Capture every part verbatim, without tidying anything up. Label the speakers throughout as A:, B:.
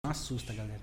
A: Assusta, galera.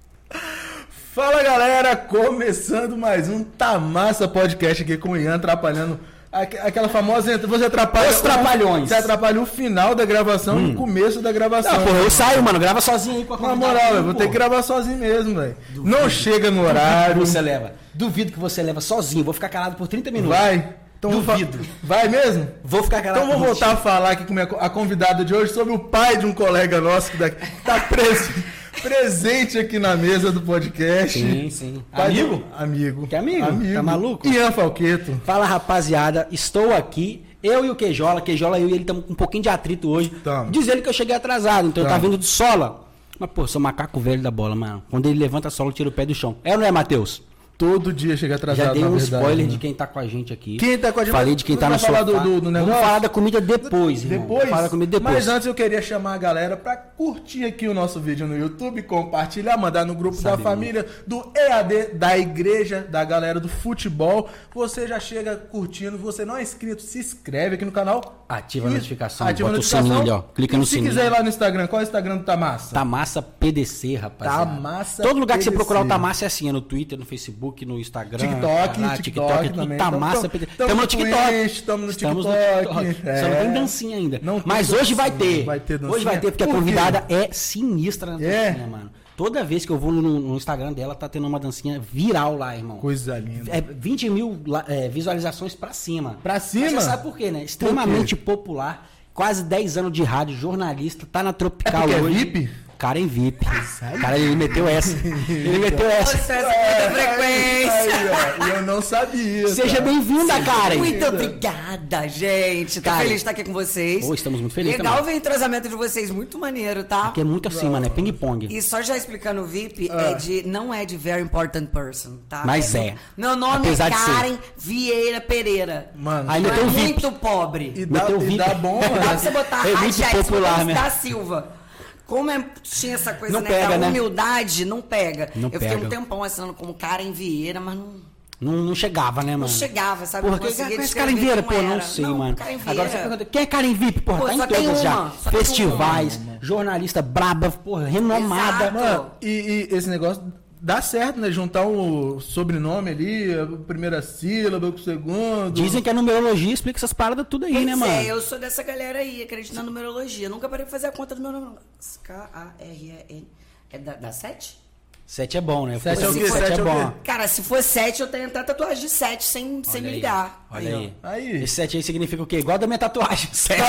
B: Fala, galera, começando mais um Tá Massa Podcast aqui com o Ian, atrapalhando aquela famosa... Você atrapalha...
A: Os trapalhões.
B: Você atrapalha o final da gravação hum. e o começo da gravação.
A: Não, porra, eu saio, mano, grava sozinho aí com a
B: convidada. Na moral, eu vou ter que gravar sozinho mesmo, velho. Não chega no horário.
A: Duvido que você leva. Duvido que você leva sozinho, vou ficar calado por trinta minutos.
B: Vai. Então
A: Duvido.
B: Vai mesmo?
A: Vou ficar calado.
B: Então vou voltar a falar aqui com a convidada de hoje sobre o pai de um colega nosso que tá preso... presente aqui na mesa do podcast.
A: Sim, sim.
B: Pai
A: amigo?
B: Do... Amigo.
A: Que amigo?
B: Amigo.
A: Tá maluco?
B: Ian Falqueto.
A: Fala, rapaziada. Estou aqui. Eu e o Queijola. Queijola, eu e ele estamos com um pouquinho de atrito hoje.
B: Tamo.
A: Diz ele que eu cheguei atrasado, então
B: Tamo.
A: eu tava vindo de sola. Mas, pô, sou macaco velho da bola, mano. Quando ele levanta a sola, tira o pé do chão. É ou não é, Matheus?
B: Todo dia chega atrasado.
A: Já dei um
B: verdade,
A: spoiler
B: né?
A: de quem tá com a gente aqui.
B: Quem tá com a gente?
A: Falei de quem tá no sofá.
B: Falar do, do, do negócio?
A: Vamos falar da comida depois, irmão.
B: Depois?
A: Vamos falar da comida depois.
B: Mas antes eu queria chamar a galera pra curtir aqui o nosso vídeo no YouTube, compartilhar, mandar no grupo
A: Sabe
B: da família, do E A D, da igreja, da galera do futebol. Você já chega curtindo, você não é inscrito, se inscreve aqui no canal.
A: Ativa a notificação,
B: Ativa
A: bota
B: a notificação.
A: o sininho ali, ó. Clica
B: e
A: no
B: se
A: sininho.
B: Se quiser ir lá no Instagram, qual é o Instagram do Tá Massa?
A: Tá Massa P D C, rapaziada.
B: Tá Massa
A: Todo lugar que
B: P D C.
A: você procurar o Tá Massa é assim, é no Twitter, no Facebook, no Instagram.
B: TikTok,
A: lá,
B: TikTok,
A: TikTok, tudo
B: também.
A: Tá
B: Tamo-
A: Massa
B: tamo-
A: P D C.
B: tamo
A: Tamo
B: no
A: no TikTok.
B: Twitch, tamo no
A: Estamos
B: TikTok.
A: Só não
B: É.
A: tem dancinha ainda.
B: Não tem
A: Mas hoje vai
B: dancinha.
A: ter.
B: Vai ter dancinha?
A: Hoje vai ter, porque
B: Por
A: a
B: quê?
A: convidada é sinistra na
B: É?
A: dancinha, mano. Toda vez que eu vou no, no Instagram dela, tá tendo uma dancinha viral lá, irmão.
B: Coisa linda.
A: É vinte mil la- é, visualizações pra cima.
B: Pra cima?
A: Mas você sabe por quê, né? Extremamente popular, quase dez anos de rádio, jornalista, tá na
B: É
A: Tropical
B: porque é
A: hoje.
B: V I P?
A: Cara em V I P. Cara, ele meteu essa. Ele meteu essa.
C: Sucesso com muita frequência.
B: Aí, ó, eu não sabia.
A: Seja
B: cara.
A: bem-vinda, Karen.
C: Muito obrigada, gente. Tô
A: Karen.
C: feliz de estar aqui com vocês.
A: Pô, estamos muito felizes
C: Legal
A: também.
C: ver o entrosamento de vocês, muito maneiro, tá?
A: Que é muito assim, mano. É ping-pong.
C: E só já explicando o V I P,
B: Ah.
C: é de, não é de very important person, tá?
A: Mas é.
C: Meu nome
A: Apesar
C: é
A: de ser.
C: Karen Vieira Pereira.
B: Mano,
A: Aí
C: Eu
A: meteu
C: é
A: o V I P.
C: muito pobre.
B: e dá,
A: meteu o
B: e
A: V I P.
B: dá bom,
C: Dá pra
B: né?
C: você botar
A: É muito
C: Raiz
A: popular,
C: Gomes
A: né?
C: da Silva. Como é, tinha essa coisa,
A: Não
C: né,
A: pega,
C: da
A: né?
C: humildade, não pega.
A: Não
C: eu fiquei
A: pega.
C: um tempão assinando como Karen Vieira, mas não...
A: Não, não chegava, né, mano?
C: Não chegava, sabe?
A: Porra,
C: Não
A: que,
C: conseguia
A: que esse
C: descrever
A: Karen Vieira,
C: como
A: pô, não
C: era.
A: sei,
C: Não,
A: mano.
C: Karen
A: Agora você
C: Vieira.
A: pergunta, quem é Karen V I P? Porra,
C: Pô,
A: tá em
C: só tem
A: todas já.
C: uma, só tem
A: Festivais,
C: uma.
A: jornalista braba, porra, renomada.
C: Exato.
B: Mano, e, e esse negócio dá certo, né? Juntar o sobrenome ali, a primeira sílaba com o segundo.
A: Dizem que a numerologia explica essas paradas tudo aí,
C: Pois
A: né, mano?
C: é, eu sou dessa galera aí, acredito na numerologia. Nunca parei de fazer a conta do meu nome. K A R E N. É da, da sete?
A: Sete é bom, né?
B: Sete
A: Pô,
B: é o quê?
A: Sete
B: Sete
A: é
B: é o
A: bom.
B: quê?
C: Cara, se for sete, eu tenho até tatuagem de sete sem, sem
A: Olha
C: me
A: aí,
C: ligar.
A: Olha aí.
B: ó. Aí.
A: Esse sete aí significa o quê? Igual da minha tatuagem. Sete.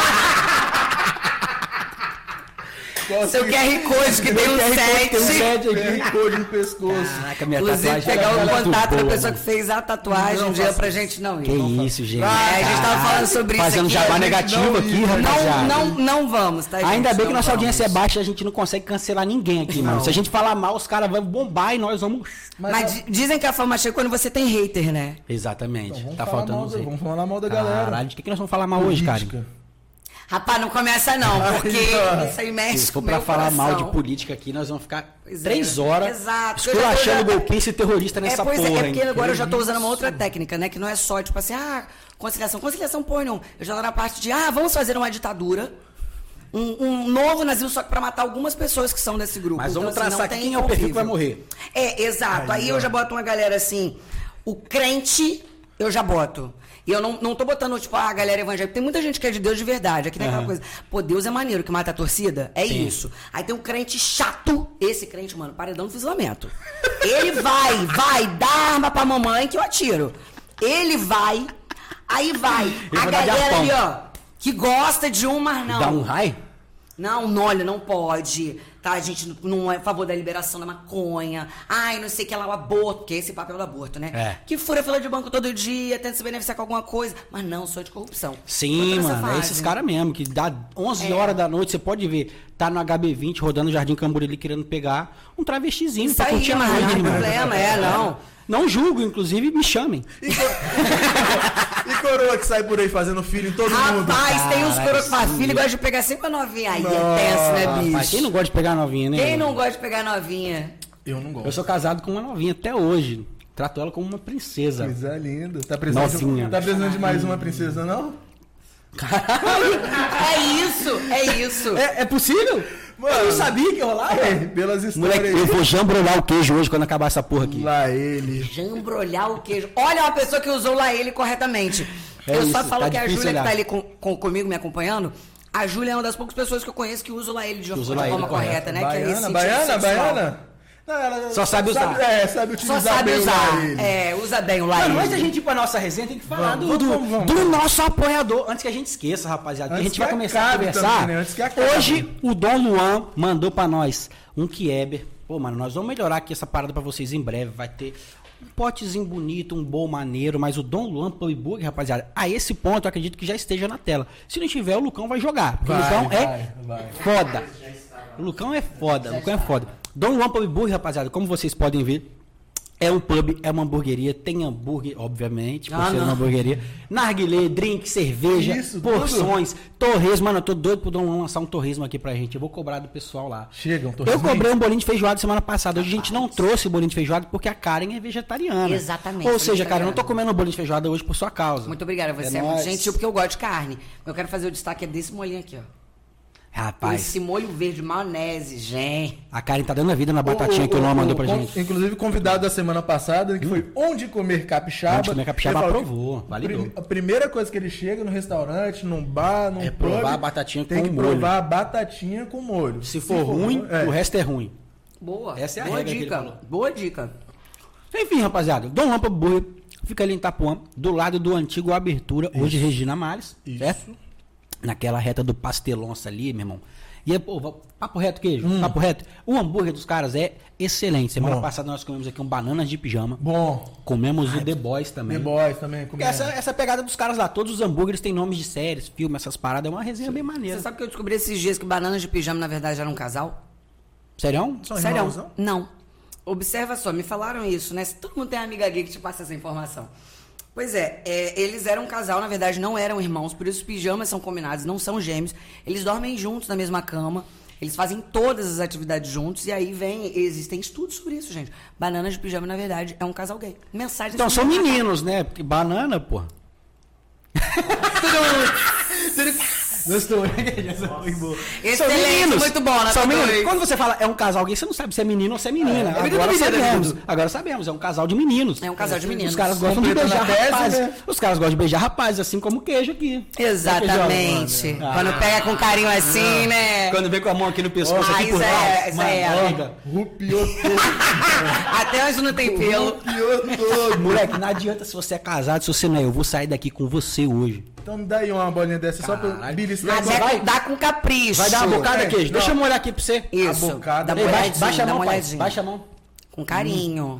C: Seu Q R Code que tem um
A: Tem um
C: sete.
A: sete
B: Q R
A: aqui.
B: Code no pescoço.
A: Caraca, minha
C: Inclusive,
A: tatuagem
C: pegar
A: era
C: o
A: muito
C: contato da
A: boa,
C: pessoa
A: mano.
C: que fez a tatuagem
B: Não
C: um dia
B: faça
C: pra gente não ir.
A: Que
C: Não
A: isso, gente.
C: É, a gente tava
A: Caralho.
C: falando sobre isso
A: Fazendo
C: aqui,
A: jabá
C: a gente
A: negativo
B: não
A: aqui,
B: ia.
A: rapaziada.
C: Não, não, não vamos, tá, gente?
A: Ainda bem que
C: Não
A: nossa
C: vamos.
A: audiência é baixa, a gente não consegue cancelar ninguém aqui, mano. Se a gente falar mal, os caras vão bombar e nós vamos...
C: Mas di- dizem que a fama chega quando você tem hater, né?
A: Exatamente.
B: Vamos
A: Tá
B: falar
A: faltando
B: mal
A: uns
B: da-
A: aí.
B: Vamos falar mal da galera.
A: Caralho, de que, que nós vamos falar mal hoje, cara?
B: Política.
C: Rapaz, não começa não, porque
B: Aí, ó.
C: isso aí mexe
A: Se for
C: com o
A: pra
C: meu
A: falar mal de
C: coração.
A: política aqui, nós vamos ficar
C: Pois é.
A: três horas
C: Exato.
A: esculachando
C: Eu já-
A: golpista e terrorista nessa
C: é, pois
A: porra,
C: é, é porque
A: hein?
C: agora eu já tô usando uma outra técnica, né? Que não é só, tipo assim, ah, conciliação. Conciliação, pô, não. Eu já tô na parte de, ah, vamos fazer uma ditadura. Um, um novo nazismo, só que pra matar algumas pessoas que são desse grupo.
A: Mas vamos
C: Então, assim,
A: traçar
C: não
A: aqui
C: tem
A: quem é o perfil que vai
C: convívio.
A: morrer.
C: É, exato. Aí,
B: Aí,
C: eu
B: ó.
C: já boto uma galera assim, o crente, eu já boto. E eu não, não tô botando, tipo, ah, a galera evangélica. Tem muita gente que é de Deus de verdade. Aqui tem aquela
A: Aham.
C: coisa. Pô, Deus é maneiro, que mata a torcida. É
A: Sim.
C: isso. Aí tem um crente chato. Esse crente, mano, paredão do fuzilamento. Ele vai, vai, dá arma pra mamãe que eu atiro. Ele vai, aí vai.
A: Ele
C: a
A: vai dar de
C: galera
A: arpão.
C: ali, ó, que gosta de um, mas não.
A: Dá um raio?
C: Não, não, olha, não pode. Tá, a gente não é a favor da liberação da maconha. Ai, não sei o que lá, o aborto, que é esse papel do aborto, né?
A: É.
C: Que fura fila de banco todo dia, tenta se beneficiar com alguma coisa. Mas não, sou de corrupção.
A: Sim,
C: Tô nessa
A: mano, é
C: fase.
A: esses caras mesmo, que dá onze
C: É.
A: horas da noite, você pode ver, tá no H B vinte, rodando o Jardim Camburili, querendo pegar um travestizinho
C: Isso
A: pra
C: aí,
A: curtir a
C: mas
A: noite,
C: não tem
A: irmão.
C: problema, é, não.
A: Não julgo, inclusive, me chamem.
B: E coroa que sai por aí fazendo filho em todo mundo.
C: Rapaz, tem uns
A: Caralho,
C: coroas com a
A: sim.
C: filha e gosta de pegar sempre a novinha. Aí
B: Nossa,
C: é tenso, né,
A: Rapaz,
C: bicho?
A: quem não gosta de pegar novinha, né?
C: Quem não gosta de pegar novinha?
B: Eu não gosto.
A: Eu sou casado com uma novinha até hoje. Trato ela como uma princesa.
B: Coisa linda. Tá precisando,
A: Novinha.
B: de, tá precisando de mais uma princesa, não?
C: É isso, é isso.
A: É, é possível?
B: Mano,
A: Eu não sabia que rolava.
B: É, pelas histórias.
A: Moleque, eu vou jambrolhar o queijo hoje quando acabar essa porra aqui.
B: Lá ele.
C: Jambrolhar o queijo. Olha uma pessoa que usou lá ele corretamente.
A: É
C: eu
A: isso,
C: só falo
A: tá
C: que a
A: difícil
C: Júlia que
A: olhar.
C: tá ali com, com- comigo, me acompanhando, a Júlia é uma das poucas pessoas que eu conheço que usa o lá ele de, de
A: Usa o lá ele
C: forma
A: correto.
C: correta, né? que é
B: Baiana,
C: nesse sentido
B: baiana,
C: sexual.
B: baiana. Não, ela
A: Só sabe usar.
B: É, sabe utilizar
C: Só sabe
B: bem o
C: usar.
B: lá ele.
C: É, usa bem o lá
A: Mano,
C: ele.
A: antes da gente ir pra nossa resenha, tem que falar
B: Vamos,
A: do,
B: vamos, vamos,
A: do
B: vamos.
A: nosso apoiador. Antes que a gente esqueça, rapaziada, que a
B: Antes
A: gente vai
B: que
A: começar a
B: acabe
A: conversar.
B: também, né? Antes que acabe.
A: Hoje, o Dom Luan mandou pra nós um Kieber. Pô, mano, nós vamos melhorar aqui essa parada pra vocês em breve. Vai ter um potezinho bonito, um bom maneiro. Mas o Dom Luan Pub Burger, rapaziada, a esse ponto eu acredito que já esteja na tela. Se não tiver, o Lucão vai jogar. Porque
B: Vai,
A: o Lucão é
B: vai, vai.
A: foda. O Lucão é foda, o Lucão é foda. Dom Luan Pub Burger, rapaziada, como vocês podem ver, é um pub, é uma hamburgueria, tem hambúrguer, obviamente, por
C: Ah,
A: ser
C: não.
A: uma hamburgueria. Narguilé, drink, cerveja,
B: Isso,
A: porções, torresmo. Mano, eu tô doido pro Dom Luan lançar um torresmo aqui pra gente. Eu vou cobrar do pessoal lá.
B: Chega, um
A: Eu
B: torresminho.
A: cobrei um bolinho de feijoada semana passada. Hoje a gente não trouxe o bolinho de feijoada porque a Karen é vegetariana.
C: Exatamente,
A: Ou seja, Karen, eu não tô
C: vegetariana.
A: comendo um bolinho de feijoada hoje por sua causa.
C: Muito obrigada, você é,
A: É
C: muito
A: nóis.
C: gentil, porque eu gosto de carne. Eu quero fazer o destaque é desse molhinho aqui, ó. Com
A: Rapaz,
C: esse molho verde, maionese, gente.
A: a Karen tá dando a vida na batatinha
B: O-
A: que o
B: o-
A: Luan
B: o-
A: mandou pra
B: com-
A: gente.
B: Inclusive, o convidado da semana passada, que foi Onde Comer Capixaba.
A: Onde Comer Capixaba
B: ele falou
A: aprovou,
B: que
A: validou.
B: prim- A primeira coisa que ele chega no restaurante, num bar, num
A: É
B: pub,
A: provar a batatinha
B: tem
A: com
B: que
A: molho.
B: provar a batatinha com molho.
A: Se for ruim,
B: é.
A: o resto é ruim.
C: Boa.
A: Essa é a
C: Boa
A: regra que ele
C: dica.
A: falou.
C: Boa dica.
A: Enfim, rapaziada, Dom Luan Pub Burger fica ali em Itapuã, do lado do antigo Abertura, hoje Regina Mares,
B: Isso.
A: certo? Naquela reta do Pastelonça ali, meu irmão. E aí, pô, va- papo reto, queijo, papo reto. O hambúrguer dos caras é excelente. Semana
B: Bom.
A: passada nós comemos aqui um bananas de pijama.
B: Bom.
A: Comemos o The Boys também.
B: The Boys também.
A: Porque
B: comendo.
A: essa, essa pegada dos caras lá, todos os hambúrgueres têm nomes de séries, filmes, essas paradas, é uma resenha bem maneira.
C: Você sabe que eu descobri esses dias que bananas de pijama, na verdade, era um casal?
A: Sério?
B: São
C: Sério?
B: irmãos, não?
C: Não. Observa só, me falaram isso, né? Todo mundo tem uma amiga gay que te passa essa informação. Pois é, é, eles eram um casal, na verdade não eram irmãos, por isso os pijamas são combinados, não são gêmeos. Eles dormem juntos na mesma cama, eles fazem todas as atividades juntos, e aí vem, existem estudos sobre isso, gente. Bananas de pijama, na verdade, é um casal gay. Mensagem
A: Então são meninos, né? Porque banana, pô. Gostou, né?
C: Excelente,
A: São meninos.
C: muito bom, né?
A: São
C: Tá
A: meninos.
C: doido.
A: Quando você fala é um casal gay, você não sabe se é menino ou se é menina.
B: É,
A: agora
C: menino,
A: sabemos.
C: menino.
A: Agora sabemos, é um casal de meninos.
C: É um casal de meninos.
A: Os caras gostam de
B: Completando
A: beijar
B: a tese,
A: rapazes.
B: né?
A: Os caras gostam de beijar rapazes, assim como o queijo aqui.
C: Exatamente.
A: Ah.
C: Quando pega com carinho assim, né?
A: Quando vem com a mão aqui no pescoço,
C: Ah,
A: aqui por
C: isso é-
A: trás.
C: isso
A: Mano,
C: é-
A: olha.
B: Rupiou todo.
C: Até hoje não tem pelo.
B: Rupiou todo.
A: Moleque, não adianta se você é casado, se você não é. Eu vou sair daqui com você hoje.
B: Então me dá aí uma bolinha dessa só pra
A: Caralho.
B: beliscar.
C: Mas
A: Você
C: é
A: vai-
C: com- dá com capricho.
A: Vai dar uma bocada,
B: É,
A: queijo?
B: não.
A: Deixa eu molhar aqui pra você.
C: Isso.
B: A bocada.
C: Dá uma
A: Ei, baixa,
C: olhadinha,
A: baixa a
C: dá
A: mão,
C: uma
A: pai.
C: olhadinha.
A: Baixa a mão.
C: Com carinho.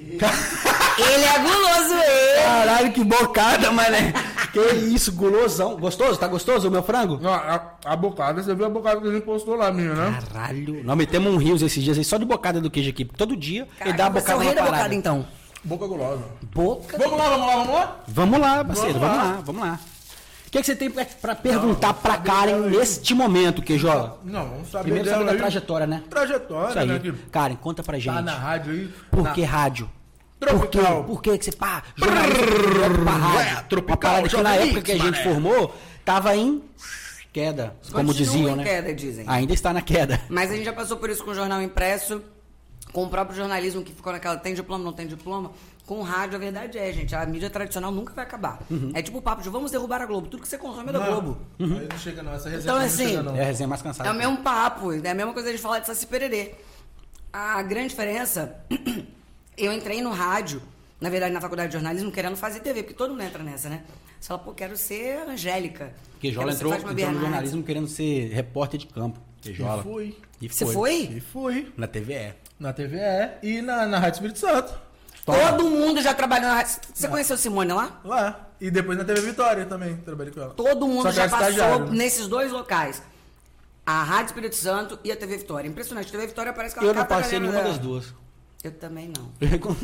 C: Ele é guloso, ele.
A: Caralho, que bocada, mané. Que isso, gulosão. Gostoso? Tá gostoso o meu frango?
B: Não, a, a bocada, você viu a bocada que a gente postou lá, menina, né?
A: Caralho. Nós metemos um rios esses dias aí só de bocada do queijo aqui. Todo dia ele dá uma
C: Você é
A: bocada
C: o rei
A: na
C: da
A: parada.
C: bocada, então.
B: Boca gulosa.
C: Boca.
B: Vamos lá, vamos lá, vamos lá?
A: Vamos lá, parceiro.
B: Vamos
A: Vamos
B: lá.
A: lá, vamos lá. O que, que você tem pra, pra perguntar pra Karen neste momento, Queijola?
B: Não, vamos saber
A: Primeiro saber
B: dela
A: da
B: aí.
A: trajetória, né?
B: Trajetória,
A: Isso
B: né?
A: aí.
B: Que
A: Karen, conta pra gente.
B: tá na rádio aí.
A: Por
B: na-
A: que rádio? Por quê?
B: Tropical.
A: Por que que você pá? Jornalista direto pra rádio.
B: É, tropical,
A: Uma parada que na
B: Jovem
A: época
B: Mix,
A: que a gente
B: mané.
A: formou, tava em queda, como
C: Continua
A: diziam,
C: em
A: né?
C: queda, dizem.
A: Ainda está na queda.
C: Mas a gente já passou por isso com o jornal impresso, com o próprio jornalismo que ficou naquela tem diploma, não tem diploma. Com o rádio, a verdade é, gente, a mídia tradicional nunca vai acabar. É tipo o papo de vamos derrubar a Globo. Tudo que você consome é da
B: Não,
C: Globo.
B: aí não chega não, essa resenha
C: Então,
B: não
C: assim,
B: chega não.
A: É a resenha mais cansada.
C: É o mesmo papo, é a mesma coisa de falar de Saci Pererê. A grande diferença, eu entrei no rádio, na verdade na faculdade de jornalismo, querendo fazer T V, porque todo mundo entra nessa, né? Você fala, pô, quero ser Angélica.
A: Queijola
C: quero ser
A: entrou,
C: Fátima
A: entrou no
C: Bernardes.
A: jornalismo querendo ser repórter de campo. Queijola.
B: E fui.
A: E
C: Você
B: E
C: foi?
B: fui.
A: Na T V E.
B: Na T V E e na, na Rádio Espírito Santo.
C: Todo mundo já trabalhou na rádio. Você conheceu Simone lá?
B: Lá. E depois na T V Vitória também, trabalhei com ela.
C: Todo mundo
B: Só que
C: já
B: era
C: passou
B: estagiário, né?
C: nesses dois locais. A Rádio Espírito Santo e a T V Vitória. Impressionante. A T V Vitória parece que ela
A: Eu não
C: cata a
A: passei
C: galera
A: nenhuma
C: dela.
A: das duas.
C: Eu também não.
A: Eu recu-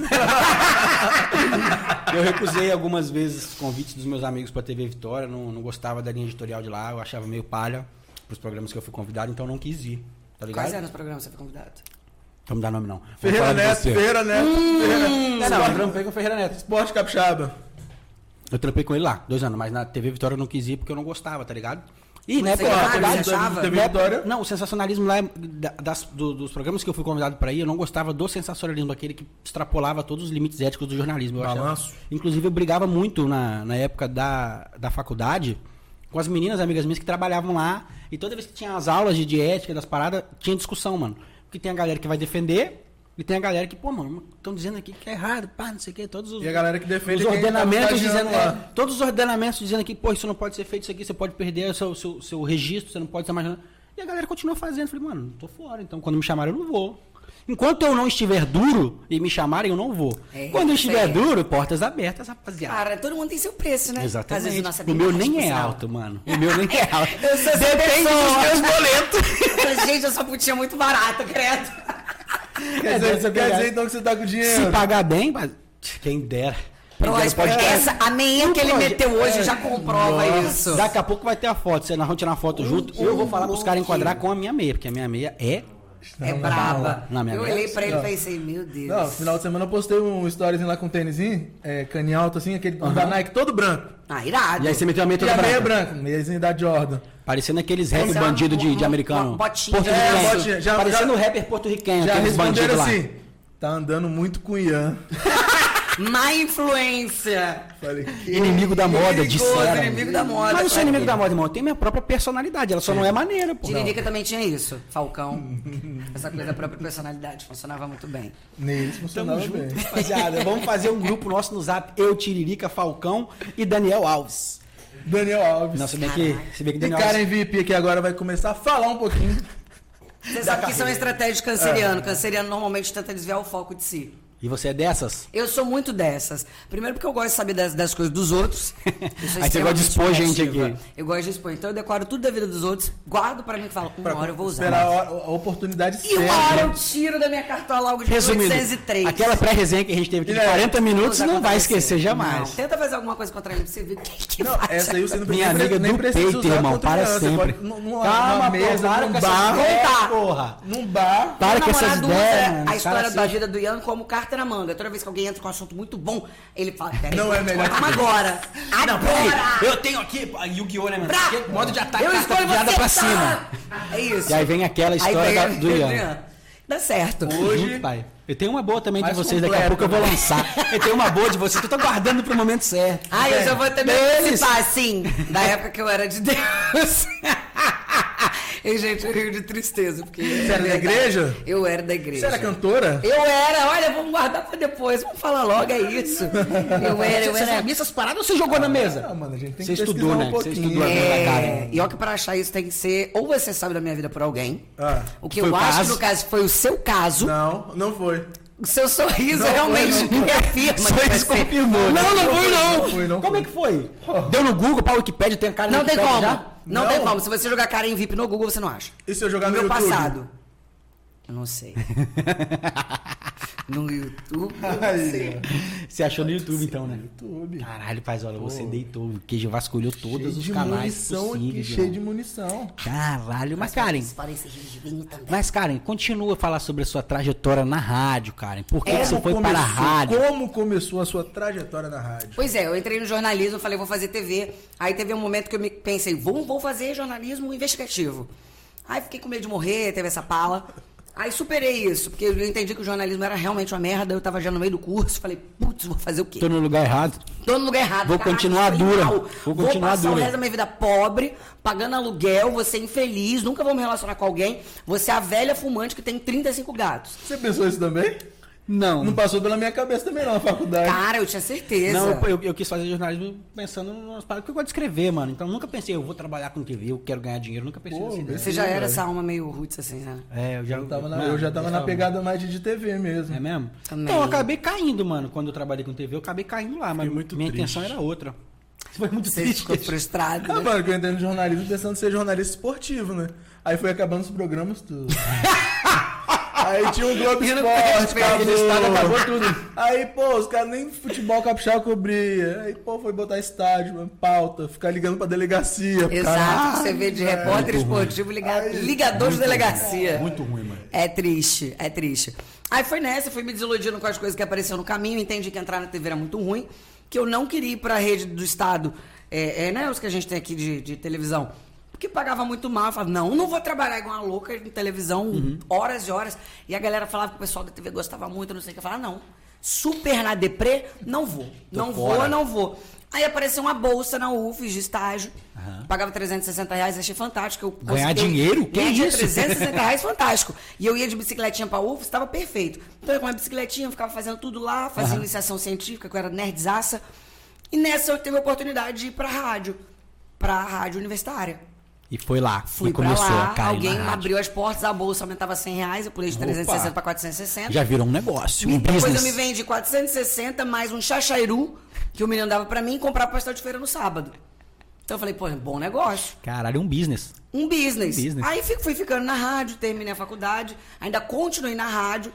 A: Eu recusei algumas vezes convites dos meus amigos pra T V Vitória, não, não gostava da linha editorial de lá, eu achava meio palha pros programas que eu fui convidado, então eu não quis ir, tá ligado?
C: Quais eram os programas que você foi convidado?
A: Vamos dar nome não. Vamos
B: Ferreira
A: falar de
B: Neto,
A: você.
B: Ferreira Neto, Ferreira
A: É, não, eu trampei com o Ferreira Neto.
B: Esporte Capixaba.
A: Eu trampei com ele lá, dois anos, mas na T V Vitória eu não quis ir porque eu não gostava, tá ligado? E na
C: Você
A: época da
C: achava?
A: faculdade,
C: Você achava?
B: Teve
A: na
B: Vitória?
A: época- não, o sensacionalismo lá, da- das- do- dos programas que eu fui convidado para ir, eu não gostava do sensacionalismo, aquele que extrapolava todos os limites éticos do jornalismo. Eu achava-
B: Balanço.
A: inclusive, eu brigava muito na, na época da, da faculdade com as meninas, amigas minhas, que trabalhavam lá, e toda vez que tinha as aulas de, de ética, das paradas, tinha discussão, mano. Porque tem a galera que vai defender, e tem a galera que, pô, mano, estão dizendo aqui que é errado, pá, não sei o quê, todos os...
B: E a galera que defende
A: os
B: quem
A: ordenamentos
B: tá
A: dizendo,
B: estagiando
A: é,
B: lá.
A: todos os ordenamentos dizendo que, pô, isso não pode ser feito, isso aqui, você pode perder o seu, seu, seu registro, você não pode ser mais... E a galera continua fazendo. Eu falei, mano, tô fora, então quando me chamarem eu não vou. Enquanto eu não estiver duro e me chamarem, eu não vou.
C: É,
A: quando eu
C: isso
A: estiver
C: aí.
A: duro, portas abertas, rapaziada.
C: Cara, todo mundo tem seu preço, né? Às vezes o
A: Exatamente.
C: nosso é
A: O
C: bem
A: meu
C: baixo,
A: nem
C: por
A: é
C: sinal.
A: alto, mano. O meu nem é alto.
C: Eu sou essa
A: Depende
C: pessoa.
A: dos meus boletos.
C: Gente, eu sou putinha muito barata, credo.
B: Quer dizer, quer dizer então que você tá com
A: Se
B: dinheiro?
A: pagar bem, mas quem dera. Quem dera,
C: Mas
A: pode ter.
C: essa, a meinha que ele
A: Pode.
C: meteu hoje
A: É.
C: já comprova isso.
A: Daqui a pouco vai ter a foto. Se nós vamos tirar uma foto junto, eu vou falar pros caras enquadrar com a minha meia, porque a minha meia é.
C: É braba.
A: Na minha
C: Eu
A: mesa.
C: olhei pra ele e
B: Não.
C: pensei, meu Deus.
B: Não, no final de semana eu postei um storyzinho lá com um tênisinho, é, caninha alto assim, aquele da Nike todo branco.
C: Ah, irado.
A: E aí você meteu a meia
B: E
A: toda
B: a meia
A: branca.
B: branca, meiazinha da Jordan.
A: Parecendo aqueles rap
C: Essa
A: bandido de, de
C: uma-
A: americano.
C: uma botinha.
A: Porto-riquenho.
B: É, botinha. Já-
A: Parecendo
B: já-
A: o rapper porto-riquenho,
B: Já
A: aqueles bandidos
B: responderam
A: lá.
B: assim, tá andando muito com o Ian.
C: Má influência.
B: Falei, que...
A: Inimigo da moda,
C: Perigoso,
A: disseram.
C: inimigo da moda.
A: Mas eu sou
C: Vai,
A: inimigo
C: filho.
A: da moda, irmão. Eu tenho minha própria personalidade. Ela só não é maneira, pô.
C: Tiririca também tinha isso. Falcão. Essa coisa da própria personalidade. Funcionava muito bem.
B: Neles
A: Tamo
B: funcionava
A: junto,
B: bem.
A: rapaziada. Vamos fazer um grupo nosso no Zap. Eu, Tiririca, Falcão e Daniel Alves.
B: Daniel Alves.
A: Não, se bem que, se bem que
B: E
A: Daniel
B: Karen
A: Alves...
B: V I P aqui agora vai começar a falar um pouquinho.
C: Você sabe que isso é uma estratégia de canceriano. Canceriano normalmente tenta desviar o foco de si.
A: E você é dessas?
C: Eu sou muito dessas. Primeiro porque eu gosto de saber das, das coisas dos outros. Eu sou
A: Aí você
C: extremamente
A: gosta de expor gente
C: criativa.
A: aqui.
C: Eu gosto de expor. Então eu decoro tudo da vida dos outros, guardo pra mim e falo, uma hora eu vou usar.
B: Esperar a, hora- a oportunidade
C: E uma
B: certa.
C: hora eu tiro da minha cartola algo de
A: Resumindo,
C: oitocentos e três.
A: aquela pré-resenha que a gente teve aqui de
B: É.
A: quarenta minutos
C: Usar
A: não
C: contra
A: vai
C: você.
A: esquecer jamais.
C: Não, tenta fazer alguma coisa contra mim pra você ver o que que
B: Não,
C: faz.
B: essa aí você não
A: Minha
B: nem,
A: amiga
B: nem
A: do
B: precisa
A: peito,
B: usar
A: irmão,
B: contra
A: para
B: ela. Você
A: sempre.
B: pode, num- numa,
A: Calma,
B: numa
A: pô,
B: mesa,
A: para
B: num
A: com essas
B: bar,
A: ideias,
C: Contar.
A: porra.
B: num bar.
A: Para
C: Meu
A: com essas
C: namorado
A: ideias,
C: usa
A: mano.
C: a
A: Os
C: história
A: caras
C: da
A: assim-
C: vida do Ian como carta na manga. Toda vez que alguém entra com um assunto muito bom, ele fala, peraí,
B: Não é melhor
C: vamos
B: que-
C: agora.
A: Não, peraí.
C: Agora!
A: Eu tenho aqui a Yu-Gi-Oh, né, mano?
C: Pra-
A: Aqui, modo de ataque,
C: Eu
A: carta
C: escolho
A: virada
C: você,
A: pra
C: tá?
A: cima.
C: É isso.
A: E aí vem aquela
C: Aí
A: história
C: vem
A: da-
C: a-
A: do Ian.
C: Dá certo.
B: Hoje-
A: Junto, pai. Eu tenho uma boa também de
B: Mais
A: vocês, daqui a
B: completo,
A: pouco eu vou
B: né?
A: lançar. Eu tenho uma boa de vocês, que eu tô guardando pro momento certo.
C: Ah, eu já vou também
A: Deles.
C: participar, assim, da época que eu era de Deus. E, gente, eu rio de tristeza, porque...
B: Você era da igreja?
C: Eu era da igreja.
B: Você era cantora?
C: Eu era, olha, vamos guardar pra depois, vamos falar logo, é isso. Eu era, eu
A: Você
C: era...
A: sabia essas paradas ou você jogou na mesa?
B: Ah, mano, a gente tem
A: Você
B: que
A: estudou,
B: pesquisar
A: né?
B: um
A: Você
B: pouquinho.
A: estudou a vida.
C: É,
A: cara.
C: e ó que pra achar isso tem que ser, ou você sabe da minha vida por alguém,
B: Ah,
C: o que
A: foi
C: eu
A: o
C: acho
A: caso.
C: que no caso foi o seu caso,
B: não, não foi.
C: o seu sorriso
B: Não,
C: realmente
B: foi, não
C: me afirma que
A: Foi
C: vai
A: isso
C: ser.
A: confirmou. Não, não
B: Não
A: foi
B: foi,
A: não.
B: não foi, não
A: Como
B: foi.
A: é que foi? Deu no Google, pra Wikipedia, tem a cara
C: Não
A: no
C: tem
A: Wikipedia
C: como,
A: já?
C: não,
B: Não.
C: tem como, se você jogar Karen V I P no Google você não acha.
B: E se eu jogar
C: No
B: no
C: meu
B: YouTube?
C: passado. Eu não sei. No YouTube, eu não
B: Aí,
C: sei.
A: Você achou no YouTube então, né?
B: YouTube.
A: Caralho, faz, olha, você deitou, o queijo vasculhou todos
B: Cheio
A: os
B: de
A: canais
B: munição aqui,
A: possíveis.
B: cheio
A: irmão.
B: de munição.
A: Caralho, mas Karen,
C: Parece rir de vinho também.
A: mas Karen, continua a falar sobre a sua trajetória na rádio, Karen. Por que, que você
B: Como
A: foi para a
B: começou-
A: rádio?
B: Como começou a sua trajetória na rádio?
C: Pois é, eu entrei no jornalismo, falei, vou fazer T V. Aí teve um momento que eu me pensei, vou, vou fazer jornalismo investigativo. Aí fiquei com medo de morrer, teve essa pala. Aí superei isso, porque eu entendi que o jornalismo era realmente uma merda. Eu tava já no meio do curso, falei, putz, vou fazer o quê?
A: Tô no lugar errado.
C: Tô no lugar errado.
A: Vou
C: caralho,
A: continuar
C: tô
A: dura.
C: mal.
A: Vou continuar
C: passar o
A: dura.
C: resto da minha vida pobre, pagando aluguel, vou ser infeliz, nunca vou me relacionar com alguém. Vou ser a velha fumante que tem trinta e cinco gatos.
B: Você pensou isso também?
A: Não.
B: Não passou pela minha cabeça também não, na faculdade.
C: Cara, eu tinha certeza.
A: Não, eu, eu- eu quis fazer jornalismo pensando nas paradas que eu gosto de escrever, mano. Então nunca pensei, eu vou trabalhar com T V, eu quero ganhar dinheiro. Nunca pensei
B: Pô,
A: nessa ideia.
C: Você já era essa alma meio roots assim, né?
A: É, eu já
B: Eu, tava na,
A: mano,
B: eu já tava na pegada mais de, de T V mesmo.
A: É mesmo?
C: Também.
A: Então eu acabei caindo, mano. Quando eu trabalhei com T V, eu acabei caindo lá, mas
B: muito
A: minha
B: triste.
A: intenção era outra. Isso foi muito
C: Você
A: triste.
C: ficou frustrado,
B: Ah,
C: né?
B: mano, que eu entrei no jornalismo pensando em ser jornalista esportivo, né? Aí foi acabando os programas tudo. Aí tinha um Globo
C: E no
B: Esporte,
C: P S P,
B: acabou.
A: estado acabou tudo.
B: Aí, pô, os caras nem futebol capixaba cobria. Aí, pô, foi botar estádio, mano, pauta, ficar ligando pra delegacia.
C: Exato,
B: Caralho,
C: você vê de
B: velho.
C: repórter esportivo ligado, ligador de delegacia.
A: Muito ruim, mano.
C: É triste, é triste. Aí foi nessa, fui me desiludindo com as coisas que apareceram no caminho, entendi que entrar na T V era muito ruim, que eu não queria ir pra rede do Estado, é, é, né, os que a gente tem aqui de, de televisão, porque pagava muito mal. Eu falava, não, não vou trabalhar igual uma louca em televisão, uhum. horas e horas. E a galera falava que o pessoal da T V gostava muito, não sei o que. Eu falava, não, super na deprê, não vou. Tô não fora. vou, não vou. Aí apareceu uma bolsa na U F S de estágio, uhum. pagava trezentos e sessenta reais, achei fantástico. Eu
A: Ganhar dinheiro? Que
C: Ganhar
A: isso?
C: trezentos e sessenta reais, fantástico. E eu ia de bicicletinha pra U F S, estava perfeito. Então eu com a bicicletinha, eu ficava fazendo tudo lá, fazia uhum. iniciação científica, que eu era nerdzaça. E nessa eu tive a oportunidade de ir pra rádio, pra rádio universitária.
A: E foi lá,
C: Fui
A: e começou
C: pra lá,
A: a cair
C: alguém
A: na
C: abriu as portas, a bolsa aumentava cem reais, eu pulei de trezentos e sessenta para quatrocentos e sessenta.
A: Já virou um negócio, um
C: e depois
A: business.
C: eu me vendi quatrocentos e sessenta mais um chachairu, que o menino dava pra mim, e comprar pastel de feira no sábado. Então eu falei, pô, bom negócio.
A: Caralho, um business.
C: Um business.
A: Um business.
C: Aí fui ficando na rádio, terminei a faculdade, ainda continuei na rádio.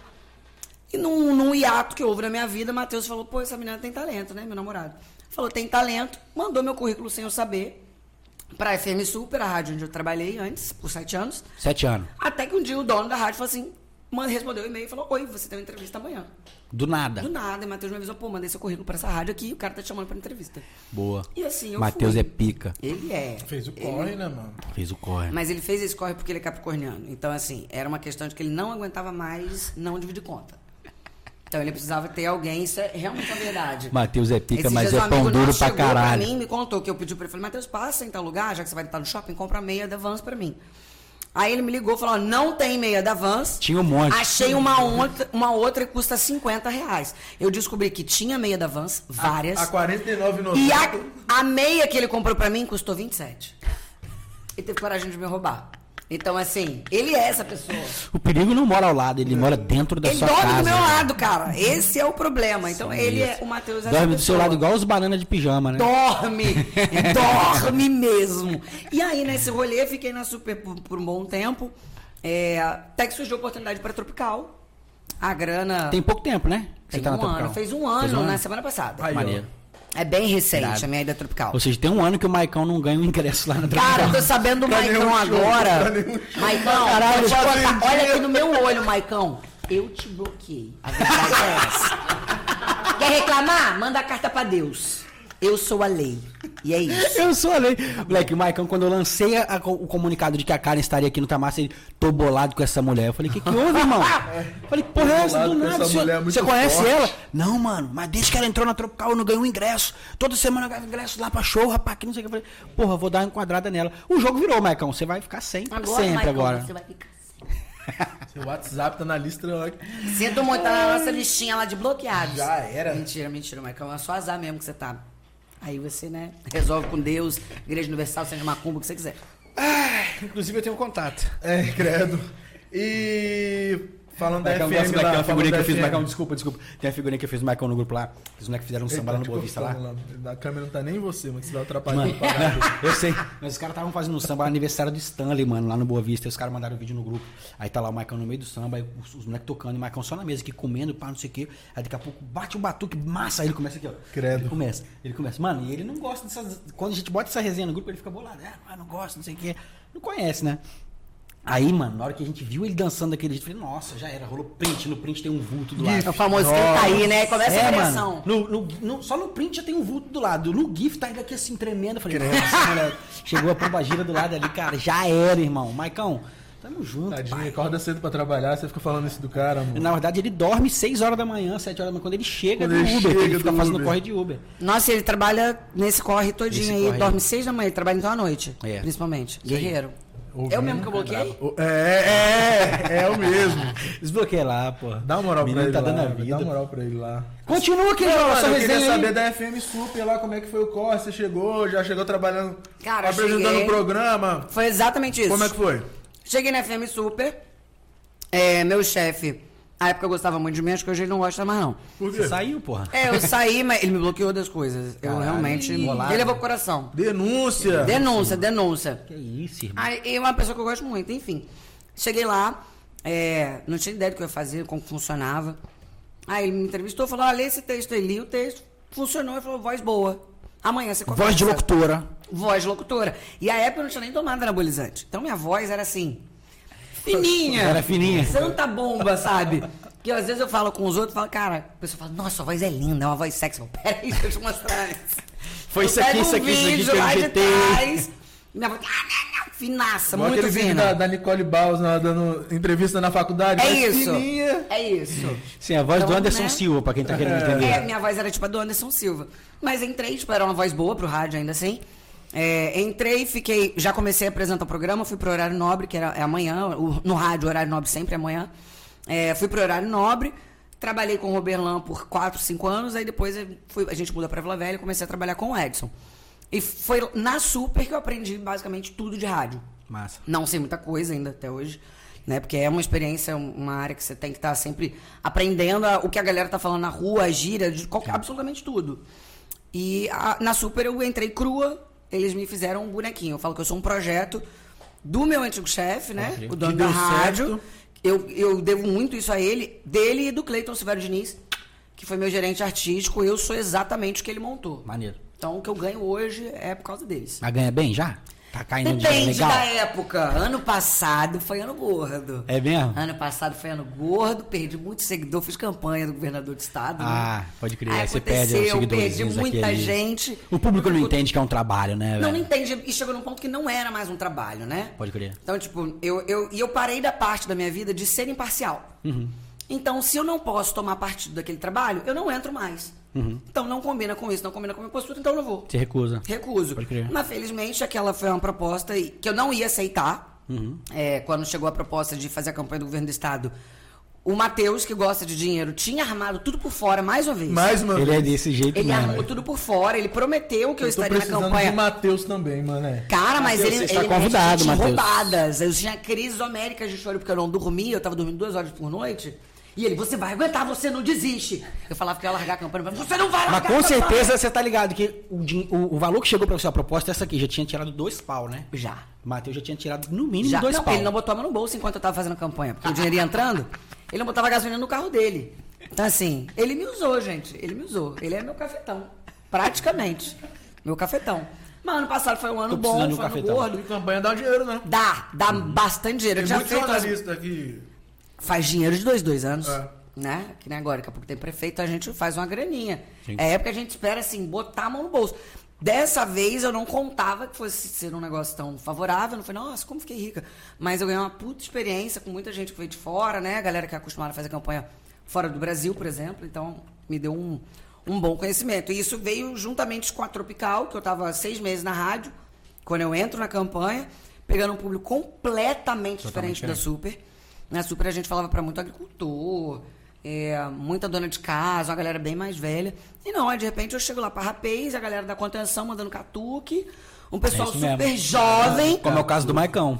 C: E num, num hiato que houve na minha vida, Matheus falou, pô, essa menina tem talento, né, meu namorado? Falou, tem talento, mandou meu currículo sem eu saber. Pra F M Super, a rádio onde eu trabalhei antes, por sete anos.
A: Sete anos.
C: Até que um dia o dono da rádio falou assim, mano, respondeu o e-mail e falou, oi, você tem uma entrevista amanhã.
A: Do nada.
C: Do nada, e Matheus me avisou, pô, mandei seu currículo pra essa rádio aqui, o cara tá te chamando pra entrevista.
A: Boa.
C: E assim, eu
A: Matheus
C: fui.
A: é pica.
C: Ele é.
B: Fez o corre,
C: ele...
B: né, mano?
A: Fez o corre.
C: Mas ele fez esse corre porque ele é capricorniano. Então, assim, era uma questão de que ele não aguentava mais não dividir conta. Então ele precisava ter alguém, isso é realmente uma verdade.
A: Matheus é pica,
C: Esses
A: mas
C: dias
A: é
C: um
A: pão
C: amigo
A: duro
C: nosso
A: pra
C: chegou
A: caralho.
C: Pra mim, me contou que eu pedi pra ele, falei, Matheus, passa em tal lugar, já que você vai estar no shopping, compra meia da Vans pra mim. Aí ele me ligou e falou, não tem meia da Vans.
A: Tinha um monte.
C: Achei uma outra, uma outra que custa cinquenta reais. Eu descobri que tinha meia da Vans, várias.
B: A, a quarenta e nove reais e noventa centavos.
C: E a, a meia que ele comprou pra mim custou vinte e sete reais. Ele teve coragem de me roubar. Então, assim, ele é essa pessoa.
A: O perigo não mora ao lado, ele mora dentro da
C: ele
A: sua casa.
C: Ele dorme do meu
A: né?
C: lado, cara. Esse é o problema. Então,
A: Sim,
C: ele
A: isso.
C: é o Matheus.
A: Dorme do seu lado igual os bananas de pijama, né?
C: Dorme! dorme mesmo. E aí, nesse rolê, fiquei na Super por, por um bom tempo. É, até que surgiu a oportunidade para Tropical. A grana...
A: Tem pouco tempo, né?
C: Tem
A: Você tá
C: um
A: na Tropical.
C: ano. Fez um ano,
A: Fez um
C: na
A: ano?
C: semana passada.
B: Aí,
A: Maneiro.
C: É bem recente,
A: Irado.
C: a minha ida Tropical.
A: Ou seja, tem um ano que o Maicão não ganha o ingresso lá na Tropical.
C: Cara, eu tô sabendo do
B: Tá
C: Maicão
B: nenhum show,
C: agora.
B: tá nenhum show.
C: Maicão,
A: Caralho,
C: vou te
B: tá
C: contar.
B: mentindo.
C: Olha aqui no meu olho, Maicão. Eu te bloqueei. A verdade é essa. Quer reclamar? Manda a carta pra Deus. Eu sou a lei. E é isso.
A: Eu sou a lei. Moleque, o Maicão, quando eu lancei a- a- o comunicado de que a Karen estaria aqui no Tamassa, ele, tô bolado com essa mulher. Eu falei, que que houve, irmão? Eu falei, porra, é essa do
B: bolado com
A: nada?
B: essa
A: Você,
B: mulher, muito
A: você conhece
B: forte.
A: ela? Não, mano, mas desde que ela entrou na Tropical, eu não ganhei um ingresso. Toda semana eu ganho ingresso lá pra show, rapaz, que não sei o que. Eu falei, porra, eu vou dar uma enquadrada nela. O jogo virou, Maicão, você vai ficar sempre,
C: Agora,
A: sempre
C: Maicão,
A: agora.
C: você vai ficar
B: Seu WhatsApp tá na lista. ó.
C: Sinto muito, tá na nossa listinha lá de bloqueados.
B: Já era.
C: Mentira, mentira, Maicão. É só azar mesmo que você tá. Aí você, né, resolve com Deus, Igreja Universal, seja macumba, o que você quiser.
A: Inclusive eu tenho contato.
B: É, credo. E falando da
A: Maicão,
B: F
A: gosta
B: M
A: daquela
B: lá, falando
A: figurinha que
B: da
A: eu fiz,
B: F M.
A: Maicão, desculpa, desculpa. Tem a figurinha que eu fiz do Maicão no grupo lá. Os moleques fizeram um samba lá no Boa Vista lá.
B: A câmera não tá nem em você, mas você vai atrapalhar.
A: Mano, eu sei, mas os caras estavam fazendo um samba aniversário do Stanley, mano, lá no Boa Vista. E os caras mandaram um vídeo no grupo. Aí tá lá o Maicão no meio do samba, aí os, os moleques tocando, e o Maicão só na mesa aqui comendo, pá, não sei o quê. Aí daqui a pouco bate o batuque, massa, aí ele começa aqui, ó.
B: Credo.
A: Ele começa, ele começa. Mano, e ele não gosta dessas. Quando a gente bota essa resenha no grupo, ele fica bolado. Ah, não gosta, não sei o quê. Não conhece, né? Aí, mano, na hora que a gente viu ele dançando daquele jeito, eu falei, nossa, já era, rolou print, no print tem um vulto do lado.
C: É o famoso que tá aí, né? Começa
A: É,
C: a
A: mano,
C: pressão.
A: no, no- no- só no print já tem um vulto do lado. No GIF tá ele aqui assim, tremendo. Eu falei, nossa, moleque. Chegou a pombagira do lado ali, cara. Já era, irmão. Maicão, tamo junto,
B: Tadinho,
A: pai.
B: acorda cedo pra trabalhar, você fica falando isso do cara, mano.
A: Na verdade, ele dorme seis horas da manhã, sete horas da manhã. Quando ele chega
B: Quando
A: do
B: ele
A: Uber, que
B: chega
A: ele fica
B: do
A: fazendo
B: Uber.
A: corre de Uber.
C: Nossa, ele trabalha nesse corre todinho
A: Esse
C: aí,
A: corre
C: dorme
A: aí.
C: seis da manhã, ele trabalha então à noite,
A: É.
C: principalmente. Guerreiro. É o mesmo que eu bloqueei?
B: É, é, é o mesmo.
A: Desbloqueia lá, pô.
B: Dá uma moral pra
A: Menino
B: ele
A: tá
B: lá,
A: dando a
B: dá
A: vida.
B: uma moral pra ele lá.
A: Continua aqui,
B: Não,
A: João,
B: mano,
A: sua
B: eu queria
A: resenha
B: saber
A: aí.
B: da F M Super lá, como é que foi o corre, você chegou, já chegou trabalhando,
C: Cara, eu
B: apresentando
C: cheguei-
B: o programa.
C: Foi exatamente isso.
B: Como é que foi?
C: Cheguei na F M Super, é, meu chefe, na época eu gostava muito de mim, acho que hoje ele não gosta mais não.
B: Por quê?
A: Você saiu, porra.
C: É, eu saí, mas ele me bloqueou das coisas. Eu
A: Caralho,
C: realmente...
A: bolado.
C: Ele levou pro coração.
B: Denúncia.
C: Denúncia, denúncia.
A: Que isso, irmão.
C: Aí, e uma pessoa que eu gosto muito, enfim. Cheguei lá, é, não tinha ideia do que eu ia fazer, como funcionava. Aí ele me entrevistou, falou, ah, lê esse texto aí, li o texto, funcionou, ele falou, voz boa. Amanhã você começa.
A: Voz de locutora.
C: Voz de locutora. E a época eu não tinha nem tomado anabolizante. Então minha voz era assim, fininha.
A: Era fininha.
C: Santa bomba, sabe? Porque às vezes eu falo com os outros e falo, cara, a pessoa fala, nossa, sua voz é linda, é uma voz sexy. Eu falo, peraí, deixa eu te mostrar isso.
A: Foi
C: Eu
A: isso aqui,
C: pego
A: isso
C: um
A: aqui, isso aqui
C: vídeo
A: que eu
C: lá de
A: digitei.
C: trás, minha voz, ah, não, não, finaça,
B: Igual
C: muito
B: aquele vídeo
C: fina.
B: da, da Nicole Baus na- dando entrevista na faculdade.
C: É
B: mas
C: isso.
B: fininha.
C: É isso.
A: Sim, a voz
C: Então,
A: do Anderson
C: né?
A: Silva, pra quem tá querendo entender.
C: É, minha voz era tipo a do Anderson Silva. Mas entrei, tipo, era uma voz boa pro rádio ainda assim. É, entrei, fiquei, já comecei a apresentar o programa, fui pro horário nobre, que era é amanhã, o- no rádio, o horário nobre sempre é amanhã. É, fui pro horário nobre, trabalhei com o Roberlan por quatro, cinco anos, aí depois eu fui- a gente muda pra Vila Velha e comecei a trabalhar com o Edson. E foi na Super que eu aprendi basicamente tudo de rádio.
A: Massa.
C: Não sei muita coisa ainda até hoje, né? Porque é uma experiência, uma área que você tem que estar sempre aprendendo a- o que a galera tá falando na rua, a gíria, de qualquer, absolutamente tudo. E a- na Super eu entrei crua, eles me fizeram um bonequinho. Eu falo que eu sou um projeto do meu antigo chefe, né?
A: Ok.
C: O dono
B: Que
C: da
B: deu
C: rádio.
B: certo.
C: Eu, eu devo muito isso a ele, dele e do Cleiton Silvério Diniz, que foi meu gerente artístico. Eu sou exatamente o que ele montou.
A: Maneiro.
C: Então o que eu ganho hoje é por causa deles.
A: Mas ganha bem já? Tá caindo um dinheiro
C: Depende
A: legal?
C: da época. Ano passado foi ano gordo.
A: É mesmo?
C: Ano passado foi ano gordo, perdi muito seguidor, fiz campanha do governador do estado.
A: Ah,
C: né?
A: pode crer.
C: Aí
A: Aí você perde os
C: aconteceu,
A: seguidores
C: perdi muita
A: aqui.
C: gente.
A: O público não entende que é um trabalho, né,
C: Não,
A: velho?
C: não entende. E chegou num ponto que não era mais um trabalho, né?
A: Pode crer.
C: Então, tipo, eu, eu, e eu parei da parte da minha vida de ser imparcial.
A: Uhum.
C: Então, se eu não posso tomar partido daquele trabalho, eu não entro mais.
A: Uhum.
C: Então, não combina com isso, não combina com a minha postura, então eu não vou.
A: Você recusa.
C: Recuso.
A: Pode crer.
C: Mas, felizmente, aquela foi uma proposta e- que eu não ia aceitar.
A: Uhum.
C: É, quando chegou a proposta de fazer a campanha do governo do estado, o Matheus, que gosta de dinheiro, tinha armado tudo por fora, mais uma vez.
B: Mais uma
A: Ele
B: vez.
A: é desse jeito
C: Ele
A: mesmo.
C: armou tudo por fora, ele prometeu que eu,
B: Eu tô
C: estaria na
B: precisando
C: campanha.
B: de Matheus também, mano. É.
C: Cara, mas
A: Matheus,
C: ele,
A: você está
C: ele
A: convidado,
C: tinha
A: Matheus.
C: roubadas. Eu tinha crises homéricas de choro porque eu não dormia, eu tava dormindo duas horas por noite. E ele, você vai aguentar, você não desiste. Eu falava que eu ia largar a campanha, mas você não vai largar
A: Mas com
C: a campanha.
A: certeza você tá ligado que o, din- o, o valor que chegou pra você a proposta é essa aqui. Já tinha tirado dois pau, né?
C: Já.
A: O Matheus já tinha tirado no mínimo
C: Já.
A: dois
C: Não,
A: pau.
C: ele não botou a mão no bolso enquanto eu tava fazendo a campanha. Porque o dinheiro ia entrando, ele não botava gasolina no carro dele. Então, assim, ele me usou, gente. Ele me usou. Ele é meu cafetão. Praticamente. Meu cafetão. Mas ano passado foi um ano
A: Tô
C: bom,
A: precisando de um
C: foi um ano
A: cafetão.
C: gordo.
B: E campanha dá dinheiro, né?
C: Dá, dá bastante dinheiro. Eu
B: Tem
C: tinha
B: muito
C: feito as-
B: jornalista aqui.
C: Faz dinheiro de dois, dois anos.
B: É.
C: Né? Que nem agora, daqui a pouco tem prefeito, a gente faz uma graninha.
A: Sim.
C: É época que a gente espera, assim, botar a mão no bolso. Dessa vez eu não contava que fosse ser um negócio tão favorável. Não foi, nossa, como fiquei rica. Mas eu ganhei uma puta experiência com muita gente que veio de fora, né? A galera que é acostumada a fazer campanha fora do Brasil, por exemplo. Então, me deu um, um bom conhecimento. E isso veio juntamente com a Tropical, que eu estava seis meses na rádio, quando eu entro na campanha, pegando um público completamente
A: Totalmente
C: diferente da Super. Na Super a gente falava para muito agricultor, é, muita dona de casa, uma galera bem mais velha. E não, aí de repente eu chego lá para rapaz, a galera da contenção mandando catuque, um pessoal
A: É isso
C: super
A: mesmo.
C: jovem.
A: Como é o caso do Maicão.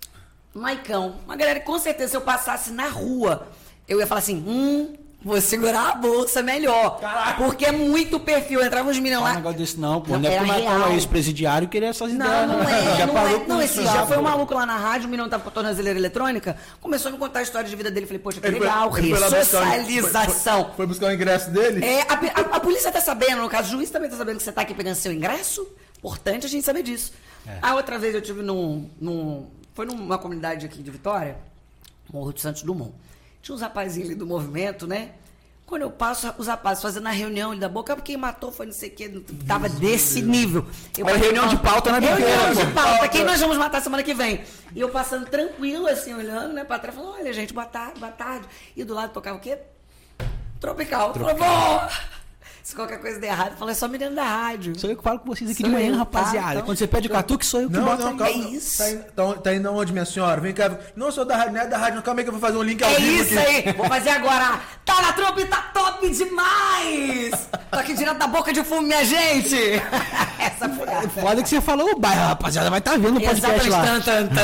C: Maicão, uma galera que com certeza se eu passasse na rua, eu ia falar assim, hum, vou segurar a bolsa melhor.
A: Caraca.
C: Porque é muito perfil, entrava uns meninos
A: Não é um
C: lá.
A: negócio desse não, pô.
C: Não,
A: Não, é
C: era
A: porque o Maicão
C: real.
A: é ex-presidiário que ele é essas
C: Não,
A: ideias.
C: não é,
A: Já
C: não
A: parou
C: é.
A: com
C: Não,
A: isso,
C: esse
A: já,
C: dia foi um
A: pô.
C: maluco lá na rádio, o menino tava com a tornozeleira eletrônica, começou a me contar a história de vida dele. Falei, poxa, que
B: Ele foi-
C: legal,
B: ele foi lá buscar o-
C: ressocialização.
B: Foi, foi, foi buscar o ingresso dele?
C: É, a, a- a polícia tá sabendo, no caso, o juiz também tá sabendo que você tá aqui pegando seu ingresso. Importante a gente saber disso.
A: É.
C: A outra vez eu tive num, num. Foi numa comunidade aqui de Vitória, Morro de Santos Dumont. Tinha uns rapazinhos ali do movimento, né? Quando eu passo, os rapazes fazendo a reunião ali da boca, porque quem matou foi não sei o que, tava desse nível. Eu
A: Mas
C: passei-
A: reunião de pauta não é brinquedo,
C: Reunião de
A: pô.
C: pauta, quem nós vamos matar semana que vem? E eu passando tranquilo, assim, olhando, né, pra trás, falando, olha, gente, boa tarde, boa tarde. E do lado tocava o quê? Tropical. Falei, bom, se qualquer coisa der errado, fala, é só menino da rádio.
A: Sou eu que falo com vocês aqui
C: Sou
A: de manhã,
C: eu, tá?
A: rapaziada.
C: Então-
A: Quando você pede o catuque, sou eu que
B: Não,
A: boto
B: não,
A: aí.
B: calma.
C: É isso.
B: Tá indo, tá, tá indo onde, minha senhora? Vem cá. Não sou da rádio, não é da rádio. Não. Calma aí que eu vou fazer um link ao
C: É
B: vivo
C: isso
B: aqui.
C: aí, vou fazer agora. Tá na trupe, tá top demais! Tô aqui direto da boca de fumo, minha gente! Essa foi a...
A: Foda que você falou o bairro, rapaziada. Vai estar vendo o podcast
C: Exatamente,
A: lá.
C: tan, tan,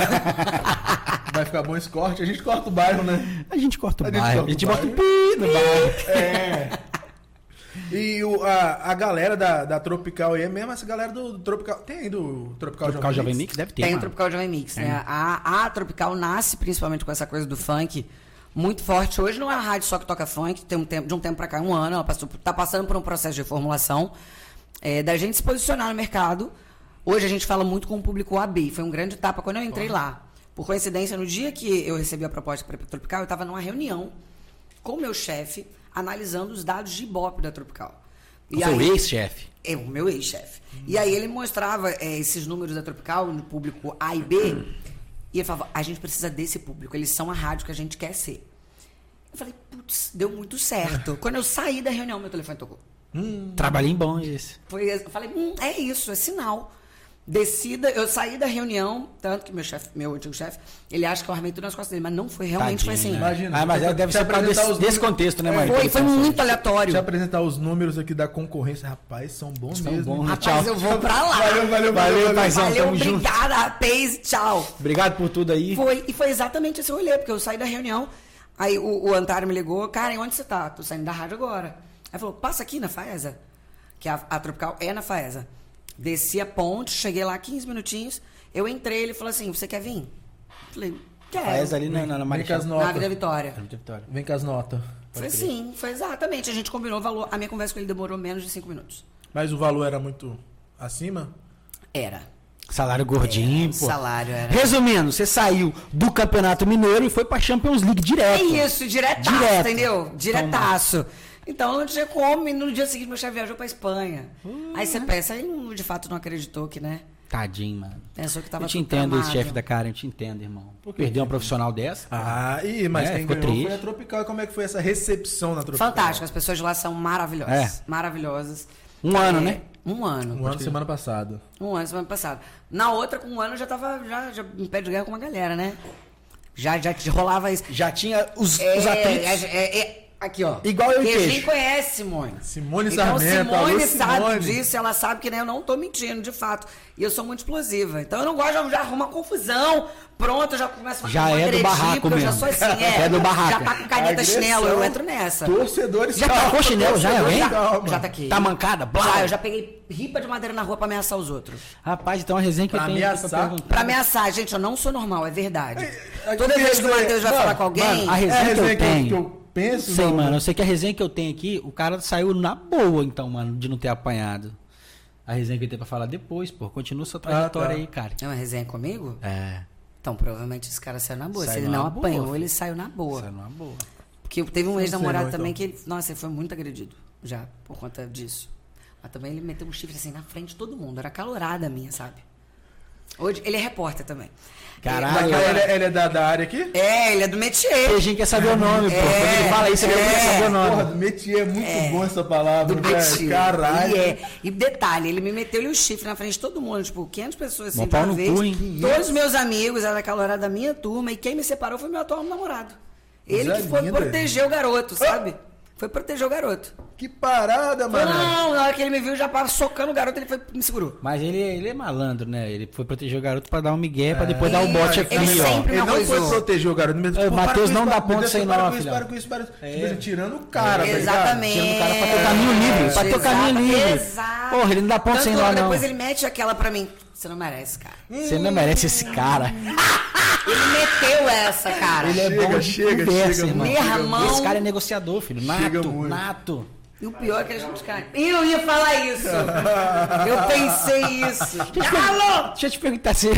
C: tan.
B: Vai ficar bom esse corte. A gente corta o bairro, né?
A: A gente corta o
B: A gente
A: bairro.
B: corta
A: A gente
B: o
A: bota o
B: bairro.
A: pi no bairro.
B: É. E o, a, a galera da, da Tropical aí é mesmo essa galera do, do Tropical. Tem aí do Tropical,
A: Tropical Jovem
B: Mix?
A: Mix deve ter,
C: Tem o
A: mano.
C: Tropical Jovem Mix, né? A, a Tropical nasce principalmente com essa coisa do funk muito forte. Hoje não é a rádio só que toca funk, tem um tempo, de um tempo pra cá, um ano, ela passou, tá passando por um processo de reformulação, é, da gente se posicionar no mercado. Hoje a gente fala muito com o público A B, foi um grande etapa quando eu entrei lá. Por coincidência, no dia que eu recebi a proposta para a Tropical, eu estava numa reunião com o meu chefe, analisando os dados de Ibope da Tropical. E
A: o seu
C: aí,
A: ex-chefe.
C: é, o meu ex-chefe. Hum. E aí ele mostrava é, esses números da Tropical no público A e B, hum. e ele falava, a gente precisa desse público, eles são a rádio que a gente quer ser. Eu falei, putz, deu muito certo. Quando eu saí da reunião, meu telefone tocou.
A: Hum. Trabalhinho bom esse.
C: Foi, eu falei, hum, é isso, é sinal. Descida, eu saí da reunião, tanto que meu chefe, meu antigo chefe, ele acha que eu armei tudo nas costas dele, mas não foi, realmente
A: Tadinho,
C: foi assim.
A: né?
B: Imagina.
A: Ah, mas deve ser desse,
B: números,
A: desse contexto, né, Maria?
C: Foi, foi muito aleatório.
B: Deixa eu apresentar os números aqui da concorrência. Rapaz, são bons
A: são
B: mesmo.
A: Bons,
C: Rapaz,
A: tchau.
C: eu vou pra lá.
B: Valeu, valeu, valeu.
A: Valeu, paizão,
C: Valeu,
A: tamo junto.
C: obrigada, rapaz, tchau.
A: Obrigado por tudo aí.
C: Foi, e foi exatamente esse rolê, porque eu saí da reunião, aí o, o Antário me ligou, Karen, onde você tá? Tô saindo da rádio agora. Aí falou, passa aqui na Faesa, que a, a Tropical é na Faesa. Desci a ponte, cheguei lá quinze minutinhos, eu entrei, ele falou assim, você quer vir? Falei, quero.
A: Faesa ali na, na, na
B: Vem com as
C: Na
B: notas.
C: Avenida Vitória.
B: Vem com as notas.
C: Foi sim, foi exatamente. A gente combinou o valor. A minha conversa com ele demorou menos de cinco minutos.
B: Mas o valor era muito acima?
C: Era.
A: Salário gordinho,
C: É,
A: pô.
C: salário era.
A: Resumindo, você saiu do Campeonato Mineiro e foi pra Champions League direto.
C: É isso, diretaço,
A: Direto.
C: entendeu? Diretaço. Então não tinha como, e no dia seguinte meu chefe viajou pra Espanha. Uhum. Aí você pensa, aí não, de fato não acreditou que, né?
A: Tadinho, mano.
C: Pensou que tava
A: Eu te
C: tudo
A: entendo,
C: tramado.
A: esse chefe da Karen, eu te entendo, irmão. Perder uma profissional dessa.
B: Ah, ih, mas
A: É,
B: quem
A: ficou
B: ganhou
A: triste.
B: foi a Tropical. Como é que foi essa recepção na Tropical?
C: Fantástico, as pessoas de lá são maravilhosas.
A: É.
C: Maravilhosas.
A: Um ano,
C: É,
A: né?
C: Um ano.
B: Um ano semana passada.
C: Um ano, semana passada. Na outra, com um ano, eu já tava já, já em pé de guerra com uma galera, né? Já, já rolava isso.
A: Já tinha os,
C: É,
A: os atritos.
C: é, é, é, aqui, ó.
A: Igual eu e
C: Quem
A: queixo.
C: conhece, Simone.
B: Simone
C: Então,
B: Sarmento, alô,
C: Simone sabe
B: Simone.
C: disso, ela sabe que né, eu não tô mentindo, de fato. E eu sou muito explosiva. Então eu não gosto de já arrumar confusão. Pronto, eu já começo a
A: Já é do
C: agredir,
A: barraco
C: porque eu já
A: mesmo.
C: sou assim, é.
A: É do barraco.
C: Já tá com caneta
B: Agressão.
C: chinelo, eu entro nessa.
B: Torcedores,
A: Já tacou chinelo, já,
B: torcedores,
A: hein?
B: calma.
C: Já tá aqui.
A: Tá mancada? Blá.
C: Já, eu já peguei ripa de madeira na rua pra ameaçar os outros.
A: Rapaz, então a resenha que
B: Pra
A: eu tenho aqui
B: ameaçar?
A: pra perguntar.
C: Pra ameaçar, gente, eu não sou normal, é verdade.
B: Aqui
C: Toda vez que o
B: resenha-
C: Matheus vai
B: Mano,
C: falar com alguém.
A: mano, a
B: É
A: resenha
B: a
A: que eu
B: resenha que eu,
A: tenho.
B: que eu penso.
A: Sei,
B: não,
A: mano, eu sei que a resenha que eu tenho aqui, o cara saiu na boa, então, mano, de não ter apanhado. A resenha que eu tenho pra falar depois, pô. Continua sua trajetória
B: tá.
A: aí, cara.
C: É uma resenha comigo?
A: É.
C: Então, provavelmente esse cara saiu na boa.
A: Saiu
C: Se ele
A: na
C: não
A: boa,
C: apanhou,
A: filho.
C: ele saiu na boa.
A: Saiu numa boa.
C: Porque teve um
B: Não sei
C: ex-namorado
B: não,
C: também
B: então.
C: que ele. Nossa, ele foi muito agredido. Já, por conta disso. Mas também ele meteu um chifre assim na frente de todo mundo. Era calorada a minha, sabe? Hoje, ele é repórter também.
A: Caralho.
C: Ele-
B: Ele, é- ele é da, da área aqui?
C: É, ele é do métier.
A: Tem gente que quer saber o nome, pô.
C: É,
A: Quando ele fala isso, ele
C: é.
A: quer saber o nome.
B: Porra, do métier é muito bom essa palavra,
C: Do
B: velho.
C: métier.
B: Caralho.
C: E, é. E detalhe, ele me meteu o chifre na frente de todo mundo. Tipo, quinhentas pessoas assim
A: Mó
C: de
A: pau
C: uma
A: no
C: vez.
A: cu, hein?
C: Todos os meus amigos, era calorada da minha turma. E quem me separou foi meu atual namorado. Ele
B: Coisa
C: que foi
B: linda.
C: proteger o garoto, sabe? Foi proteger o garoto.
B: Que parada,
C: Foi,
B: mano.
C: não, na hora que ele me viu, já tava socando o garoto, ele foi, me segurou.
A: Mas ele, ele é malandro, né? Ele foi proteger o garoto pra dar um migué, pra depois dar o bote aqui,
C: ele
A: ó.
C: sempre-
B: Ele não
C: Não,
B: foi
C: mas, ó,
B: proteger o garoto. Mas,
A: É,
B: pô,
A: Matheus
B: para com isso,
A: não dá
B: para-
A: ponto
B: meu Deus,
A: sem
B: para
A: nó,
B: com isso,
A: filhão.
B: para com isso, para com isso.
A: É.
B: Tipo assim, tirando o cara, tá ligado?
C: Exatamente.
A: Tirando o cara pra ter caminho livre. Pra ter caminho livre.
C: Exato.
A: Porra, ele não dá ponto
C: Tanto
A: sem
C: que
A: nó, não.
C: depois ele mete aquela pra mim. Você não merece, cara.
A: Você não merece esse cara.
C: Ele meteu essa, cara.
A: Ele é
B: Chega,
A: bom de
B: chega,
A: conversa,
B: chega,
A: irmão.
C: Meu irmão.
A: Esse cara é negociador, filho.
B: Chega
A: Nato,
B: muito.
A: nato.
C: E o pior é que a gente cai. Eu ia falar isso. Eu pensei isso. Galo!
A: Deixa eu te perguntar se...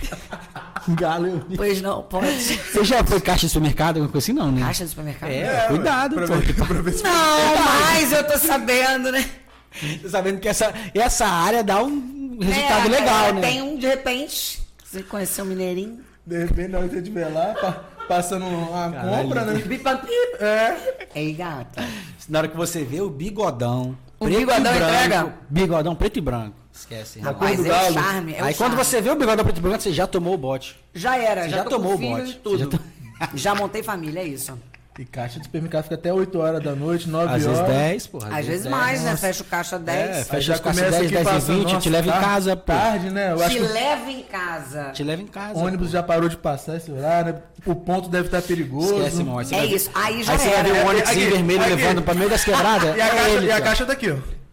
A: Galo, eu vi.
C: Pois não, pode.
A: Você já foi caixa de supermercado, alguma coisa assim, não, né?
C: Caixa do supermercado?
A: É, cuidado,
B: pra
A: pô.
B: ver- pra ver se-
C: Não, mas eu tô sabendo, né?
A: Tô sabendo que essa, essa área dá um resultado
C: É,
A: legal,
C: é,
A: né?
C: Tem um, de repente, você conheceu o Mineirinho?
B: De repente, na hora que você estiver lá, pa- passando uma
A: Caralho.
B: compra, né?
C: Bipapi.
B: É.
C: Ei, gata.
A: Na hora que você vê o bigodão.
C: O
A: preto
C: bigodão
A: e branco,
C: entrega?
A: Bigodão preto e branco. Esquece.
B: Na
A: rapaz.
B: cor do
C: Mas é o
B: galo.
C: charme. É
A: Aí
C: o
A: quando
C: charme.
A: você vê o bigodão preto e branco, você já tomou o bote.
C: Já era,
A: Você
C: já,
A: já
C: tô
A: tomou
C: com
A: o
C: filho
A: bote.
C: e tudo.
A: Você já
C: Já,
A: to-
C: montei família, é isso.
B: E caixa de supermercado fica até oito horas da noite, nove
A: Às
B: horas.
A: vezes dez, porra.
C: Às vezes
A: dez.
C: mais, né?
A: Nossa.
C: Fecha o caixa
A: É,
C: dez.
B: Aí
A: fecha
B: já
A: os caixas
B: começa
A: dez,
B: aqui
A: dez e
B: passando,
A: vinte, te
B: nossa,
A: leva em
B: tarde-
A: casa, pô.
B: Tarde, né? Eu acho
C: Te
B: que
C: leva em casa.
A: Te leva em casa.
B: o ônibus já parou de passar esse horário, né? O ponto deve estar perigoso.
A: Esquece, irmão. Aí você
C: É
A: vai ver-
C: isso, aí já
A: Aí você vai ver
C: era.
A: o ônibus
B: Aqui,
A: vermelho
B: aqui.
A: levando pra meio das quebradas.
B: E a,
A: é
B: caixa,
A: ele,
B: e a
A: cara.
B: caixa tá aqui, ó.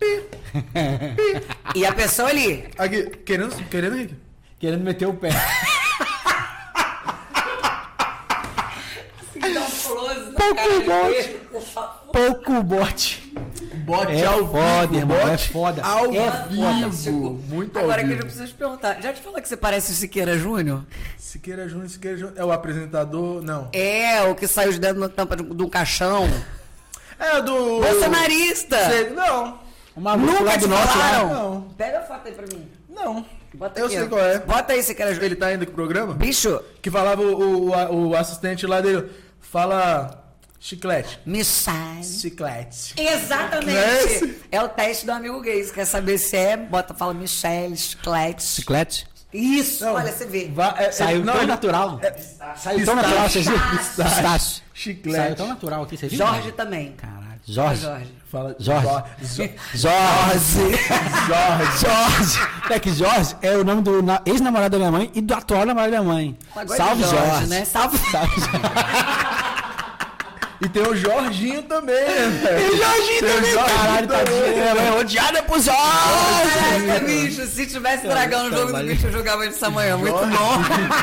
C: E a pessoa ali.
B: Aqui, querendo, querendo, Henrique?
A: Querendo meter o pé. Pouco bote. Pouco bote.
B: Bote
A: É
B: ao
A: foda,
B: vivo,
A: irmão. É
B: bote
A: foda.
B: Ao
A: É
B: vivo. Muito ao
C: Agora que eu
B: vivo.
C: já preciso te perguntar. Já te falou que você parece o Siqueira Júnior?
B: Siqueira Júnior, Siqueira Júnior. É o apresentador? Não.
C: É, o que saiu de dentro da tampa de um caixão.
B: É do...
C: Bolsonarista!
B: Sei- Não.
A: Uma
C: Nunca te
A: nosso,
C: falaram?
B: Não.
C: Pega a foto aí pra mim.
B: Não.
C: Bota
B: Eu
C: aqui,
B: sei
C: ó.
B: qual é.
C: Bota aí, você quer ajudar.
B: Ele tá indo com o programa?
C: Bicho,
B: Que falava o, o, o assistente lá dele. Fala chiclete.
C: Michelle.
B: Chiclete.
C: Exatamente.
B: Não é esse?
C: É o teste do amigo gay. Você quer saber se é, bota, fala Michelle, chiclete.
A: Chiclete?
C: Isso,
B: Não,
C: olha, você vê.
B: va- é-
A: Saiu
B: é- não,
A: tão
B: ele-
A: natural.
B: é-
A: Saiu tão natural, vocês viram?
B: Pistache.
A: Pistache.
B: Chiclete.
A: Saiu tão natural aqui, vocês viram?
C: Jorge também.
A: Caralho. Jorge.
C: Jorge.
B: Fala
A: Jorge.
B: Jorge.
A: Jorge.
B: Jorge.
A: Jorge. É que Jorge é o nome do na- ex-namorado da minha mãe e do atual namorado da minha mãe.
C: Agora
A: Salve,
C: é
A: Jorge.
C: né? Salve.
A: Salve, Jorge.
B: E tem o Jorginho também, né, velho?
A: E Jorginho
B: Tem o
A: também.
B: Jorginho
A: Caralho,
B: também.
A: tadinho. Minha mãe é odiada por Jorge.
C: Caraca, bicho, se tivesse dragão no jogo do bicho, eu jogava isso amanhã. Muito bom.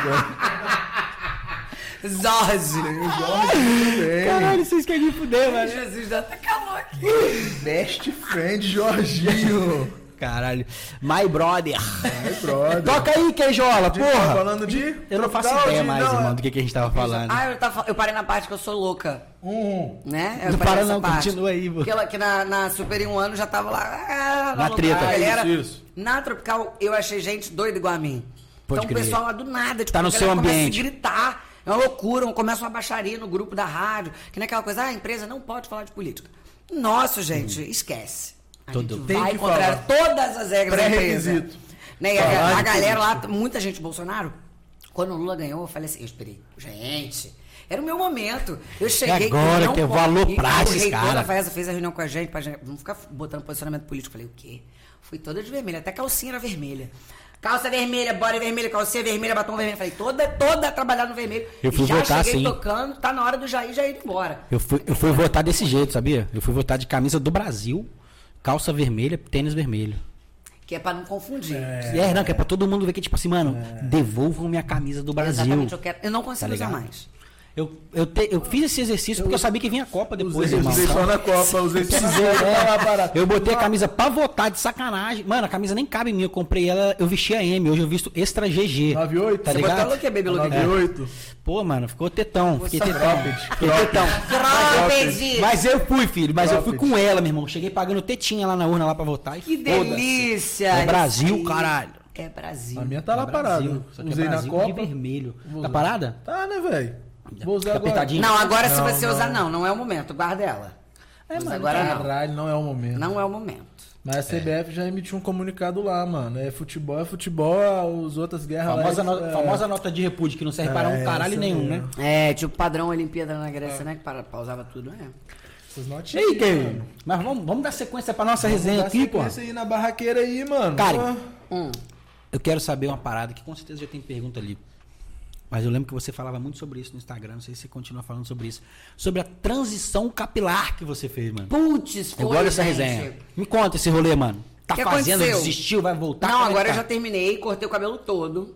C: Jorge.
B: Tem o Jorginho também.
A: Caralho, vocês querem me fuder, velho.
C: Jesus, dá até calor aqui.
B: Best friend Jorginho.
A: Caralho. My brother.
B: Ai, brother.
A: Toca aí, Queijola,
B: Tá
A: porra.
B: falando de...
A: Eu não faço
B: tropical,
A: ideia
B: de-
A: mais,
B: não,
A: irmão, do que, que a gente tava falando.
C: Ah, eu, tava, eu parei na parte que eu sou louca.
B: Um.
C: Né? Eu
A: Não
C: parei
A: para
C: nessa
A: não,
C: parte.
A: continua aí, vô.
C: Porque ela, que na, na Super em um ano já tava lá. Ah,
A: Na
C: no
A: treta.
C: lugar, galera.
B: Isso, isso.
C: Na Tropical eu achei gente doida igual a mim.
A: Pode
C: então
A: crer.
C: o pessoal lá do nada, tipo,
A: Tá no
C: a galera
A: seu
C: começa
A: ambiente.
C: a gritar. É uma loucura, começa uma baixaria no grupo da rádio, que não é aquela coisa, ah, a empresa não pode falar de política. Nossa, gente, esquece. A
A: Todo-
C: gente
B: Tem
C: vai
B: que
C: contra
B: falar.
C: todas as regras da empresa.
B: Pré-requisito.
C: Né? E a,
B: Falar
C: a
B: de
C: galera lá,
B: política.
C: muita gente Bolsonaro, quando o Lula ganhou, eu falei assim, eu esperei, gente, era o meu momento. Eu cheguei...
A: agora
C: não
A: que eu vou
C: posso-
A: aloprar
C: e
A: esses
C: O reitor
A: cara.
C: da FAESA fez a reunião com a gente, pra gente, vamos ficar botando posicionamento político. Eu falei, o quê? Fui toda de vermelho, até calcinha era vermelha. Calça vermelha, bora vermelha, calcinha vermelha, batom vermelho. Falei, toda, toda trabalhando no vermelho.
A: Eu fui
C: Já
A: votar,
C: cheguei
A: sim.
C: tocando, tá na hora do Jair, Jair ir embora.
A: Eu fui, eu fui votar desse jeito, sabia? Eu fui votar de camisa do Brasil, calça vermelha, tênis vermelho.
C: Que é pra não confundir.
A: É, não, que é pra todo mundo ver que, tipo assim, mano, devolvam minha camisa do Brasil.
C: Exatamente, eu quero. Eu não consigo
A: Tá
C: usar
A: ligado?
C: mais.
A: Eu, eu, te- eu fiz esse exercício porque eu sabia que vinha a Copa depois,
B: Usei,
A: irmão.
B: usei só na Copa, usei só na Copa.
A: Eu botei a camisa pra votar de sacanagem. Mano, a camisa nem cabe em mim. Eu comprei ela, eu vesti a M. Hoje eu visto extra G G.
B: nove oito?
A: Tá
C: Você botou
A: ligado?
C: o que, Baby Look?
B: nove oito?
A: Pô, mano, ficou tetão. Fiquei
C: Nossa,
A: tetão. Fiquei tetão.
C: Cropped!
A: Mas eu fui, filho. Mas eu fui
B: Cropped.
A: com ela, meu irmão. Cheguei pagando tetinha lá na urna lá pra votar. E
C: Que
A: foda-se.
C: delícia!
A: É Brasil,
C: Isso aí.
A: caralho.
C: É Brasil.
B: A minha tá lá
A: É Brasil.
B: parada.
A: Só que é
B: Usei na
A: Brasil
B: Copa.
A: de vermelho.
B: Vou
A: Tá
B: usar.
A: parada?
B: Tá, né, velho? Vou usar
A: Tá
B: agora.
A: apertadinho?
C: Não, agora se
B: Não,
C: você
B: não.
C: usar, não. Não é o momento. Guarda ela.
A: É,
C: Usa
A: mano,
C: agora não.
B: Caralho, não é o momento.
C: Não é o momento.
B: Mas a C B F já emitiu um comunicado lá, mano. É futebol, é futebol, as outras guerras
A: Famosa,
B: lá.
A: no-
B: é...
A: famosa nota de repúdio que não serve para um
B: É,
A: caralho
B: essa
A: nenhum,
B: mesmo.
A: né?
C: É, tipo padrão Olimpíada na Grécia, né? Que para, pausava tudo, é.
B: Essas
A: E
B: notinhas.
A: aí, Kevin? Mas vamos, vamos dar sequência pra nossa resenha
B: Dá
A: aqui, pô.
B: sequência aí na barraqueira aí, mano.
A: Cara,
B: Pô.
C: Hum.
A: eu quero saber uma parada que com certeza já tem pergunta ali. Mas eu lembro que você falava muito sobre isso no Instagram, não sei se você continua falando sobre isso. Sobre a transição capilar que você fez, mano.
C: Putz, foi,
A: Eu gosto dessa
C: gente.
A: resenha. Me conta esse rolê, mano. Tá
C: que
A: fazendo,
C: aconteceu?
A: desistiu, vai voltar?
C: Não,
A: Como é que
C: agora eu
A: tá?
C: já terminei, cortei o cabelo todo.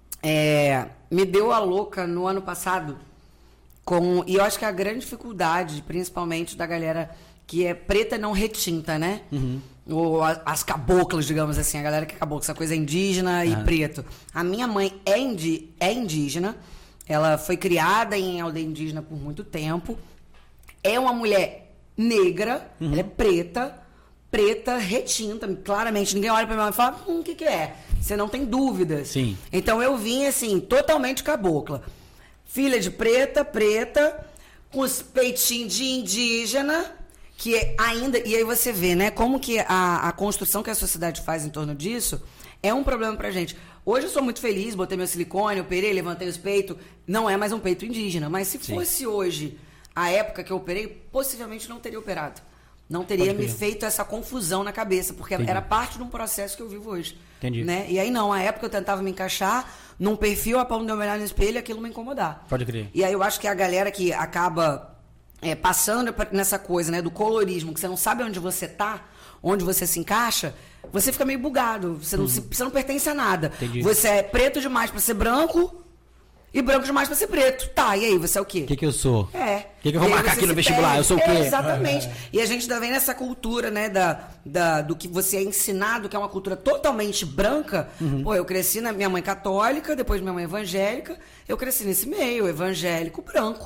C: É, me deu a louca no ano passado. Com, e eu acho que a grande dificuldade, principalmente da galera que é preta não retinta, né?
A: Uhum.
C: Ou a- as caboclas, digamos assim, a galera que é cabocla, essa coisa indígena e
A: Aham.
C: preto. A minha mãe é, indi, é indígena, ela foi criada em aldeia indígena por muito tempo. É uma mulher negra,
A: Uhum.
C: ela é preta, preta, retinta, claramente. Ninguém olha pra minha mãe e fala, hum, o que que é? Você não tem dúvidas.
A: Sim.
C: Então eu vim, assim, totalmente cabocla. Filha de preta, preta, com os peitinhos de indígena, que é ainda... E aí você vê, né, como que a, a construção que a sociedade faz em torno disso é um problema pra gente. Hoje eu sou muito feliz, botei meu silicone, operei, levantei os peitos. Não é mais um peito indígena, mas se
A: Sim.
C: fosse hoje a época que eu operei, possivelmente não teria operado. Não teria
A: Pode
C: me
A: crer.
C: feito essa confusão na cabeça, porque
A: Entendi.
C: era parte de um processo que eu vivo hoje.
A: Entendi.
C: Né? E aí não, a época eu tentava me encaixar num perfil, a ponto de eu me olhar no espelho e aquilo me incomodar.
A: Pode crer.
C: E aí eu acho que a galera que acaba é, passando pra- nessa coisa, né, do colorismo, que você não sabe onde você tá, onde você se encaixa, você fica meio bugado. Você não, se- você não pertence a nada.
A: Entendi.
C: Você é preto demais pra ser branco e branco demais pra ser preto. Tá, e aí, você é o quê?
A: O que que eu sou?
C: É.
A: O que que eu vou
C: E aí
A: marcar
C: você
A: aqui no
C: se
A: vestibular?
C: perde.
A: Eu sou o quê?
C: É, exatamente. E a gente ainda vem nessa cultura, né, da, da, do que você é ensinado, que é uma cultura totalmente branca.
A: Uhum.
C: Pô, eu cresci na minha mãe católica, depois minha mãe evangélica. Eu cresci nesse meio, evangélico, branco.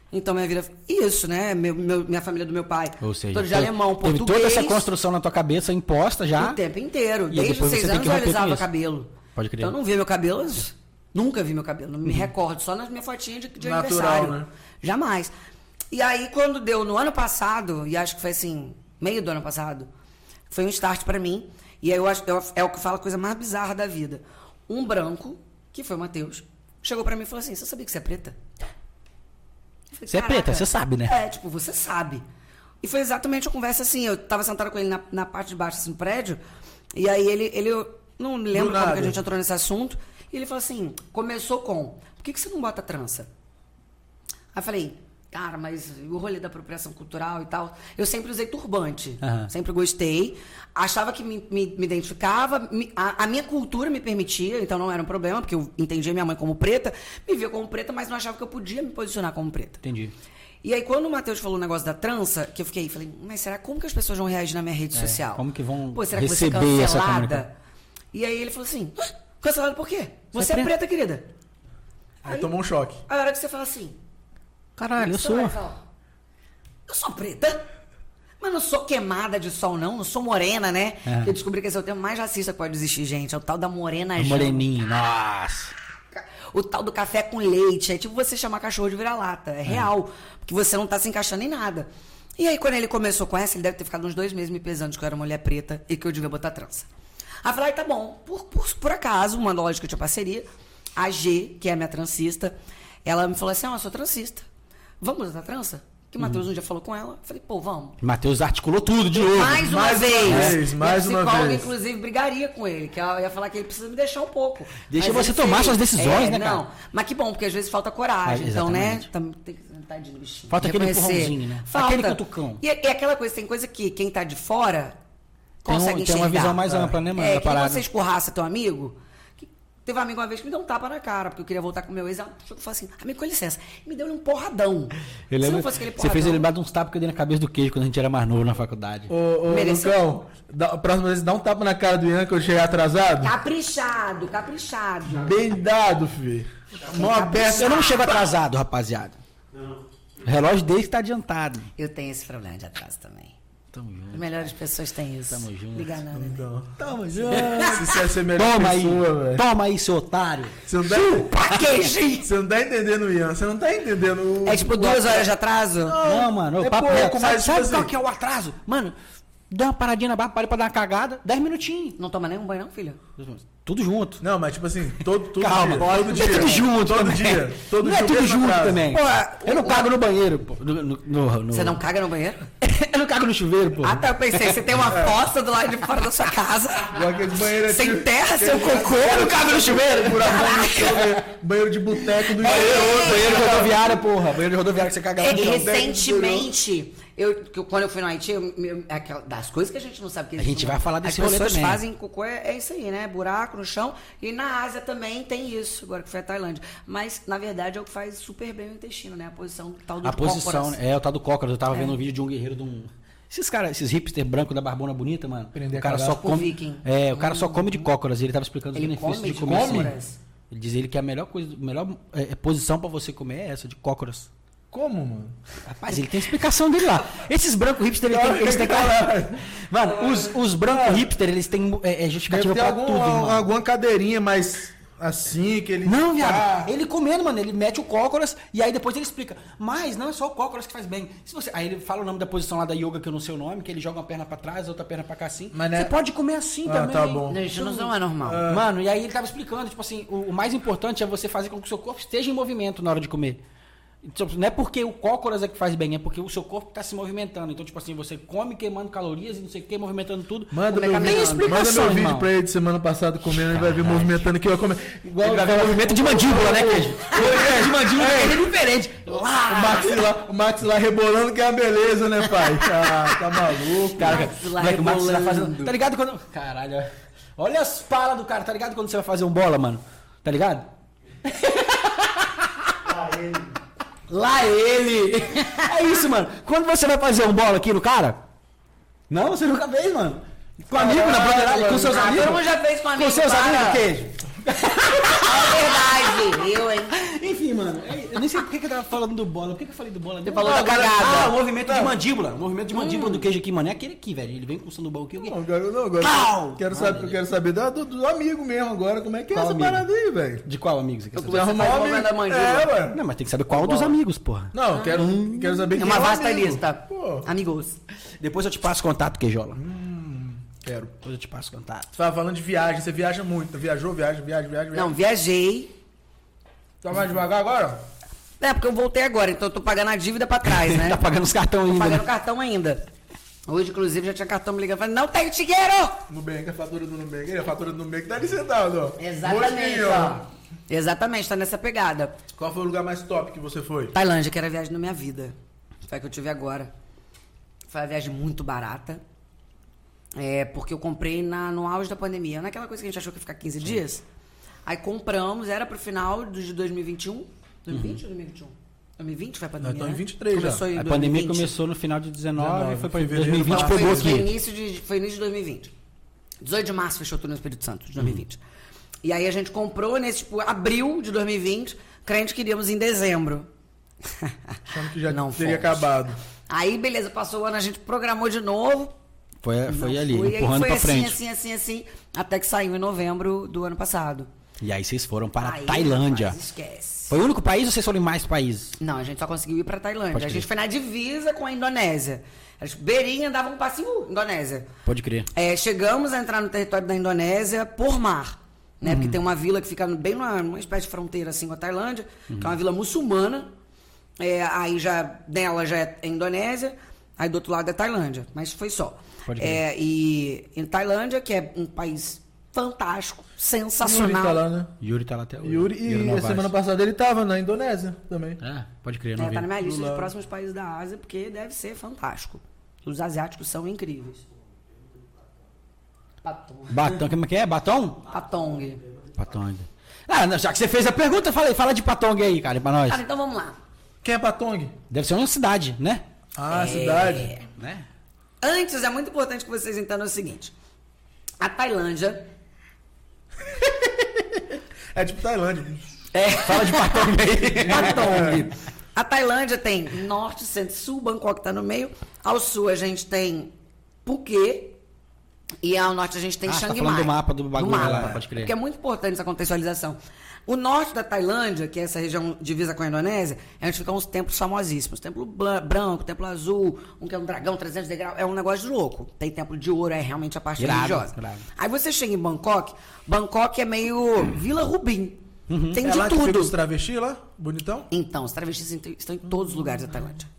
C: Então minha vida... Isso, né? Meu, meu, minha família do meu pai.
A: Ou seja,
C: todo de
A: teve,
C: alemão,
A: teve
C: português.
A: toda essa construção na tua cabeça imposta já.
C: O tempo inteiro.
A: E
C: Desde
A: depois
C: os seis
A: você tem
C: anos
A: que
C: eu
A: romper com
C: alisava
A: isso.
C: cabelo.
A: Pode crer.
C: Então eu não via meu cabelo... Nunca vi meu cabelo. Não me recordo. Só na minha fotinha de, de
B: Natural,
C: aniversário.
B: né?
C: Jamais. E aí, quando deu no ano passado, e acho que foi assim, meio do ano passado, foi um start pra mim. E aí eu acho, eu, é o que fala a coisa mais bizarra da vida. Um branco, que foi o Matheus, chegou pra mim e falou assim: você sabia que você é preta? Falei,
A: você é preta, você sabe, né?
C: É, tipo, você sabe. E foi exatamente uma conversa assim. Eu tava sentada com ele na, na parte de baixo assim, do prédio. E aí ele, ele eu não me lembro como que a gente entrou nesse assunto. E ele falou assim: começou com, por que, que você não bota trança? Aí eu falei, cara, mas o rolê da apropriação cultural e tal, eu sempre usei turbante,
A: Uhum.
C: sempre gostei, achava que me, me, me identificava, me, a, a minha cultura me permitia, então não era um problema, porque eu entendia minha mãe como preta, me via como preta, mas não achava que eu podia me posicionar como preta.
A: Entendi.
C: E aí, quando o Matheus falou o negócio da trança, que eu fiquei, falei, mas será como que as pessoas vão reagir na minha rede
A: É,
C: social?
A: como que vão
C: Pô, será que você é
A: receber essa
C: cancelada?
A: comunicação?
C: E aí ele falou assim, "Hã? Cancelado por quê? Você,
A: Você é
C: é preta, querida.
B: Aí tomou um choque.
C: Aí a hora que você fala assim,
A: Caralho, eu
C: você
A: sou.
C: vai falar, eu sou preta, mas não sou queimada de sol, não. Não sou morena, né?
A: É.
C: Eu descobri que esse é o termo mais racista que pode existir, gente. É o tal da morena jão.
A: Moreninho, nossa.
C: O tal do café com leite. É tipo você chamar cachorro de vira-lata. É real. Porque você não tá se encaixando em nada. E aí, quando ele começou com essa, ele deve ter ficado uns dois meses me pesando de que eu era mulher preta e que eu devia botar trança. Aí eu falei, ah, tá bom. Por, por, por acaso, uma loja que eu tinha parceria, a G, que é a minha transista, ela me falou assim, ah, eu sou transista. Vamos botar trança? Que o Matheus um dia falou com ela. Eu falei, pô, vamos.
A: Matheus articulou tudo de novo.
C: Mais uma
B: Mais uma
C: vez.
B: vez, mais
C: Minha
B: uma
C: psicóloga,
B: vez.
C: inclusive, brigaria com ele. Que ela ia falar que ele precisa me deixar um pouco.
A: Deixa
C: Mas
A: você
C: ele
A: tomar
C: fez.
A: suas decisões,
C: É,
A: né, cara?
C: Não, mas que bom, porque às vezes falta coragem.
A: Ah,
C: então, né?
A: exatamente.
C: Tam- Tem que tadinho do bichinho.
A: Falta aquele
C: Reconhecer.
A: empurrãozinho, né?
C: Falta.
A: Aquele cutucão.
C: E, e aquela coisa, tem coisa que quem tá de fora
A: Tem um-
C: consegue
A: tem uma
C: enxergar.
A: visão mais ampla, né, mano,
C: É,
A: da
C: que
A: parada.
C: você escorraça teu amigo... que- Teve um amigo uma vez que me deu um tapa na cara, porque eu queria voltar com o meu ex. Eu falei assim, amigo, com licença. E me deu um porradão.
A: Eu
C: Se
A: lembro,
C: não fosse aquele
A: você
C: porradão...
A: fez ele lembrar de uns tapas que eu dei na cabeça do queijo quando a gente era mais novo na faculdade.
B: Ô, ô
C: Mereceu.
B: Lucão, dá, a próxima vez dá um tapa na cara do Ian que eu cheguei atrasado.
C: Caprichado, caprichado.
B: Bem dado, filho. Mão aberta.
A: Eu não chego atrasado, rapaziada. O relógio dele que tá adiantado.
C: Eu tenho esse problema de atraso também.
A: Tamo junto.
C: As melhores pessoas têm isso.
A: Tamo junto.
C: Liga não, né?
B: Então,
A: Tamo junto.
B: se você é ser melhor
A: Toma aí.
B: pessoa, velho.
A: Toma aí, seu otário.
B: Você não, tá,
C: Queijinho!
B: você não tá entendendo o Ian. Você não tá entendendo o...
C: É tipo duas horas de atraso?
A: Não, mano, o
B: é
A: papo
B: pouco,
A: reto. Sabe,
B: mas,
A: sabe
B: tipo
A: qual
B: assim-
A: que é o atraso? Mano, dá uma paradinha na barra, parei pra dar uma cagada, dez minutinhos.
C: Não toma nenhum banho não, filho?
A: Tudo junto.
B: Não, mas tipo assim, todo, todo
A: Calma,
B: dia. Todo
A: não
B: dia.
A: é tudo junto
B: Todo
A: também.
B: dia. Todo
A: não
B: dia.
A: é tudo
B: mesmo
A: junto
B: atraso.
A: também.
C: Pô,
A: eu não
C: o-
A: cago no banheiro, pô. No, no, no- no-
C: Você não caga no banheiro?
A: eu não cago no chuveiro, pô.
C: Ah, tá, eu pensei, você tem uma fossa do lado de fora da sua casa.
B: Igual aqueles banheiros
C: Sem
B: tipo-
C: terra, seu
B: aquele-
C: cocô, eu não cago no chuveiro?
B: Banheiro, banheiro de boteco do
A: Banheiro,
B: interior.
A: banheiro de rodoviária, porra. Banheiro de rodoviária que você caga lá
C: É,
A: no
C: e
A: chão.
C: recentemente, eu, que eu- quando eu fui no Haiti, eu- eu- aquela- das coisas que a gente não sabe que
A: A gente
C: não-
A: vai falar desse
C: As
A: rolê
C: pessoas
A: também.
C: fazem cocô, é, é isso aí, né? Buraco no chão. E na Ásia também tem isso, agora que foi a Tailândia. Mas, na verdade, é o que faz super bem o intestino, né? A posição tal do
A: A posição,
C: cócoras.
A: né? É, o tal do cócoras. Eu tava vendo um vídeo de um guerreiro de um... Esses caras, esses hipster branco da barbona bonita, mano.
B: Prender
A: o cara
B: a
A: só
B: cagaço.
A: come...
C: O viking.
A: É, o cara só come de cócoras. Ele tava explicando os
C: Ele
A: benefícios
C: come
A: de
C: de
A: comer assim.
C: cócoras?
A: Ele diz ele que a melhor coisa, a melhor é, é, posição pra você comer é essa, de cócoras.
B: Como, mano?
A: Rapaz, ele tem explicação dele lá. Esses brancos hipster, eles têm... Eles têm cara... Mano, os, os brancos hipster, eles têm é, é justificativa
B: Deve ter
A: pra
B: algum,
A: tudo, irmão.
B: alguma cadeirinha mais assim que ele...
A: Não, viado.
B: Ah,
A: Ele comendo, mano, ele mete o cócoras e aí depois ele explica. Mas não é só o cócoras que faz bem. Se você... Aí ele fala o nome da posição lá da yoga, que eu não sei o nome, que ele joga uma perna pra trás, a outra perna pra cá assim.
B: Mas, né?
A: Você pode comer assim
B: Ah,
A: também.
B: tá bom.
C: Não, isso não é normal.
A: Mano, e aí ele tava explicando, tipo assim, o, o mais importante é você fazer com que o seu corpo esteja em movimento na hora de comer. Então, não é porque o cócoras é que faz bem, é porque o seu corpo tá se movimentando. Então, tipo assim, você come queimando calorias e não sei o que, movimentando tudo.
B: Manda
C: Como é
B: meu,
C: que é
B: vídeo,
C: caminhando?
B: manda meu vídeo
A: irmão.
B: pra ele de semana passada comendo, ele vai ver movimentando aqui, vai comer. Igual
A: Ele vai ver movimento de mandíbula, né, Queijo?
B: É,
A: De mandíbula é diferente.
B: O maxilar, o maxilar rebolando que é uma beleza, né, pai? Ah, tá maluco.
A: Cara,
C: Maxilar
A: moleque, o Max tá
C: rebolando.
A: fazendo. Tá ligado quando. Caralho. Olha as palas do cara, tá ligado quando você vai fazer um bola, mano? Tá ligado? Lá ele! É isso, mano. Quando você vai fazer um bola aqui no cara. Não, você nunca fez, mano. Com amigo na broderagem, com seus
C: Ah,
A: amigos.
C: todo mundo já fez com amigo,
A: Com seus
C: para.
A: amigos, queijo.
C: É verdade, eu, hein?
A: Enfim, mano. Eu nem sei por que que eu tava falando do bola. Por que que eu falei do bola?
C: Você falou
A: Ah,
C: da cagada.
A: Ah, o movimento de mandíbula. O movimento de mandíbula do queijo aqui, mano. É aquele aqui, velho. Ele vem com o sanduba aqui.
B: Não, agora, não, agora
A: Pau!
B: quero
A: Ah,
B: saber, eu quero saber do, do, do amigo mesmo agora. Como é que é
A: Qual
B: essa
A: amigo?
B: parada aí, velho?
A: De qual amigo você quer saber?
B: Você arrumou
C: faz
B: um
C: movimento da
B: amigo.
C: mandíbula.
B: É, ué.
A: Não, mas tem que saber qual dos amigos, porra.
B: Não, quero, quero saber
C: É
B: quem
C: uma
B: é o
C: vasta
B: amigo.
C: lista.
B: Pô,
C: Amigos.
A: Depois eu te passo contato, queijola.
B: quero.
A: Depois eu te passo contato.
B: Você tava falando de viagem, você viaja muito. Viajou, viaja, viaja, viaja, viaja.
C: Não, viajei.
B: Tá mais devagar agora?
C: É, porque eu voltei agora, então eu tô pagando a dívida pra trás, né?
A: Tá pagando os cartões
C: Tô
A: ainda.
C: pagando
A: né?
C: cartão ainda. Hoje, inclusive, já tinha cartão me ligando, falando, não tem dinheiro!
B: Nubank, a fatura do Nubank. A fatura do Nubank tá ali sentado, ó.
C: Exatamente,
B: Mosquinho,
C: ó. Exatamente, tá nessa pegada.
B: Qual foi o lugar mais top que você foi?
C: Tailândia, que era a viagem da minha vida. Foi a que eu tive agora. Foi uma viagem muito barata. É, porque eu comprei na, no auge da pandemia. Não é aquela coisa que a gente achou que ia ficar quinze dias? Aí compramos, era pro final de dois mil e vinte e um. dois mil e vinte ou dois mil e vinte e um? dois mil e vinte foi a pandemia,
B: Nós estamos em
C: né?
B: vinte e três já.
C: Começou em
A: A
C: dois mil e
A: pandemia
C: vinte.
A: começou no final de dezenove,
B: dezenove,
A: foi pra
B: fevereiro,
A: dois mil e vinte,
C: Não,
A: pegou
C: foi, foi
A: aqui.
C: início de, foi início de dois mil e vinte. dezoito de março fechou tudo no Espírito Santo, de dois mil e vinte. E aí a gente comprou nesse, tipo, abril de dois mil e vinte, crente que iríamos em dezembro.
B: Achando que já
C: Não
B: teria
C: fomos.
B: acabado.
C: Aí, beleza, passou o ano, a gente programou de novo.
A: Foi, foi
C: Não
A: ali,
C: fui, aí
A: empurrando
C: foi
A: pra
C: assim,
A: frente.
C: assim, assim, assim, até que saiu em novembro do ano passado.
A: E aí vocês foram para a
C: Aí,
A: Tailândia.
C: rapaz, esquece.
A: Foi o único país ou vocês foram em mais países?
C: Não, a gente só conseguiu ir pra Tailândia.
A: Pode
C: A
A: crer.
C: gente foi na divisa com a Indonésia. A gente, beirinha, dava um passinho, Indonésia.
A: Pode crer.
C: É, chegamos a entrar no território da Indonésia por mar, né? Porque tem uma vila que fica bem numa, numa espécie de fronteira assim com a Tailândia, que é uma vila muçulmana. É, aí já dela já é Indonésia, aí do outro lado é Tailândia, mas foi só.
A: Pode crer.
C: É, e em Tailândia, que é um país fantástico,
B: Yuri
C: sensacional.
B: tá lá, né?
A: Yuri tá lá até hoje.
B: Yuri, e a
A: Novaes.
B: semana passada ele tava na Indonésia também.
A: É, pode crer,
C: É,
A: não vi.
C: tá na minha lista
B: Do
C: dos
B: lado.
C: próximos países da Ásia, porque deve ser fantástico. Os asiáticos são incríveis. Patong.
A: Batom, como é que é? Batom?
C: Patong.
A: Patong. Ah, não, já que você fez a pergunta, eu falei, fala de Patong aí, cara, pra nós.
C: Cara, então vamos lá.
B: Quem é Patong?
A: Deve ser uma cidade, né?
B: Ah, cidade.
A: Né?
C: Antes, é muito importante que vocês entendam o seguinte. A Tailândia...
B: É tipo Tailândia.
C: É,
A: Fala de Patong aí.
C: Patong. A Tailândia tem norte, centro, sul, Bangkok tá no meio. Ao sul a gente tem Phuket. E ao norte a gente tem
A: Ah, você tá
C: Chiang
A: falando
C: Mai.
A: do mapa do bagulho
C: mapa,
A: lá, pode crer.
C: Porque é muito importante essa contextualização. O norte da Tailândia, que é essa região divisa com a Indonésia, é onde ficam os templos famosíssimos. Templo blan- branco, templo azul, um que é um dragão, trezentos degraus. É um negócio de louco. Tem templo de ouro, é realmente a parte
A: Irado,
C: religiosa.
A: irado.
C: Aí você chega em Bangkok, Bangkok é meio Vila Rubim. Tem
B: É
C: de
B: lá que fica
C: tudo.
B: os travestis lá? Bonitão?
C: Então, os travestis em- estão em todos os lugares da Tailândia.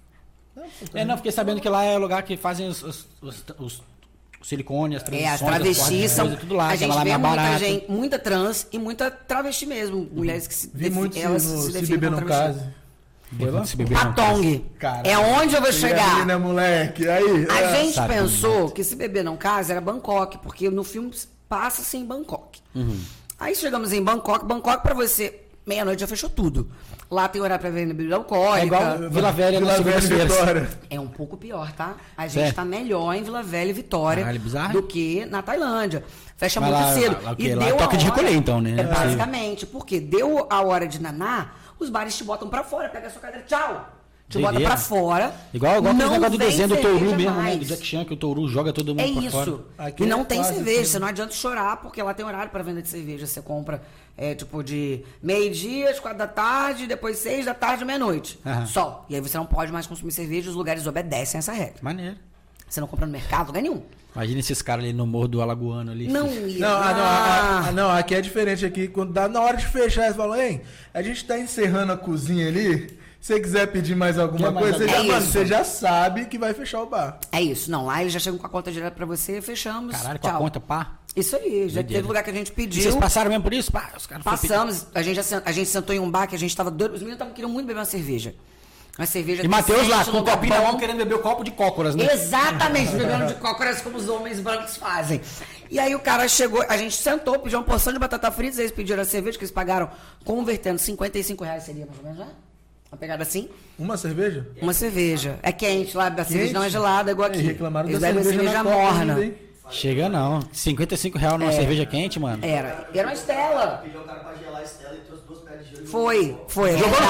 A: É, não, fiquei sabendo que lá é o lugar que fazem os, os, os, os silicone, as
C: É,
A: transições,
C: as travestis
A: as
C: são.
A: coisas, tudo lá,
C: a
A: que é
C: gente
A: lá
C: vê
A: mais
C: muita
A: barato.
C: gente, muita trans e muita travesti mesmo. Mulheres que se
B: Vi
C: defi-
B: muito
C: elas
B: no
C: se
B: Se
C: definem
B: Beber
C: como
B: Não
C: travesti.
B: Case.
A: Foi lá? Se beber não
C: Patong.
B: Caralho.
C: É onde eu vou
B: E
C: chegar.
B: aí, né, moleque? Aí,
C: A
B: é.
C: gente
A: sabe,
C: pensou que Se Beber Não Casa era Bangkok, porque no filme passa-se em Bangkok.
A: Uhum.
C: Aí chegamos em Bangkok. Bangkok, pra você, meia-noite já fechou tudo. Lá tem horário pra vender bebida alcoólica.
A: É igual Vila Velha
B: Vila
A: na
B: Velha
A: segunda-feira.
B: Vitória.
C: É um pouco pior, tá? A gente
A: Certo.
C: tá melhor em Vila Velha e Vitória
A: Caralho, bizarro.
C: do que na Tailândia. Fecha
A: Mas
C: muito
A: lá-
C: cedo.
A: lá-
C: e
A: lá
C: deu
A: toque
C: a
A: de
C: hora-
A: recolher, então, né?
C: É, basicamente. Porque deu a hora de naná, os bares te botam pra fora. Pega a sua cadeira, tchau. Te bota
A: Doideira.
C: pra fora.
A: Igual, igual aquele
C: não
A: negócio do
C: vem
A: desenho do
C: cerveja
A: Touru mesmo, né?
C: mais.
A: Do Jack Chan, que o Touru joga todo mundo
C: É
A: pra
C: isso.
A: fora.
B: Aqui
C: E não
B: é
C: tem
B: quase
C: cerveja.
B: assim.
C: Você não adianta chorar, porque lá tem horário pra venda de cerveja. Você compra, é, tipo, de meio-dia, às quatro da tarde, depois seis da tarde, meia-noite.
A: Aham.
C: Só. E aí você não pode mais consumir cerveja, os lugares obedecem essa regra.
A: Maneiro.
C: Você não compra no mercado, lugar nenhum.
A: Imagina esses caras ali no Morro do Alagoano ali.
C: Não
A: filho.
C: ia.
B: Não, ah, não, ah, ah, não, aqui é diferente. Aqui, quando dá na hora de fechar, eles falam, hein, a gente tá encerrando a cozinha ali. Se você quiser pedir mais alguma
A: Quer mais
B: coisa, você já,
C: alguma
B: mano,
C: coisa?
B: você já sabe que vai fechar o bar.
C: É isso. Não, lá eles já chegam com a conta direto pra você, fechamos.
A: Caralho, com
C: tchau.
A: a conta, pá.
C: Isso aí. Já
A: Doideira.
C: teve lugar que a gente
A: E
C: pediu.
A: vocês passaram mesmo por isso? Pá, os caras foram
C: Passamos. A gente, já, sen- a gente sentou em um bar que a gente tava doido. Os meninos estavam querendo muito beber uma cerveja. Uma cerveja
A: pedir. E Matheus lá,
C: decente,
A: com o
C: lugar
A: copinho na mão,
C: bom.
A: querendo beber o copo de cócoras, né?
C: Exatamente, bebendo de cócoras como os homens brancos fazem. E aí o cara chegou, a gente sentou, pediu uma porção de batata frita, eles pediram a cerveja que eles pagaram, convertendo cinquenta e cinco reais seria mais ou menos, né? Uma pegada assim,
B: Uma cerveja?
C: uma cerveja. É quente lá, a cerveja
B: Quente?
C: não é gelada, é igual aqui.
B: E reclamaram
C: Eles
B: da
C: bebem
B: cerveja
C: cerveja
B: na Copa
C: morna.
B: ainda, hein?
A: Chega não. cinquenta e cinco reais numa
C: É.
A: cerveja quente, mano.
C: Era. Era uma Estela.
D: Pediu o cara pra gelar a Estela e trouxe duas pedras de gelo.
C: Foi, foi. É verdade.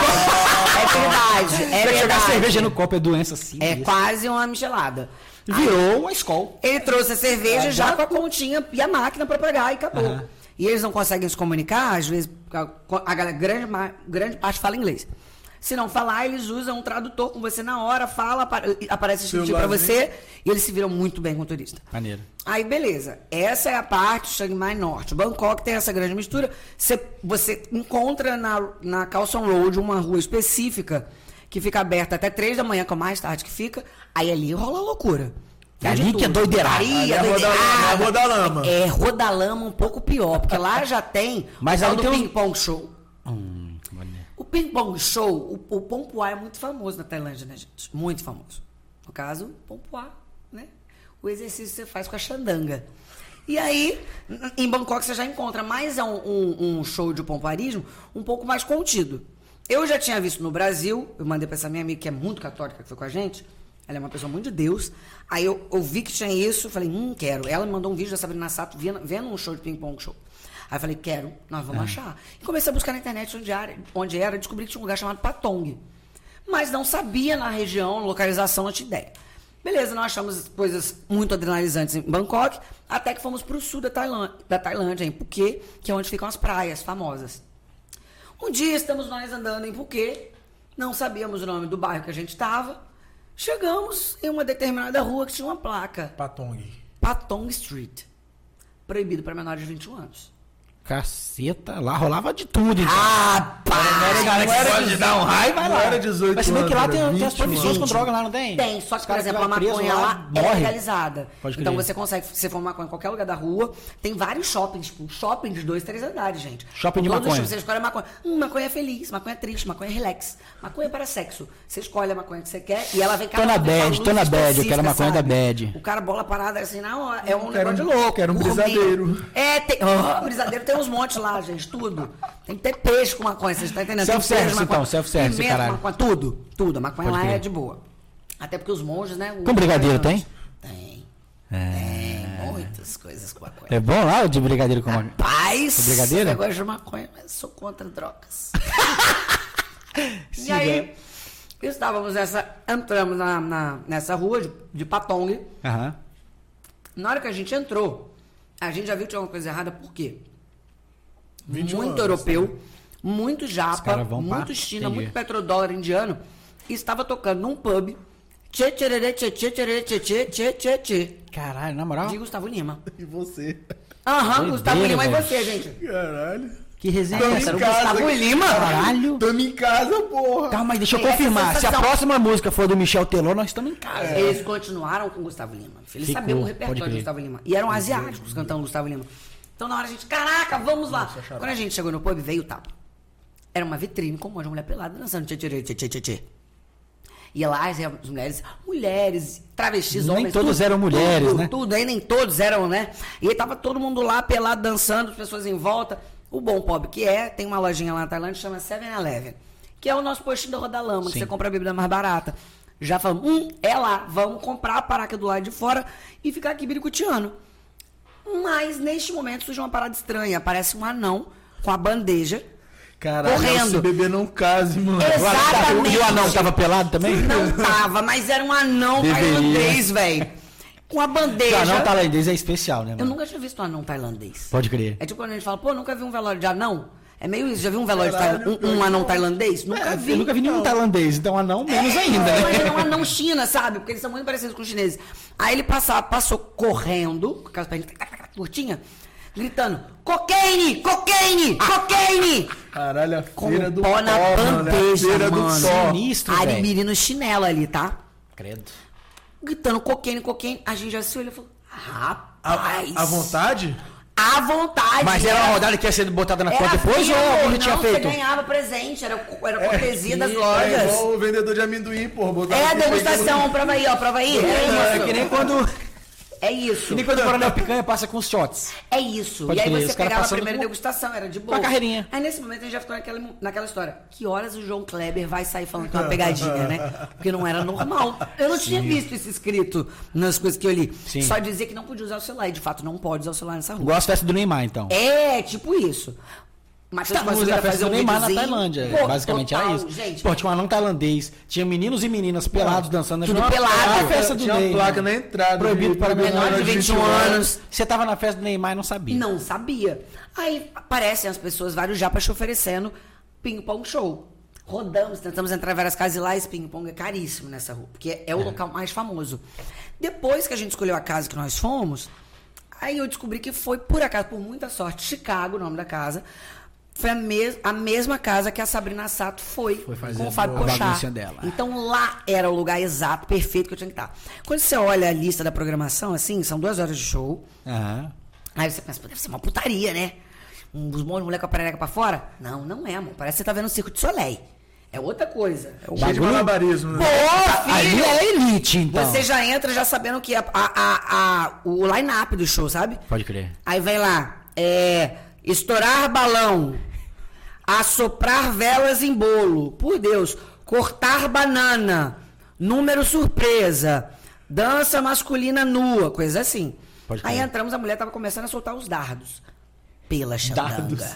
C: É verdade. É
A: Vai jogar
C: verdade.
A: cerveja no copo é doença assim.
C: É
A: isso.
C: quase uma michelada.
A: Virou uma escola.
C: Ele trouxe a cerveja já com a continha e a máquina pra pegar e acabou.
A: Aham.
C: E eles não conseguem se comunicar, às vezes a, a galera- grande, ma- grande parte fala inglês. Se não falar, eles usam um tradutor com você na hora, fala, apa- aparece escrito pra você e eles se viram muito bem com o turista.
A: Maneiro.
C: Aí, beleza. Essa é a parte do Chiang Mai Norte. Bangkok tem essa grande mistura. Você, você encontra na, na Khao San Road uma rua específica que fica aberta até três da manhã, que é o mais tarde que fica. Aí ali rola loucura. Tem
A: Ali
C: de
A: que é
C: tudo.
A: doideirada.
C: Putaria,
B: Ali é
C: doideirada.
B: rodalama, é rodalama.
C: É rodalama um pouco pior, porque lá já tem
A: Mas
C: o tal
A: ali
C: do
A: tem um-
C: ping-pong show.
A: Hum, maneiro.
C: O ping-pong show, o, o Pompuá é muito famoso na Tailândia, né, gente? Muito famoso. No caso, o Pompuá, né? O exercício que você faz com a xandanga. E aí, n- em Bangkok você já encontra, mas é um, um- um show de pompoarismo um pouco mais contido. Eu já tinha visto no Brasil, eu mandei pra essa minha amiga que é muito católica, que foi com a gente. Ela é uma pessoa muito de Deus. Aí eu, eu vi que tinha isso, falei, hum, quero. Ela me mandou um vídeo da Sabrina Sato vendo, vendo um show de ping-pong show. Aí eu falei, quero, nós vamos achar. E comecei a buscar na internet onde era, onde era, descobri que tinha um lugar chamado Patong. Mas não sabia na região, localização, não tinha ideia. Beleza, nós achamos coisas muito adrenalizantes em Bangkok, até que fomos para o sul da Tailândia, da Tailândia, em Phuket, que é onde ficam as praias famosas. Um dia estamos nós andando em Phuket, não sabíamos o nome do bairro que a gente estava, chegamos em uma determinada rua que tinha uma placa,
B: Patong.
C: Patong Street, proibido para menores de vinte e um anos.
A: Caceta, lá rolava de tudo, então.
C: Rapaz!
A: Cara, que
B: era
A: pode dar um raio, vai
B: não
A: lá.
B: era dezoito
A: Mas se bem que lá
B: anos,
A: tem,
B: era
A: tem as
B: vinte,
A: proibições com
C: vinte.
A: droga lá, não tem?
C: Tem, só que,
A: Os
C: por
A: caras
C: exemplo, a
A: ficam presos
C: maconha lá é
A: morre.
C: legalizada.
A: Pode
C: Então
A: crer.
C: você consegue, se você for maconha em qualquer lugar da rua, tem vários shoppings, tipo, shopping de dois, três andares, gente.
A: Shopping de
C: Todos os
A: maconha.
C: shoppings, você escolhe a maconha. Hum, maconha é feliz, maconha é triste, maconha é relax, maconha é para sexo. Você escolhe a maconha que você quer e ela vem
A: Tô na
C: vez com a
A: bad,
C: luz
A: tô na bad, eu quero a
C: específica,
A: maconha da
C: sabe?
A: bad.
C: O cara bola parada assim na hora, é um
B: Quero
C: negócio
B: um-
C: de louco.
B: quero um
C: gourmet.
B: brisadeiro.
C: É, tem, oh, brisadeiro tem uns montes lá, gente, tudo. Tem que ter peixe com maconha, vocês estão entendendo? Tem
A: Self-service,
C: peixe, maconha,
A: então, self-service,
C: pimenta,
A: caralho.
C: maconha, tudo, tudo. A maconha
A: Pode
C: lá
A: crer.
C: é de boa. Até porque os monges, né?
A: Com brigadeiro tem?
C: Tem. Tem muitas coisas com maconha.
A: É bom lá o de brigadeiro com maconha?
C: Paz!
A: Com brigadeiro?
C: Eu gosto de maconha, mas sou contra drogas. E
A: Siga.
C: aí, estávamos nessa. Entramos na, na- nessa rua de, de Patong.
A: Aham.
C: Na hora que a gente entrou, a gente já viu que tinha uma coisa errada, por quê?
B: vinte e um
C: Muito
B: anos,
C: europeu, muito
A: Os
C: japa,
A: caras vão pra-
C: muito China,
A: entendi.
C: muito petrodólar indiano, e estava tocando num pub. Tchê, tchererê, tchê, tchê, tchererê, tchê, tchê, tchê, tchê, tchê.
A: Caralho, na moral?
C: De Gustavo Lima.
B: E você?
C: Aham,
A: Doideira,
C: Gustavo Lima e
A: velho.
C: você, gente.
B: Caralho.
A: Que resenha
B: Tamo
A: é
B: em
A: essa?
C: Era o
B: casa,
C: Gustavo Lima.
A: Caralho.
B: Tamo em casa, porra.
A: Calma aí, deixa eu
C: Tem essa
A: confirmar. Se a
C: sensação.
A: próxima música for do Michel Teló, nós estamos em casa.
C: Eles continuaram com o Gustavo Lima. Eles
A: Ficou,
C: sabiam o
A: pode
C: repertório
A: crer.
C: do Gustavo Lima. E eram asiáticos cantando Gustavo Lima. Então na hora a gente, caraca, vamos lá. Quando a gente chegou no pub, veio o tapa. Era uma vitrine com um monte de mulher pelada dançando tchê, tchê, tchê, tchê, tchê, tchê. E lá as mulheres, mulheres, travestis,
A: Nem
C: homens.
A: todas eram mulheres,
C: tudo,
A: né?
C: Tudo, aí nem todos eram, né? E aí tava todo mundo lá pelado, dançando, as pessoas em volta. O bom pobre que é, tem uma lojinha lá na Tailândia que chama seven eleven, que é o nosso postinho da Rodalama, que
A: Sim.
C: você compra a bebida mais barata. Já falamos, hum, é lá, vamos comprar, parar aqui do lado de fora e ficar aqui biricuteando. Mas neste momento surge uma parada estranha. Aparece um anão com a bandeja.
B: Caralho,
C: Correndo.
B: se bebê não case, mano.
C: Exatamente.
A: E o anão tava pelado também?
C: Não tava, mas era um anão
A: Deveria.
C: tailandês, velho. Com a
A: O
C: bandeja.
A: anão tailandês é especial, né,
C: Eu
A: mano?
C: nunca tinha visto um anão tailandês.
A: Pode crer.
C: É tipo quando a gente fala, pô, nunca vi um velório de anão. É meio isso, já viu um velório
B: Caralho,
C: de tailandês? Um, um
B: pior que
C: anão
B: não.
C: tailandês? Nunca vi.
A: Eu nunca vi nenhum tailandês, então anão menos ainda,
C: É,
A: né?
C: mas era um anão China, sabe? Porque eles são muito parecidos com os chineses. Aí ele passa, passou correndo, com aquelas perninhas curtinhas, gritando, cocaine, cocaine, cocaine!
B: Caralho, a
C: Com
B: feira
C: o
B: do
C: pó
B: pó,
C: na
B: mano. É a
C: bandeja,
B: feira
C: mano.
B: do pó.
A: Sinistro, velho.
C: Aribiri no chinelo ali, tá?
A: Credo.
C: Gritando cocaine, cocaine. A gente já se olhou e falou, rapaz.
B: A, a vontade?
C: À vontade.
A: Mas era uma rodada que ia ser botada na
C: Era
A: conta depois
C: fila,
A: ou
C: amor,
A: alguém
C: não,
A: tinha
C: você
A: feito?
C: ganhava presente, era, era cortesia das
B: É
C: lojas.
B: igual o vendedor de amendoim, porra. botava
C: É a
B: aqui,
C: degustação, prova aí, ó, prova aí. É,
A: É
C: moço.
A: que nem quando
C: É isso.
A: E nem quando o Coronel Picanha passa com os shots.
C: É isso.
A: Pode
C: e aí
A: crer,
C: você
A: os caras
C: pegava a
A: passando
C: primeira
A: com-
C: degustação, era de
A: Com
C: boa.
A: a carreirinha.
C: Aí nesse momento a gente já ficou naquela, naquela história. Que horas o João Kleber vai sair falando que é uma pegadinha, né? Porque não era normal. Eu não tinha visto isso escrito nas coisas que eu li.
A: Sim.
C: Só dizia que não podia usar o celular. E de fato não pode usar o celular nessa rua.
A: Igual as festas do Neymar, então.
C: É, tipo isso. Matheus
A: Estávamos
C: Macedo
A: na
C: ia
A: festa
C: fazer
A: do
C: um
A: Neymar na
C: videozinho.
A: Tailândia.
C: Pô,
A: basicamente
C: total,
A: era isso.
C: Gente,
A: Pô, tinha um anão tailandês, tinha meninos e meninas pelados dançando.
C: Tudo
A: Tinha uma-
C: pelado.
A: Era a festa do
B: Tinha uma
A: Ney,
B: placa
A: mano.
B: na entrada.
A: Proibido para
C: menor de vinte e um anos.
A: Você tava na festa do Neymar e não sabia.
C: Não sabia. Aí aparecem as pessoas, vários japas te oferecendo ping-pong show. Rodamos, tentamos entrar em várias casas e lá esse ping-pong é caríssimo nessa rua, porque é o local mais famoso. Depois que a gente escolheu a casa que nós fomos, aí eu descobri que foi, por acaso, por muita sorte, Chicago, o nome da casa, foi a, mes a mesma casa que a Sabrina Sato foi,
A: Foi fazer
C: com o Fábio
A: a
C: Pochá.
A: bagunça dela.
C: Então lá era o lugar exato, perfeito que eu tinha que estar. Quando você olha a lista da programação, assim, são duas horas de show.
A: Aham.
C: Aí você pensa, pô, deve ser uma putaria, né? Um dos montes de mulher com a perereca pra fora? Não, não é, amor. Parece que você tá vendo um Circo de Soleil. É outra coisa. É um
B: Cheio de
A: Bagulho-
B: malabarismo, né?
C: Pô,
A: Ali
C: filho!
A: é elite, então.
C: Você já entra já sabendo que a, a, a, a- o line-up do show, sabe?
A: Pode crer.
C: Aí vem lá, é, estourar balão, assoprar velas em bolo, por Deus, cortar banana, número surpresa, dança masculina nua, coisa assim.
A: Pode
C: Aí
A: crer.
C: entramos, a mulher tava começando a soltar os dardos pela xandanga.
A: Dardos.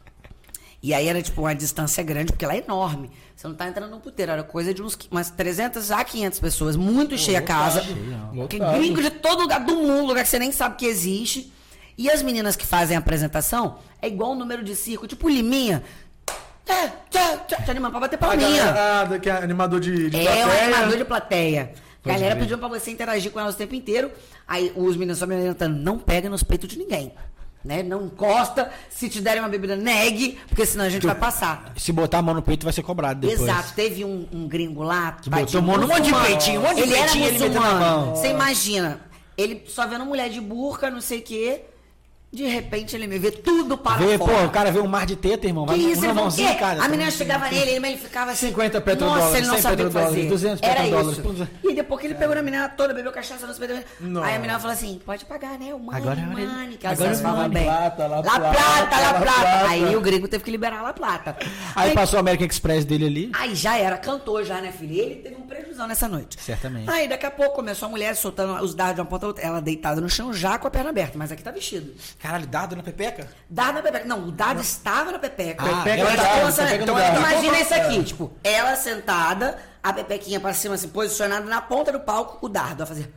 C: E aí era tipo uma distância grande, porque ela é enorme. Você não tá entrando num puteiro, era coisa de uns, qui- umas trezentas a quinhentas pessoas, muito cheia a casa. Que
B: Lotado.
C: gringo de todo lugar do mundo, lugar que você nem sabe que existe. E as meninas que fazem a apresentação é igual o número de circo, tipo Liminha. Tchá, tchá, tchá, te animando pra bater
B: A
C: palminha.
B: galera, ah, que é animador de, de
C: É,
B: plateia.
C: um animador de plateia.
A: Pode
C: Galera
A: crer.
C: pediu pra você interagir com elas o tempo inteiro. Aí os meninos só me orientando, não pega nos peitos de ninguém. Né? Não encosta, se te derem uma bebida, negue, porque senão a gente vai passar.
A: Se botar a mão no peito, vai ser cobrado depois.
C: Exato, teve um, um gringo lá que
A: botou mão num monte de peitinho, um monte de
C: ele
A: peitinho,
C: era
A: ele meteu na
C: muçulmano.
A: mão.
C: Você imagina, ele só vendo mulher de burca, não sei o quê, de repente ele me vê tudo para
A: Vê, pô,
C: fora.
A: o cara vê um mar de teta, irmão.
C: Que
A: Vai
C: isso,
A: um
C: ele falou o
A: mãozinho,
C: quê?
A: cara.
C: A menina chegava nele, ele, ele ficava assim.
A: cinquenta petrodólares,
C: Nossa, ele não
A: cem
C: sabia o que
A: petrodólares,
C: fazer.
A: duzentos
C: Era
A: petrodólares.
C: isso. E depois que ele pegou na menina toda, bebeu cachaça, não se bebeu.
B: Não.
C: Aí a menina falou assim: pode pagar, né? O money,
A: Agora é hora
C: money.
A: ele-
C: Que elas
A: agora é
C: falavam
A: money.
C: bem.
B: Plata, La
C: La
B: Plata,
C: Plata, La
B: La
C: Plata.
B: Plata.
C: Aí o gringo teve que liberar a La Plata.
A: Aí passou o American Express dele ali.
C: Aí já era, cantou já, né, filho? E ele teve um prejuzão nessa noite.
A: Certamente.
C: Aí daqui a pouco começou a mulher soltando os dardos de uma ponta a outra. Ela deitada no chão já com a perna aberta, mas aqui tá vestido.
A: Caralho, dado na pepeca?
C: Dado na pepeca. Não, o dado estava na pepeca.
A: Ah,
C: Pepeca
A: ela
C: tá
A: tava,
C: lançando-
A: pepeca no
C: então,
A: dado.
C: imagina isso aqui, tipo, ela sentada, a pepequinha pra cima, assim, posicionada na ponta do palco, o dardo, vai fazer...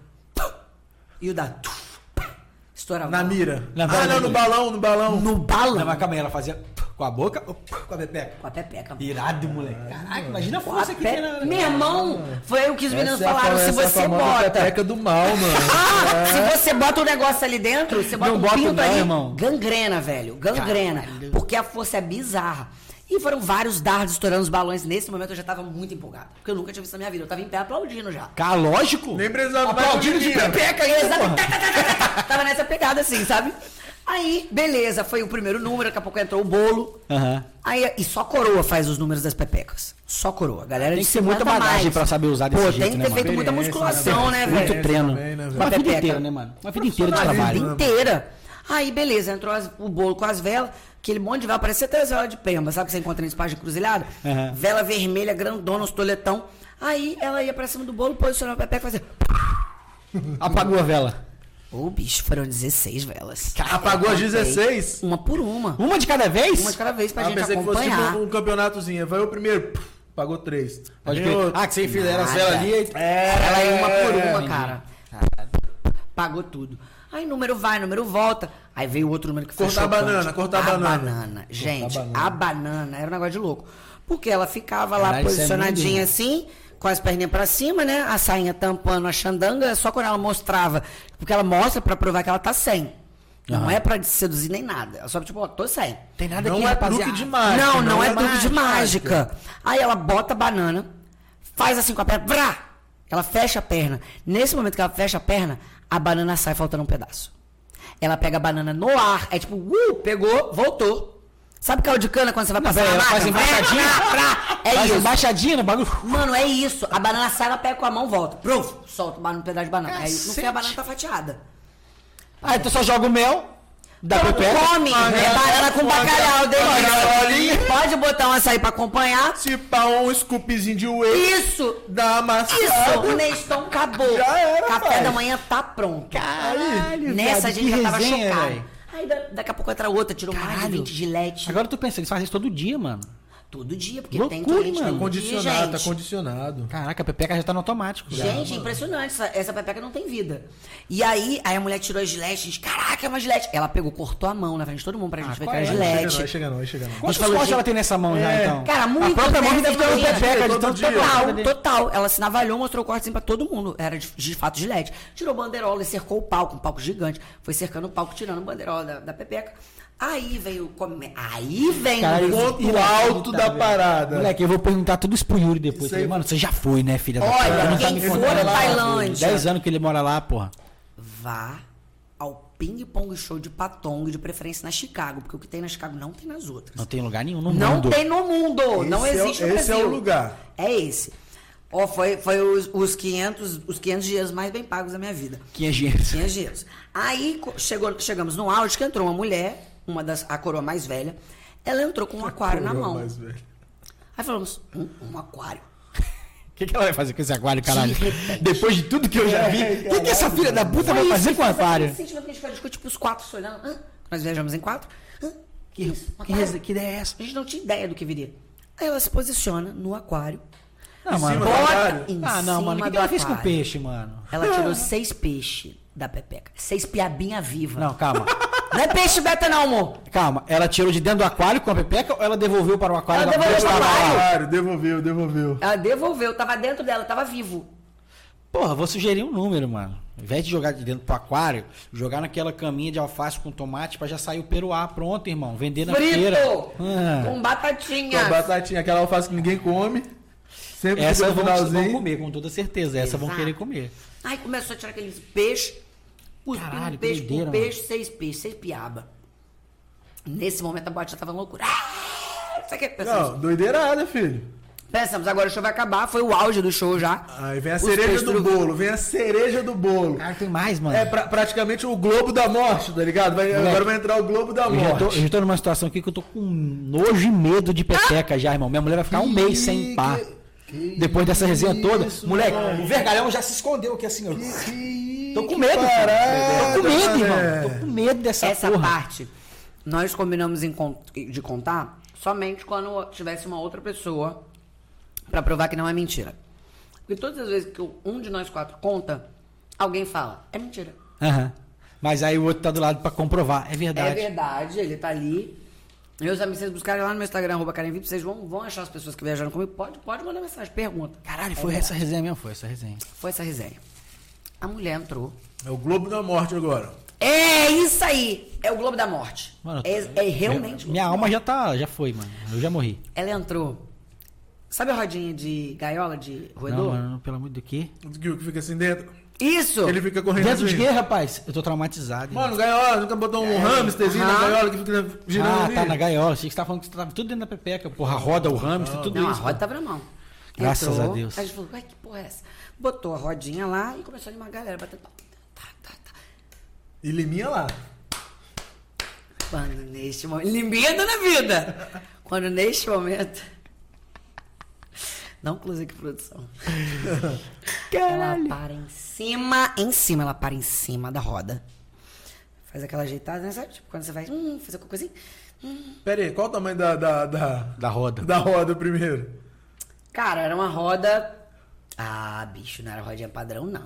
C: E o dardo... Estourava.
B: Na mira.
A: Na
B: ah,
A: mira.
B: não, no balão, no balão.
C: No balão.
A: Não, mas calma aí, ela fazia com a boca ou com a pepeca?
C: Com a pepeca.
A: Irado, moleque. Caraca, imagina a
C: Com a
A: força que
C: pe...
A: tem na...
C: Meu irmão, foi o que os meninos
B: Essa é a
C: falaram,
B: fa-
C: se
B: essa é a
C: você
B: famosa
C: bota...
B: pepeca do mal, mano.
C: Ah, se você bota um negócio ali dentro, você bota
A: Não
C: um
A: bota
C: pinto
A: não,
C: ali,
A: irmão.
C: gangrena, velho, gangrena.
A: Caralho.
C: Porque a força é bizarra. E foram vários dardos estourando os balões. Nesse momento eu já tava muito empolgado. Porque eu nunca tinha visto na minha vida. Eu tava em pé aplaudindo já.
A: Cara, lógico.
B: Nem precisava mais
A: Aplaudindo de
B: bonita.
A: pepeca aí,
C: Exato.
A: porra.
C: Tá, tá, tá, tá, tá. Tava nessa pegada assim, sabe? Aí, beleza, foi o primeiro número, daqui a pouco entrou o bolo.
A: Aham.
C: Aí, e só coroa faz os números das pepecas. Só coroa. A galera
A: Tem
C: de
A: que ter muita
C: cinquenta
A: bagagem
C: mais.
A: pra saber usar desse
C: Pô,
A: jeito,
C: tem que
A: né,
C: ter
A: mano?
C: feito muita
B: Experiência,
C: musculação,
B: né,
C: né,
B: velho?
C: velho?
A: Muito treino.
B: também, né, velho?
A: Uma vida
C: Pepeca.
A: inteira, né, mano? Uma vida inteira de
C: A vida
A: trabalho.
C: inteira. Aí, beleza, entrou as- o bolo com as velas, aquele monte de vela, parecia até as velas de Pemba, sabe que você encontra em espaço de cruzilhada?
A: Aham.
C: Vela vermelha, grandona, uns toletão. Aí ela ia pra cima do bolo, posicionava a pepeca e fazia...
A: Apagou a vela.
C: Ô, bicho, foram dezesseis velas.
B: Apagou as dezesseis?
C: Uma por uma.
A: Uma de cada vez?
C: Uma de cada vez pra
B: Ah,
C: gente
B: pensei que fosse
C: acompanhar.
B: tipo um campeonatozinho. Vai o primeiro, puf, pagou três.
A: Pode
B: Vem
A: crer.
B: outro.
A: Ah, que você enfileira as
C: Nada.
A: velas ali. aí-
C: Ela ia uma por uma,
A: entendi.
C: cara. Pagou tudo. Aí número vai, número volta. Aí veio outro número que foi
B: Cortar a
C: chocante.
B: banana, cortar a banana.
C: Gente,
B: banana.
C: a banana era um negócio de louco. Porque ela ficava lá
A: Caralho, isso é
C: posicionadinha
A: muito-
C: assim, com as perninhas pra cima, né? A sainha tampando a xandanga, só quando ela mostrava. Porque ela mostra pra provar que ela tá sem. Não
A: Aham.
C: é pra seduzir nem nada. Ela só tipo, ó, tô sem.
A: Tem nada
B: Não
A: aqui,
B: é
A: rapaziada.
B: truque de mágica.
C: Não, não, é, truque
B: mágica.
C: de mágica. Aí ela bota a banana, faz assim com a perna, vrá! Ela fecha a perna. Nesse momento que ela fecha a perna, a banana sai faltando um pedaço. Ela pega a banana no ar, é tipo, uh, pegou, voltou. Sabe caldo de cana quando você vai
A: Não,
C: passar
A: velho,
C: na
A: ela faz
C: máquina?
A: embaixadinha.
C: É
A: Faz
C: isso.
A: embaixadinha no bagulho.
C: Mano, é isso. A banana sai, ela pega com a mão, volta. Pruf, solta um pedaço de banana. Aí, no
A: Cacete.
C: fim, a banana tá fatiada.
A: Aí tu só joga o mel da
C: Então,
A: pepeca.
C: come.
B: Ah,
C: É
B: é,
C: banana
B: é
C: com
B: foda.
C: bacalhau,
B: Bacalhau
C: delícia.
B: ali.
C: Pode botar um açaí pra acompanhar.
B: Se pá, um scoopzinho de whey,
C: Isso.
B: dá uma amassada.
C: Isso. O Neston acabou.
B: Já era,
C: Café
B: pai.
C: da manhã tá pronto.
A: Caralho,
C: Nessa a
A: viado,
C: gente
A: que
C: já tava
A: resenha,
C: chocado.
A: velho.
C: Aí da- daqui a pouco entra outra, tirou mais de
A: Caralho.
C: vinte Gillette.
A: Agora eu tô pensando, eles fazem isso todo dia, mano.
C: Todo dia, porque
A: Loucura,
C: tem cliente
A: mano.
C: todo dia,
B: Condicionado, tá
C: gente.
B: condicionado.
A: Caraca, a pepeca já tá no automático. já.
C: Gente, é impressionante. Essa, essa pepeca não tem vida. E aí, aí a mulher tirou a gilete e disse, caraca, é uma gilete. Ela pegou, cortou a mão na frente de todo mundo pra gente ver que
A: qual
C: era
A: é?
B: Chega não,
C: gilete.
B: vai chegar não, vai chegar não.
A: Quantos
C: falou,
A: cortes ela
C: gente-
A: tem nessa mão já,
B: É.
A: então?
C: Cara, muito
A: A própria mão
C: deve
A: deve ter
C: ser
A: uma
C: imagina.
A: pepeca de
B: Todo
A: tanto
B: dia.
C: Total, total. Ela se navalhou, mostrou o cortezinho pra todo mundo. Era de, de fato gilete. Tirou banderola e cercou o palco, um palco gigante. Foi cercando o palco, tirando banderola da, da pepeca. Aí veio o come... Aí vem
A: Cara,
C: o
A: isso-
B: Ponto
A: Inacreditável.
B: alto da parada.
A: Moleque, eu vou perguntar tudo isso pro Yuri depois.
B: Isso aí-
A: Mano, você já foi, né, filha da
C: Olha,
A: puta? Não tá
C: quem
A: me
C: for
A: contando
C: na
A: lá.
C: Tailândia.
A: dez anos que ele mora lá, porra.
C: Vá ao Ping Pong Show de Patong, de preferência na Chicago, porque o que tem na Chicago não tem nas outras.
A: Não tem lugar nenhum no
C: Não
A: mundo.
C: tem no mundo, não
B: Esse é o-
C: existe no
B: esse é
C: Brasil.
B: o lugar.
C: É esse. Ó, foi foi os, os, quinhentos, os quinhentos dias mais bem pagos da minha vida.
A: quinhentos dinheiros.
C: quinhentos dias. Aí co- chegou, chegamos no auge que entrou uma mulher, uma das, a coroa mais velha, ela entrou com um aquário na
B: Coroa
C: mão.
B: mais velha.
C: Aí falamos, um, um aquário.
A: O que, que ela vai fazer com esse aquário, caralho?
C: De repente.
A: Depois de tudo que eu já vi, o que, que essa filha da puta vai
C: Foi
A: fazer
C: isso,
A: com o
C: foi exatamente
A: aquário?
C: esse sentimento que a gente ficou, tipo, os quatro se olhando. Hã? Nós viajamos em quatro. Hã?
A: Que,
C: Isso, um
A: que,
C: aquário.
A: res- que ideia é essa?
C: A gente não tinha ideia do que viria. Aí ela se posiciona no aquário.
A: Não,
B: Em
A: mano.
B: cima do
A: bota-
B: aquário?
C: Em
A: Ah, não, mano. O
C: cima
A: que, que
C: do
A: ela fez com o
C: aquário.
A: peixe, mano?
C: Ela tirou seis peixes da pepeca. Seis piabinha viva.
A: Não, calma.
C: Não é peixe beta não, amor.
A: Calma. Ela tirou de dentro do aquário com a pepeca ou ela devolveu para o aquário?
C: Ela
A: da
C: devolveu
A: mulher que
C: para o
A: estava lá?
C: aquário.
B: Claro, devolveu, devolveu.
C: Ela devolveu, tava dentro dela, tava vivo.
A: Porra, vou sugerir um número, mano. Ao invés de jogar de dentro pro aquário, jogar naquela caminha de alface com tomate pra já sair o peruá. Pronto, irmão. Vender na feira.
C: Frito!
A: Ah.
C: Com batatinha.
B: Com batatinha, aquela alface que ninguém come. Sempre
A: Essa
B: que
A: vão,
B: no
A: vão
B: finalzinho.
A: comer, com toda certeza. Essa vão
C: Exato.
A: querer comer.
C: Aí começou a tirar aqueles peixes. Cuspindo
A: Caralho, que
C: peixe por
A: doideira,
C: peixe, seis peixes, seis piaba. Nesse momento a boate já tava loucura. Ah, isso aqui, pensamos,
B: Não, doideirada, filho.
C: pensamos, agora o show vai acabar, foi o auge do show já.
B: Aí vem a
C: Os
B: cereja
C: peixes
B: do
C: tudo-
B: bolo, vem a cereja do bolo.
A: Cara, tem mais, mano.
B: É pra- praticamente o Globo da Morte, tá ligado? Vai- agora vai entrar o Globo da
A: Eu já, tô,
B: Morte.
A: eu já tô numa situação aqui que eu tô com nojo e medo de pepeca já, irmão. Minha mulher vai ficar um mês sem pá.
B: que
A: Depois dessa resenha toda.
B: isso,
A: Moleque,
B: mano.
A: o vergalhão já se escondeu aqui assim, ó.
B: Que-
A: Tô com
B: que
A: medo, cara.
B: parada,
A: Tô com medo,
B: mané.
A: irmão. Tô com medo dessa
C: Essa
A: porra.
C: parte, nós combinamos em con- de contar somente quando tivesse uma outra pessoa pra provar que não é mentira. Porque todas as vezes que um de nós quatro conta, alguém fala, é mentira.
A: Aham. Mas aí o outro tá do lado pra comprovar. É verdade.
C: É verdade, ele tá ali. Meus amigos, vocês buscarem lá no meu Instagram, arroba Karen Vip, vocês vão, vão achar as pessoas que viajaram comigo. Pode, pode mandar mensagem, pergunta.
A: Caralho,
C: É
A: foi
C: verdade.
A: essa resenha mesmo? Foi essa resenha.
C: Foi essa resenha. A mulher entrou.
B: É o Globo da Morte agora.
C: É isso aí! É o Globo da Morte.
A: Mano,
C: é, é realmente.
A: Minha alma já tá, já foi, mano. Eu já morri.
C: Ela entrou. Sabe a rodinha de gaiola de roedor?
A: Não, mano, pelo amor de quê?
B: O que fica assim dentro.
C: Isso!
B: Ele fica correndo
A: Dentro de
B: assim.
A: quê, rapaz? Eu tô traumatizado.
B: Mano, gaiola, nunca botou um hamsterzinho na
C: Aham.
B: gaiola que fica girando
A: ah,
B: ali?
A: tá na gaiola. Achei que você tava falando que você tava tudo dentro da pepeca. Porra, a roda, o hamster, tudo
C: Não, a
A: isso.
C: roda tava na mão.
A: Graças
C: Entrou,
A: a Deus.
C: Aí a gente falou, ué, que porra é essa? Botou a rodinha lá e começou a animar a galera, batendo palma. Tá, tá, tá.
B: E liminha lá.
C: Quando neste momento. Limpida na vida! Quando neste momento. Dá um close aqui, produção. Ela para em cima, em cima, ela para em cima da roda. Faz aquela ajeitada, né? Sabe? Tipo, quando você vai hum, fazer qualquer coisa assim.
B: Pera aí, qual o tamanho da, da, da,
A: Da roda.
B: da roda primeiro?
C: Cara, era uma roda. Ah, bicho, não era rodinha padrão, não.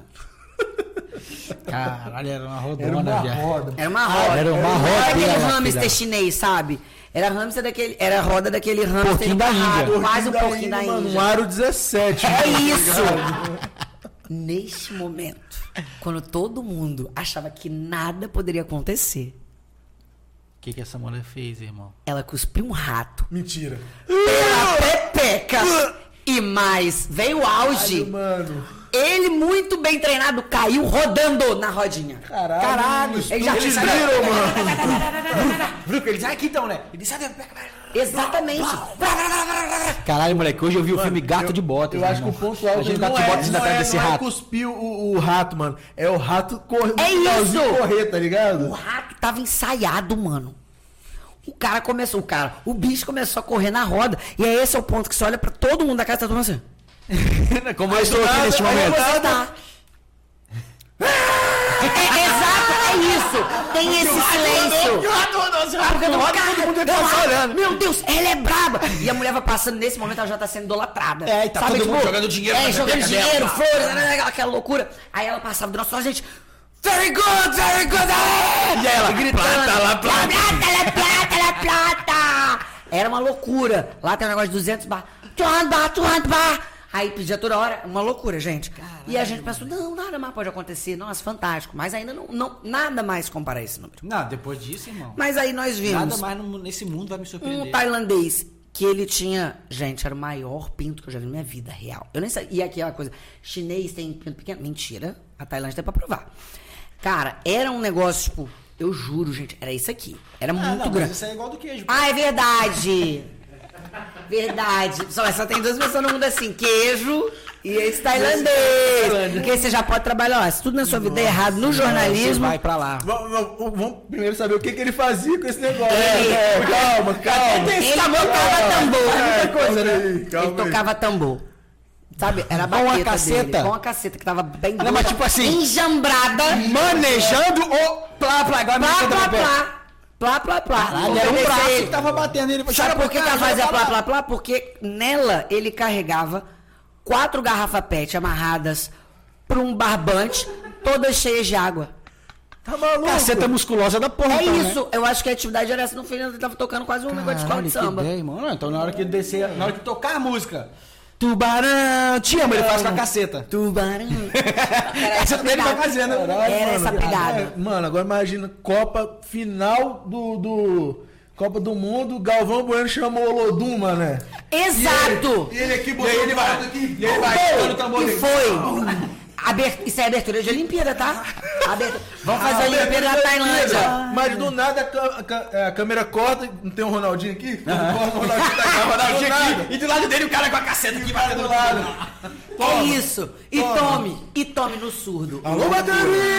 A: Caralho, era uma rodona,
B: Era uma
A: viado.
B: roda.
C: Era uma roda.
A: era uma
C: Não era aquele
A: rodela,
C: hamster
A: filha.
C: chinês, sabe? Era hamster daquele. Era a roda daquele hamster.
A: Porquinho da
C: embarrado,
A: Índia.
C: Quase um porquinho da
B: mano,
C: Índia.
B: um aro dezessete.
C: É
B: mano,
C: isso!
B: tá ligado?
C: Neste momento, quando todo mundo achava que nada poderia acontecer,
A: O que que essa mulher fez, irmão?
C: ela cuspiu um rato
B: Mentira.
C: pela pepeca E mais, veio o auge.
B: Caralho, mano.
C: Ele, muito bem treinado, caiu rodando na rodinha.
B: Caralho.
A: Caralho,
C: ele já
B: eles
C: saiu-
B: viram, mano.
A: Viu? Ele sai aqui então, né? Ele sai...
C: Exatamente.
A: Caralho, moleque, hoje eu vi o filme Gato de Botas.
B: Eu acho que o ponto alto
A: Imagina o
B: não
A: Gato de
B: é,
A: Botas indo
B: não
A: atrás
B: é,
A: desse
B: não é
A: rato.
B: cuspir o, o rato, mano. É o rato correr.
C: É isso!
B: correr, tá ligado?
C: O rato tava ensaiado, mano. O cara começou, o cara, o bicho começou a correr na roda. E aí esse é o ponto que você olha pra todo mundo da casa e tá todo mundo assim.
A: Como eu estou aqui neste
C: Aí
A: momento.
C: você tá. É, exato, é isso. Tem esse silêncio. Porque não cara, meu Deus, ela é braba. E a mulher vai passando nesse momento, ela já tá sendo idolatrada.
A: É, e tá todo mundo jogando dinheiro
C: É,
A: na
C: jogando
A: biblioteca
C: dinheiro,
A: dela.
C: flores, aquela loucura. Aí ela passava do nosso lado, a gente. Very good, very good. ah!
A: E aí ela,
C: gritando,
A: plata, lá, plata.
C: Plata, ela é plata, ela é plata. Era uma loucura. Lá tem um negócio de duzentos bar. duzentos bar, duzentos bar. Aí pedia toda hora, uma loucura, gente. Caralho, e a gente pensou, não, nada mais pode acontecer. Nossa, fantástico. Mas ainda não, não nada mais compara esse número.
A: Não, depois disso, irmão.
C: Mas aí nós vimos
A: Nada mais no- nesse mundo vai me surpreender.
C: um tailandês que ele tinha, gente, era o maior pinto que eu já vi na minha vida, real. Eu nem sei, e aquela coisa, chinês tem pinto pequeno? Mentira, a Tailândia tem pra provar. Cara, era um negócio, tipo, eu juro, gente, era isso aqui. Era
A: Ah,
C: muito
A: não,
C: grande.
A: mas isso é igual do queijo.
C: Ah, é verdade. Verdade. Só, só tem duas pessoas no mundo assim, queijo e esse tailandês. Porque você já pode trabalhar, ó, se tudo na sua vida é errado no
A: Você
C: jornalismo.
A: vai pra lá.
B: Vamos, vamos- vamos primeiro saber o que, que ele fazia com esse negócio.
C: Ele-
B: É, calma, calma.
C: Ele tocava tambor.
B: É,
C: coisa, né?
B: calma aí, calma
C: Ele
B: aí.
C: tocava tambor. Sabe? Era a
A: Com a
C: baqueta
A: caceta?
C: dele. Com a caceta, que tava bem
A: Ah, não, mas tipo assim,
C: enjambrada.
A: Manejando o plá, plá, igual a
C: Plá,
A: menina
C: plá,
A: do pé.
C: plá. Plá, plá, plá.
A: Caralho, era um
C: Obedecer
A: braço
C: ele.
A: que tava batendo ele.
C: Sabe por que, que ela fazia plá, plá, plá? Porque nela ele carregava quatro garrafas pet amarradas pra um barbante, todas cheias de água.
B: Tá maluco?
A: Caceta musculosa da porra.
C: É
A: então, né?
C: isso. Eu acho que a atividade era essa. No final ele tava tocando quase um negócio de escola de
A: Caralho, que
C: samba.
A: ideia, irmão. Não, então na hora que descer, na hora que tocar a música, Tubarão, te amo, ele faz com a caceta.
C: Tubarão. Era
A: Essa dele vai fazendo.
B: Caralho,
C: Era essa
B: mano.
C: pegada.
B: É, Mano, agora imagina, Copa final do, do Copa do Mundo, Galvão Bueno chamou o Olodum, mano.
C: Exato!
B: E ele aqui
A: E
B: botou
A: aí ele
B: o
A: vai,
B: braço aqui.
A: e ele vai tocando o tambor
C: E
A: dele.
C: foi. Aber- Isso é abertura de Olimpíada, tá? Abertura. Vamos fazer a Olimpíada da Tailândia.
B: Mas do nada a, ca- a ca- a câmera corta, não tem um Ronaldinho aqui? Corta o Ronaldinho tá aqui,
A: O Ronaldinho
B: do
A: aqui,
B: nada.
A: e do lado dele o cara com a caceta aqui batendo
B: do lado.
C: É isso. E tome. E tome no surdo.
B: Alô, bateria!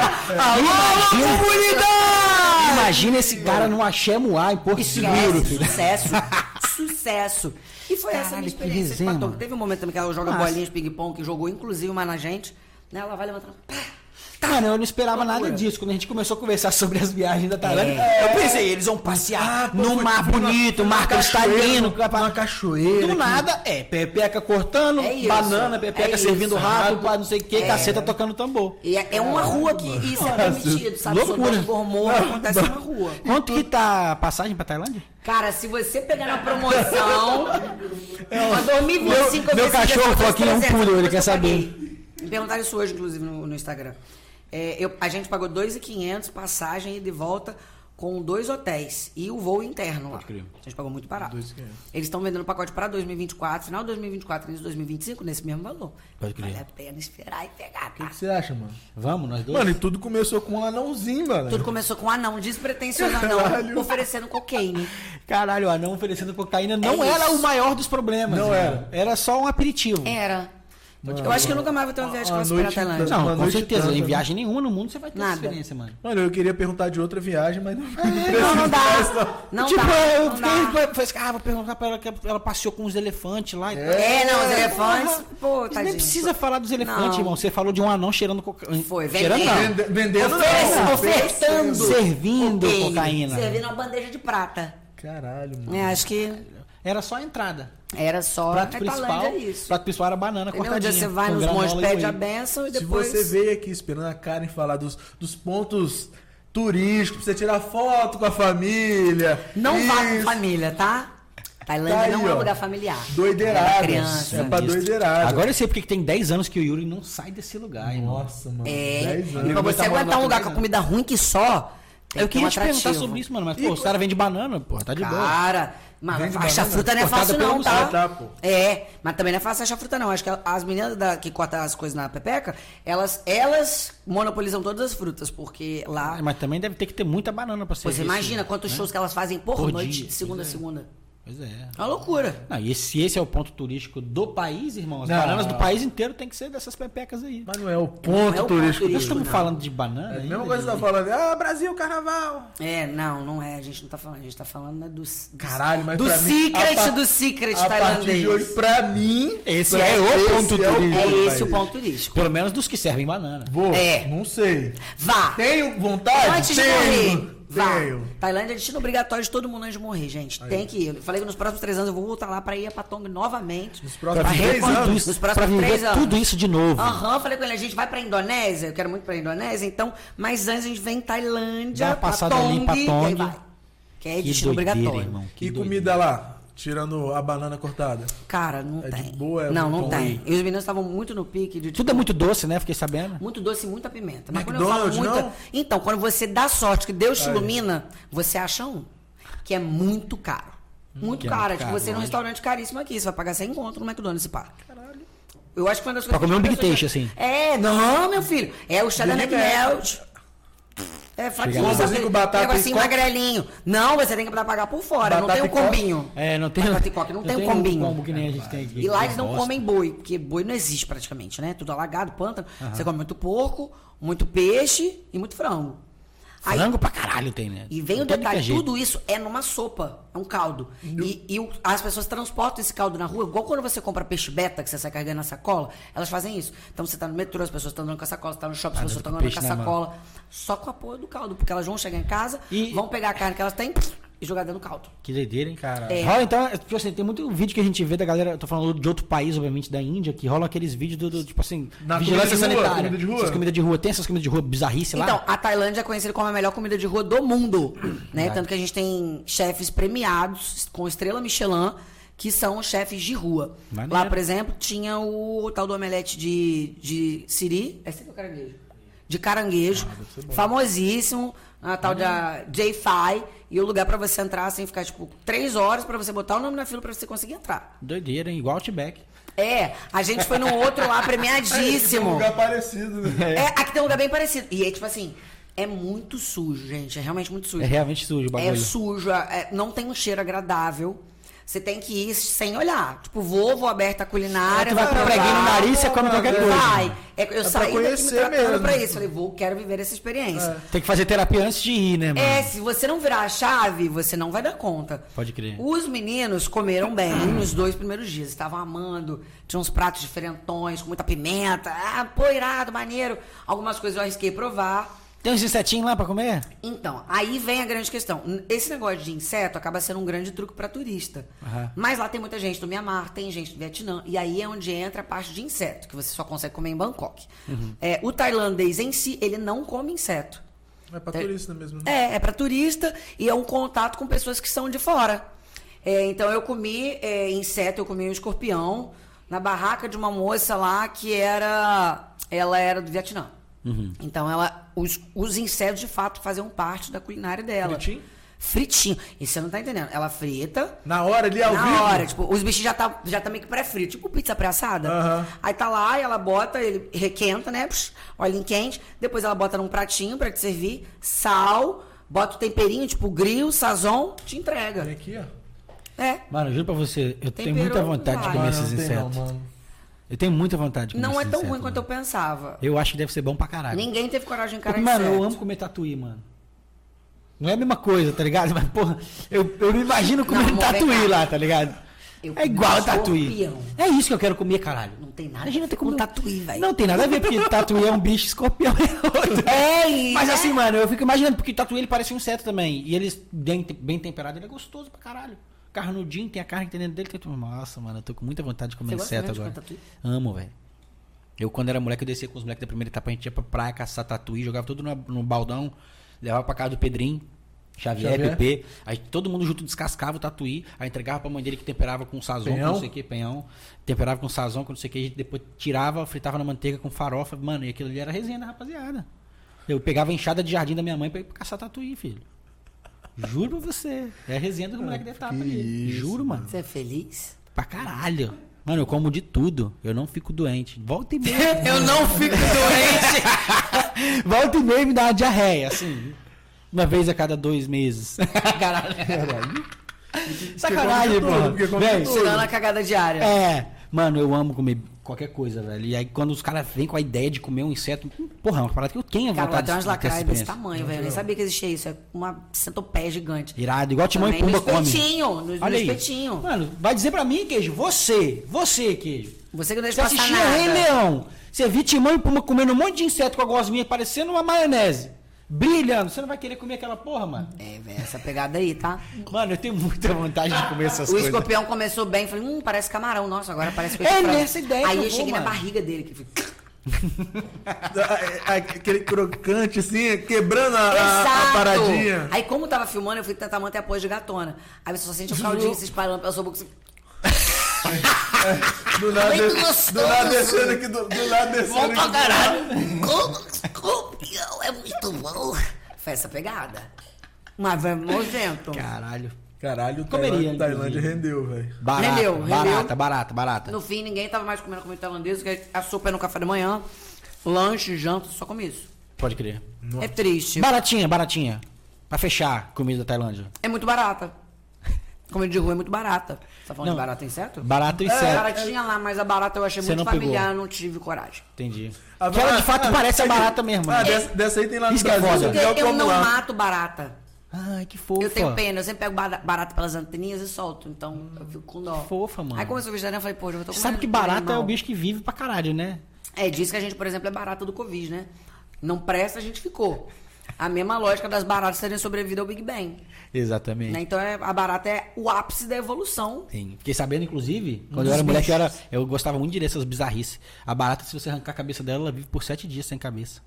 A: Alô, comunidade! Imagina esse cara no Axé Moá em Porto Seguro,
C: Esquece,
A: filho.
C: sucesso. Sucesso. E foi essa a
A: Caralho,
C: minha
A: que
C: experiência.
A: resenha,
C: com a Tom.
A: mano.
C: Teve um momento também que ela joga
A: Massa.
C: bolinhas de ping-pong, que jogou inclusive uma na gente. Né? Ela vai levantando. Pá,
A: Cara, eu não esperava nada disso. Quando a gente começou a conversar sobre as viagens da Tailândia,
C: É.
A: eu pensei, eles vão passear
B: pô,
A: no
B: foi-
A: mar
B: foi numa-
A: bonito,
B: numa
A: mar
B: cachoeira,
A: cristalino.
B: numa cachoeira
A: Do
B: que-
A: nada, é, pepeca cortando,
C: É isso,
A: banana, pepeca
C: é
A: servindo
C: isso.
A: rato, pá, não sei o que,
C: É.
A: caceta tocando tambor.
C: E é é uma rua que isso é permitido, sabe?
A: Loucura.
C: Soltando hormônio, acontece uma rua.
A: Quanto que tá a passagem pra Tailândia?
C: Cara, se você pegar na promoção, pra dois mil e vinte e cinco, eu
A: meu
C: vi esse dia,
A: cachorro
C: eu
A: falou que é um
C: trezentos,
A: poodle, ele
C: depois
A: quer
C: eu paguei. Me perguntaram isso hoje, inclusive, no, no Instagram. É, eu- a gente pagou dois mil e quinhentos, passagem e de volta com dois hotéis e o voo interno lá.
A: crer.
C: A gente pagou muito barato.
B: dois mil e quinhentos.
C: Eles estão vendendo o pacote para dois mil e vinte e quatro, final de dois mil e vinte e quatro, início de dois mil e vinte e cinco, nesse mesmo valor.
A: Pode crer.
C: Vale a pena esperar e pegar,
B: O
C: tá?
B: que você acha, mano?
A: Vamos, nós dois?
B: Mano, e tudo começou com um anãozinho, mano.
C: Tudo começou com um anão despretensioso anão
B: Caralho.
C: oferecendo cocaine.
A: Caralho, o anão oferecendo cocaína não
C: É
A: era
C: isso.
A: o maior dos problemas.
B: Não
A: irmão. Era só um aperitivo.
C: Era. Eu acho que eu nunca mais vou ter uma viagem
B: Uma
C: com essa pra
B: noite
C: Tailândia.
B: da-
A: Não,
B: Uma
A: com
B: noite
A: certeza.
B: tanto,
A: Em
B: né?
A: viagem nenhuma no mundo você vai ter essa
C: Nada.
A: experiência, mano.
B: Mano, eu queria perguntar de outra viagem, mas não,
C: Não, não dá. Não
A: tipo,
C: dá.
A: eu
C: não
A: fiquei,
C: dá.
A: falei assim, ah, vou perguntar pra ela que ela passeou com os elefantes lá e tal.
C: É, não, os elefantes. Pô,
A: Você
C: tadinho.
A: nem precisa falar dos elefantes,
C: Não.
A: irmão. Você falou de um anão cheirando cocaína.
C: Foi,
A: cheirando
C: vendendo.
A: não.
B: Vende- vendendo
C: Oferece-
B: não.
C: ofertando.
A: Servindo
C: Cocaine.
A: cocaína.
C: Servindo uma bandeja de prata.
B: Caralho, mano.
C: É, acho que
A: Era só a entrada.
C: era só.
A: Prato
C: a
A: principal,
C: Tailândia é isso.
A: prato principal era banana
C: Entendeu? Um
A: cortadinha.
C: dia você vai
A: com
C: nos
A: granola
C: montes,
A: e
C: pede a
A: whey.
C: benção e
B: Se
C: depois.
B: você veio aqui esperando a Karen falar dos, dos pontos turísticos, pra você tirar foto com a família.
C: Não vá com
B: isso,
C: família, tá? Tailândia
B: Tá aí,
C: não é
B: ó.
C: lugar familiar.
B: Doideiradas.
C: É pra criança.
B: É pra
A: Isso.
B: doideirada.
A: Agora eu sei porque que tem dez anos que o Yuri não sai desse lugar, irmão.
B: Nossa, mano.
C: É,
B: dez
C: e
B: anos.
C: pra
A: vai
C: você
A: tá morando
C: aguentar um
A: lá
C: lugar
A: com
C: com
A: dez
C: comida ruim que só, Tem
A: Eu
C: que ter um
A: queria te perguntar
C: atrativo.
A: sobre isso, mano. Mas, pô, os caras vendem banana, pô, tá de boa.
C: Cara, mas
B: Vende
C: achar
B: banana
C: fruta não é
A: cortada
C: fácil
A: pelo
C: não, tá?
B: Ah, tá, pô.
C: É, mas também não é fácil achar fruta não. Acho que as meninas da- que cortam as coisas na pepeca, elas, elas monopolizam todas as frutas, porque lá...
A: Ah, mas também deve ter que ter muita banana pra ser
C: Você imagina quantos shows que elas fazem por,
A: Por
C: noite,
A: dia,
C: de segunda a
A: pois é.
C: segunda.
A: Pois é.
C: É uma loucura.
A: Não, e esse, esse é o ponto turístico do país, irmão. As
B: Não.
A: bananas do país inteiro tem que ser dessas pepecas aí.
B: Mas não é o
C: Não
B: ponto
C: é o ponto
B: turístico.
C: turístico.
A: Nós estamos
C: não.
A: falando de banana.
B: É a
A: ainda,
B: mesma coisa que você
A: de-
B: tá falando. Ah, Brasil, carnaval.
C: É, não, não é. A gente não tá falando. A gente tá falando né, dos, dos-
B: Caralho, mas
C: do
B: pra mim,
C: secret
B: a pa-
C: do secret
B: A partir de hoje,
C: tailandês.
B: pra mim...
A: Esse
B: pra-
A: é o
B: esse
A: ponto
B: é
A: turístico.
C: É
B: ponto,
C: esse o
B: pai.
C: ponto turístico.
A: Pelo menos dos que servem banana.
B: Vou,
C: É.
B: não sei.
C: Vá!
B: Tenho vontade?
C: Antes de
B: Tenho.
C: morrer, vá.
B: Tenho.
C: Tailândia é destino obrigatório de todo mundo antes de morrer, gente. Tem que ir. Eu falei que nos próximos três anos eu vou voltar lá pra ir a Patong novamente.
B: Nos
A: Pra
B: próximos
A: viver
B: três
A: tudo
B: anos.
A: isso,
C: Nos
A: pra
C: próximos
A: viver
C: três anos.
A: tudo isso de novo.
C: Aham, falei com ele, a gente vai pra Indonésia, eu quero muito pra Indonésia, então, mas antes a gente vem em Tailândia,
A: Dá uma passada ali em
C: Patong, e aí
A: Patong.
C: vai. Que é
A: Que
C: destino
A: doideira,
C: obrigatório.
A: irmão. Que
B: E
A: doideira.
B: comida lá? Tirando a banana cortada.
C: Cara, não
B: É de
C: tem.
B: boa, é
C: não, não
B: muito
C: tem.
B: ruim.
C: E os meninos estavam muito no pique de
A: Tudo é muito doce, né? Fiquei sabendo.
C: muito doce e muita pimenta. Mas quando eu falo
B: McDonald's,
C: muita.
B: não?
C: Então, quando você dá sorte que Deus te
B: Aí.
C: ilumina, você acha um. Que é muito caro. Muito
A: que é
C: caro.
A: muito
C: É tipo
A: caro,
C: você ir num
A: lógico.
C: restaurante caríssimo aqui. Você vai pagar cem conto no McDonald's e pá. Caralho. Eu acho que foi uma das
A: Pra
C: coisas.
A: comer um
C: que
A: Big
C: as pessoas-
A: Taste, assim.
C: É, não, meu filho. É o cheddar
B: Big
C: McMelt. É fraquinho.
B: Chega lá.
C: sabe?
B: Com batata e
C: Negocinho
B: coca.
C: magrelinho. Não, você tem que pagar por fora.
B: Batata
C: não tem
B: e
C: um
B: coca.
C: combinho.
A: É, não tem.
C: Batata e coca, não tem um combinho.
A: combo que nem a gente tem aqui.
C: E lá eles não
A: Bosta.
C: comem boi, porque boi não existe praticamente, né? Tudo alagado, pântano. Você come muito porco, muito peixe e muito frango. Aí-
A: Frango pra caralho tem, né?
C: e vem o
A: Tudo que é
C: detalhe,
A: jeito.
C: tudo isso é numa sopa, é um caldo. E, e o- as pessoas transportam esse caldo na rua, igual quando você compra peixe beta, que você sai carregando na sacola, elas fazem isso. Então você tá no metrô, as pessoas estão andando com a sacola, você tá no shopping, as
A: Ah,
C: pessoas
A: com
C: estão andando
A: peixe
C: com a
A: na mão.
C: sacola. Só com a porra do caldo, porque elas vão chegar em casa,
A: E-
C: vão pegar a carne que elas têm e jogar dentro do caldo.
A: Que doideira, hein, cara?
C: É.
A: Rola, então, tipo assim, tem muito vídeo que a gente vê da galera, eu tô falando de outro país, obviamente, da Índia, que rola aqueles vídeos do, do, tipo assim,
B: Na
A: vigilância
B: comida de rua,
A: sanitária.
B: comida de rua?
A: Essas comidas de rua. Tem essas comidas de rua bizarrice
C: Então,
A: lá?
C: a Tailândia é conhecida como a melhor comida de rua do mundo, né?
A: Verdade.
C: Tanto que a gente tem chefes premiados com estrela Michelin, que são chefes de rua.
A: Maneiro.
C: Lá, por exemplo, tinha o tal do omelete de, de siri, é sempre o caranguejo. De caranguejo, famosíssimo, a tal da J-Fi, e o lugar pra você entrar sem ficar, tipo, três horas pra você botar o nome na fila pra você conseguir entrar.
A: Doideira, hein? Igual Outback.
C: É, a gente foi num outro lá
B: Tem um
C: premiadíssimo.
B: lugar parecido, né?
C: É, aqui tem um lugar bem parecido. E é tipo assim, é muito sujo, gente. É realmente muito sujo.
A: É realmente sujo o bagulho.
C: É sujo, é- não tem um cheiro agradável. Você tem que ir sem olhar. Tipo, vou, vou aberta a culinária.
A: Tu vai
C: vou
A: com o preguinho no
C: provar.
A: nariz, você come qualquer coisa.
C: Vai. É, eu
B: pra
C: saí daqui me
B: conhecer
C: tratando
B: mesmo.
C: pra isso. Falei, vou, quero viver essa experiência.
A: Tem que fazer terapia antes de ir, né, mano?
C: É, se você não virar a chave, você não vai dar conta.
A: Pode crer.
C: Os meninos comeram bem nos dois primeiros dias. Estavam amando. Tinha uns pratos diferentões, com muita pimenta. Ah, pô, irado, maneiro. Algumas coisas eu arrisquei provar.
A: Tem uns insetinhos lá pra comer?
C: Então, aí vem a grande questão. Esse negócio de inseto acaba sendo um grande truque para turista.
A: Aham.
C: Mas lá tem muita gente do Mianmar, tem gente do Vietnã. E aí é onde entra a parte de inseto, que você só consegue comer em Bangkok.
A: Uhum.
C: É, o tailandês em si, ele não come inseto.
B: É pra turista mesmo, né?
C: É, é para turista e é um contato com pessoas que são de fora. É, então eu comi é, inseto, eu comi um escorpião na barraca de uma moça lá que era. Ela era do Vietnã.
A: Uhum.
C: Então ela. Os, os insetos de fato faziam parte da culinária dela.
B: Fritinho?
C: Fritinho. E você não tá entendendo. Ela frita.
B: Na hora ali, ao
C: Na
B: vivo?
C: hora, tipo, os bichinhos já tá, já tá meio que pré-frito, tipo pizza pré-assada.
B: Aham.
C: Aí tá lá, e ela bota, ele requenta, né? Psh, olhinho quente. Depois ela bota num pratinho pra te servir, sal, bota o temperinho, tipo grill, sazon, te entrega.
B: Vem aqui, ó.
C: É.
A: Mano, eu juro pra você, eu tenho
C: Temperou,
A: muita vontade de
C: vai.
A: comer
B: Ah,
A: esses
B: não tem não,
A: insetos.
B: mano.
A: Eu tenho muita vontade de comer
C: Não é
A: esses
C: tão
A: insetos,
C: ruim quanto eu
A: mano.
C: pensava.
A: Eu acho que deve ser bom pra caralho.
C: Ninguém teve coragem de encarar
A: Porque, mano, eu
C: inseto.
A: amo comer tatuí, mano. Não é a mesma coisa, tá ligado? Mas, porra, eu, eu não imagino comer
C: Não, amor, vem
A: tatuí
C: cá.
A: lá, tá ligado?
C: Eu
A: É igual
C: comi
A: tatuí.
C: escorpião.
A: É isso que eu quero comer, caralho.
C: Não tem nada
A: Imagina ter
C: com
A: comido-
C: tatuí, velho.
A: Não tem nada a ver, porque tatuí é um bicho, escorpião é outro.
C: É, e-
A: Mas
C: é.
A: assim, mano, eu fico imaginando, porque tatuí ele parece um inseto também. E eles, bem, bem temperado, ele é gostoso pra caralho. Carnudinho, tem a carne que tem dentro dele. Tem... Nossa, mano, eu tô com muita vontade de comer
C: Você gosta
A: inseto
C: mesmo de
A: agora.
C: comer
A: Amo, velho. Eu, quando era moleque, eu descia com os moleques da primeira etapa, a gente ia pra praia caçar tatuí, jogava tudo no, no baldão, levava pra casa do Pedrinho, Xavier,
B: Xavier.
A: P P. Aí todo mundo junto descascava o tatuí, aí entregava pra mãe dele que temperava com sazon, com
B: Penhão?
A: não sei o que, penhão. Temperava com sazon, com não sei o que, a gente depois tirava, fritava na manteiga com farofa. Mano, e aquilo ali era resenha da rapaziada. Eu pegava a enxada de jardim da minha mãe pra ir caçar tatuí, filho. Juro pra você. É a resenha do moleque de etapa ali. Juro, mano.
C: Você é feliz?
A: Pra caralho. Mano, eu como de tudo. Eu não fico doente. Volta e meia.
C: Eu não fico doente.
A: Volta e meia me dá uma diarreia, assim. Uma vez a cada dois meses. Caralho. Sacanagem, pô. Velho,
C: Tirando a cagada diária.
A: é. Mano, eu amo comer qualquer coisa, velho. E aí quando os caras vêm com a ideia de comer um inseto, porra, é uma parada que eu tenho
C: Cara, lá
A: vontade
C: tem umas
A: de ter essa
C: lacraias desse
A: experiência.
C: tamanho, velho. Eu nem sabia que existia isso. É uma centopeia gigante.
A: Irado, igual Timão e
C: Também
A: Pumba
C: no
A: come.
C: espetinho, no, no
A: Olha aí.
C: espetinho.
A: Mano, vai dizer pra mim, Queijo, você, você, Queijo.
C: Você que não
A: Você
C: deixa passar
A: assistia Rei
C: nada.
A: Leão, você viu Timão e Pumba comendo um monte de inseto com a gosminha parecendo uma maionese. Brilhando, você não vai querer comer aquela porra, mano?
C: É, velho, essa pegada aí, tá?
A: Mano, eu tenho muita vontade de comer essas
C: O
A: coisas.
C: escorpião começou bem, falei, hum, parece camarão. Nossa, agora parece que
A: É nessa ideia
C: Aí
A: que eu
C: eu
A: vou,
C: cheguei
A: mano.
C: na barriga dele, que foi...
B: Aquele crocante, assim, quebrando a, a- a
C: Exato!
B: paradinha.
C: Aí como tava filmando, eu fui tentar manter a pose de gatona. Aí você só sente o caldinho se espalhando pela sua boca. Assim...
B: Do nada,
C: Muito
B: de-
C: gostoso.
B: do lado descendo aqui, do, do lado descendo
C: Bom pra
B: aqui.
C: caralho! Como escorpião é muito bom! Foi essa pegada. Mas é nojento.
A: Caralho.
B: Caralho,
A: Comeria,
B: Tailândia, Tailândia
A: inclusive.
B: rendeu, velho.
A: Barata,
C: Rendeu, rendeu.
A: barata, barata, barata.
C: No fim, ninguém tava mais comendo comida tailandesa, porque a sopa é no café da manhã, lanche, janta, só come isso.
A: Pode crer.
C: É triste.
A: Baratinha, baratinha. Pra fechar, comida da Tailândia.
C: É muito barata. Comida de rua é muito barata. Você tá falando
A: Não.
C: de barata inseto?
A: Barato e
C: É,
A: certo.
C: baratinha lá, mas a barata eu achei
A: Você
C: muito
A: não pegou.
C: familiar, não tive coragem.
A: Entendi.
B: Ah,
A: Que ela de
B: ah,
A: fato
B: ah,
A: parece a
B: ah,
A: barata mesmo.
B: Ah,
A: né?
B: dessa, dessa aí tem lá no
A: Isso que é
B: Brasil.
A: foda.
C: Porque
B: eu
C: eu
B: como
C: não
B: lá.
C: mato barata.
A: Ai, que fofa.
C: Eu tenho pena, eu sempre pego bara- barata pelas anteninhas e solto. Então eu fico com dó.
A: Fofa, mano.
C: Aí como eu sou vegetariana, eu falei, pô, já vou tô
A: Você
C: comendo
A: sabe que barata é
C: animal.
A: o bicho que vive pra caralho, né?
C: É, diz que a gente, por exemplo, é barata do Covid, né? Não presta, a gente ficou. A mesma lógica das baratas terem sobrevivido ao Big Bang.
A: Exatamente.
C: Né? Então é, a barata é o ápice da evolução.
A: Sim. Fiquei sabendo, inclusive, quando
C: Dos
A: eu era moleque, eu,
C: bichos.
A: era, eu gostava muito de ler essas bizarrices. A barata, se você arrancar a cabeça dela, ela vive por sete dias sem cabeça.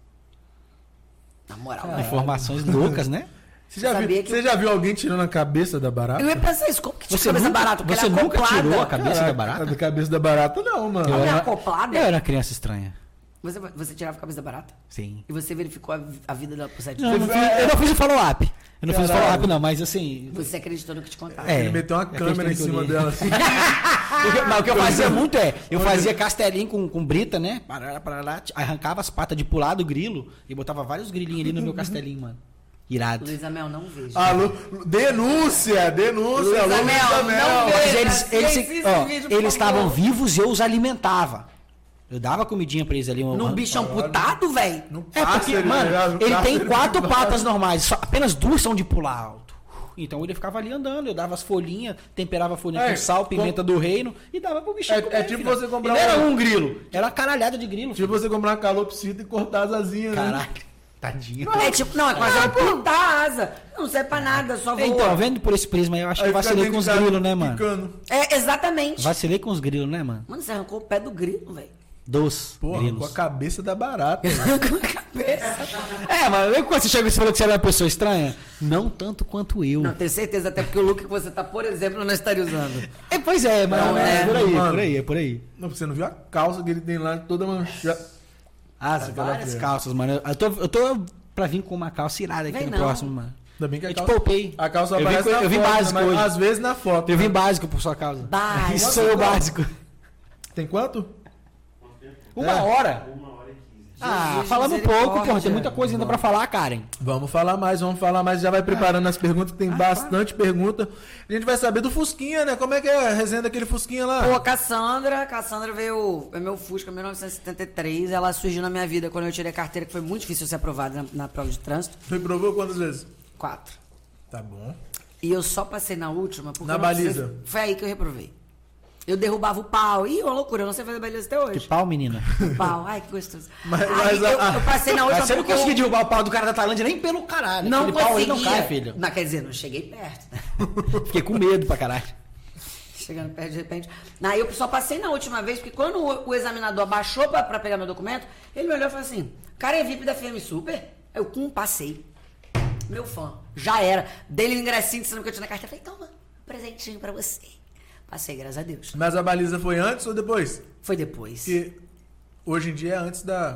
C: Na moral.
A: Informações loucas, né?
B: Você já,
C: Sabia
B: viu,
C: que
B: você
C: eu-
B: já viu alguém tirando a cabeça da barata?
C: Eu ia pensar isso, como que tinha
A: Você
C: cabeça
A: nunca-
C: barata? Porque
A: você
C: ela é
A: nunca
C: acoplada.
A: tirou a cabeça
B: Caraca,
A: da barata?
B: Da cabeça da barata, não, mano.
A: Eu
C: Ela é
A: era-
C: acoplada?
A: Eu era uma criança estranha.
C: Você, você tirava a cabeça da barata?
A: Sim.
C: E você verificou a, a vida dela por sete
A: Não, eu
C: dias?
A: não fiz, eu não fiz o follow-up. Eu não fiz o
B: Caralho.
A: follow-up, não, mas assim.
C: Você acreditou no que te contaram?
A: É.
B: Ele meteu uma
A: É
B: câmera em
A: questão que eu
B: cima
A: li.
B: dela, assim.
A: O que- mas o que eu fazia muito é, eu fazia castelinho com, com brita, né? Parará, parará, arrancava as patas de pular do grilo e botava vários grilinhos ali no meu castelinho, mano. Irado.
C: Luísa Mel, não vejo.
B: Alô, denúncia, denúncia, alô,
C: Luísa Mel,
B: Luísa
C: não
B: Mel.
C: vejo.
A: Mas eles,
C: Assiste
A: eles,
C: esse
A: ó,
C: vídeo, por
A: eles
C: favor.
A: estavam vivos e eu os alimentava. Eu dava comidinha pra eles ali. Um,
C: Num bicho amputado, velho?
B: No
A: É porque,
B: pássaro,
A: mano,
B: né? No
A: ele tem
B: pássaro
A: quatro
B: de
A: patas normais, só, apenas duas são de pular alto. Então ele ficava ali andando, eu dava as folhinhas, temperava a folhinha
B: É,
A: com sal, pimenta do reino e dava pro bichinho
B: É-
A: comer,
B: é tipo
A: filho.
B: você comprar
A: E não era
B: um-
A: um grilo, era uma caralhada de grilo.
B: Tipo você comprar uma calopsita e cortar as asinhas, né?
A: Caralho, tadinho.
C: É tipo, não, é quase amputar a asa. Não serve pra nada, só voa.
A: Então, vendo por esse prisma aí, eu acho que
B: Aí
A: eu vacilei
B: fica
A: com os
B: dentro de
A: grilos,
B: casa
A: né, mano?
B: picando.
C: É, exatamente.
A: Vacilei com os grilos, né, mano?
C: Mano, você arrancou o pé do grilo, velho.
A: Dos
B: Porra,
A: grilos.
B: com a cabeça da barata.
C: Arrancou a cabeça.
A: É, mas lembra quando você chegou e você falou que você era uma pessoa estranha? Não tanto quanto eu.
C: Não, tenho certeza, até porque o look que você tá, por exemplo, não estaria usando.
A: É, pois é, mas
C: Não,
A: é,
C: é,
A: por aí,
B: mano.
A: por aí, é por aí.
B: Não, você não viu a calça que ele tem lá, toda manchada.
A: Ah,
B: Essa
A: várias
B: aquela
A: calças, mano. Eu tô, eu tô pra vir com uma calça irada aqui
C: Vem
A: no
C: não.
A: próximo, mano.
B: Ainda bem que a
A: Eu te
B: calça...
A: poupei.
B: A calça
A: Eu vim
B: aparece
A: com-
B: na
A: eu vim
B: foto,
A: básico
B: mas
A: hoje.
B: às vezes na foto.
A: Eu
B: né?
A: vim básico por sua causa.
C: Básico.
A: Isso sou eu básico.
B: Tem quanto?
A: Uma
B: É.
A: hora? Ah,
C: Jesus,
A: falamos pouco,
C: misericórdia.
A: porra. Tem muita coisa ainda pra falar, Karen.
B: Vamos falar mais, vamos falar mais. Já vai preparando as perguntas, que tem bastante pergunta. A gente vai saber do Fusquinha, né? Como é que é a resenha daquele Fusquinha lá?
C: Pô, a Cassandra, Cassandra veio, é meu Fusca, mil novecentos e setenta e três, ela surgiu na minha vida quando eu tirei a carteira, que foi muito difícil ser aprovada na, na prova de trânsito.
B: Reprovou quantas vezes?
C: Quatro.
B: Tá bom.
C: E eu só passei na última porque
B: Na
C: eu não
B: baliza.
C: precisei- Foi aí que eu reprovei. Eu derrubava o pau. Ih, uma loucura, eu não sei fazer baliza até
A: Que
C: hoje.
A: pau, menina.
C: O pau, ai que gostoso.
B: Mas-
C: Aí
B: mas a-
C: eu, eu passei na última
A: Mas você não
C: porque eu
A: conseguiu derrubar o pau do cara da Tailândia nem pelo caralho.
C: não
A: Aquele pau aí
C: conseguia.
A: não cai, filho.
C: Não, quer dizer, não cheguei perto. né?
A: Fiquei com medo pra caralho.
C: Chegando perto de repente. Aí eu só passei na última vez, porque quando o, o examinador abaixou pra, pra pegar meu documento, ele me olhou e falou assim: cara, é V I P da F M Super? Eu, com passei. Meu fã. Já era. Dei-lhe um ingressinho dizendo que eu tinha na carteira. Falei, toma, um presentinho pra você. Passei, graças a Deus.
B: Mas a baliza foi antes ou depois?
C: Foi depois.
B: Porque hoje em dia é antes da...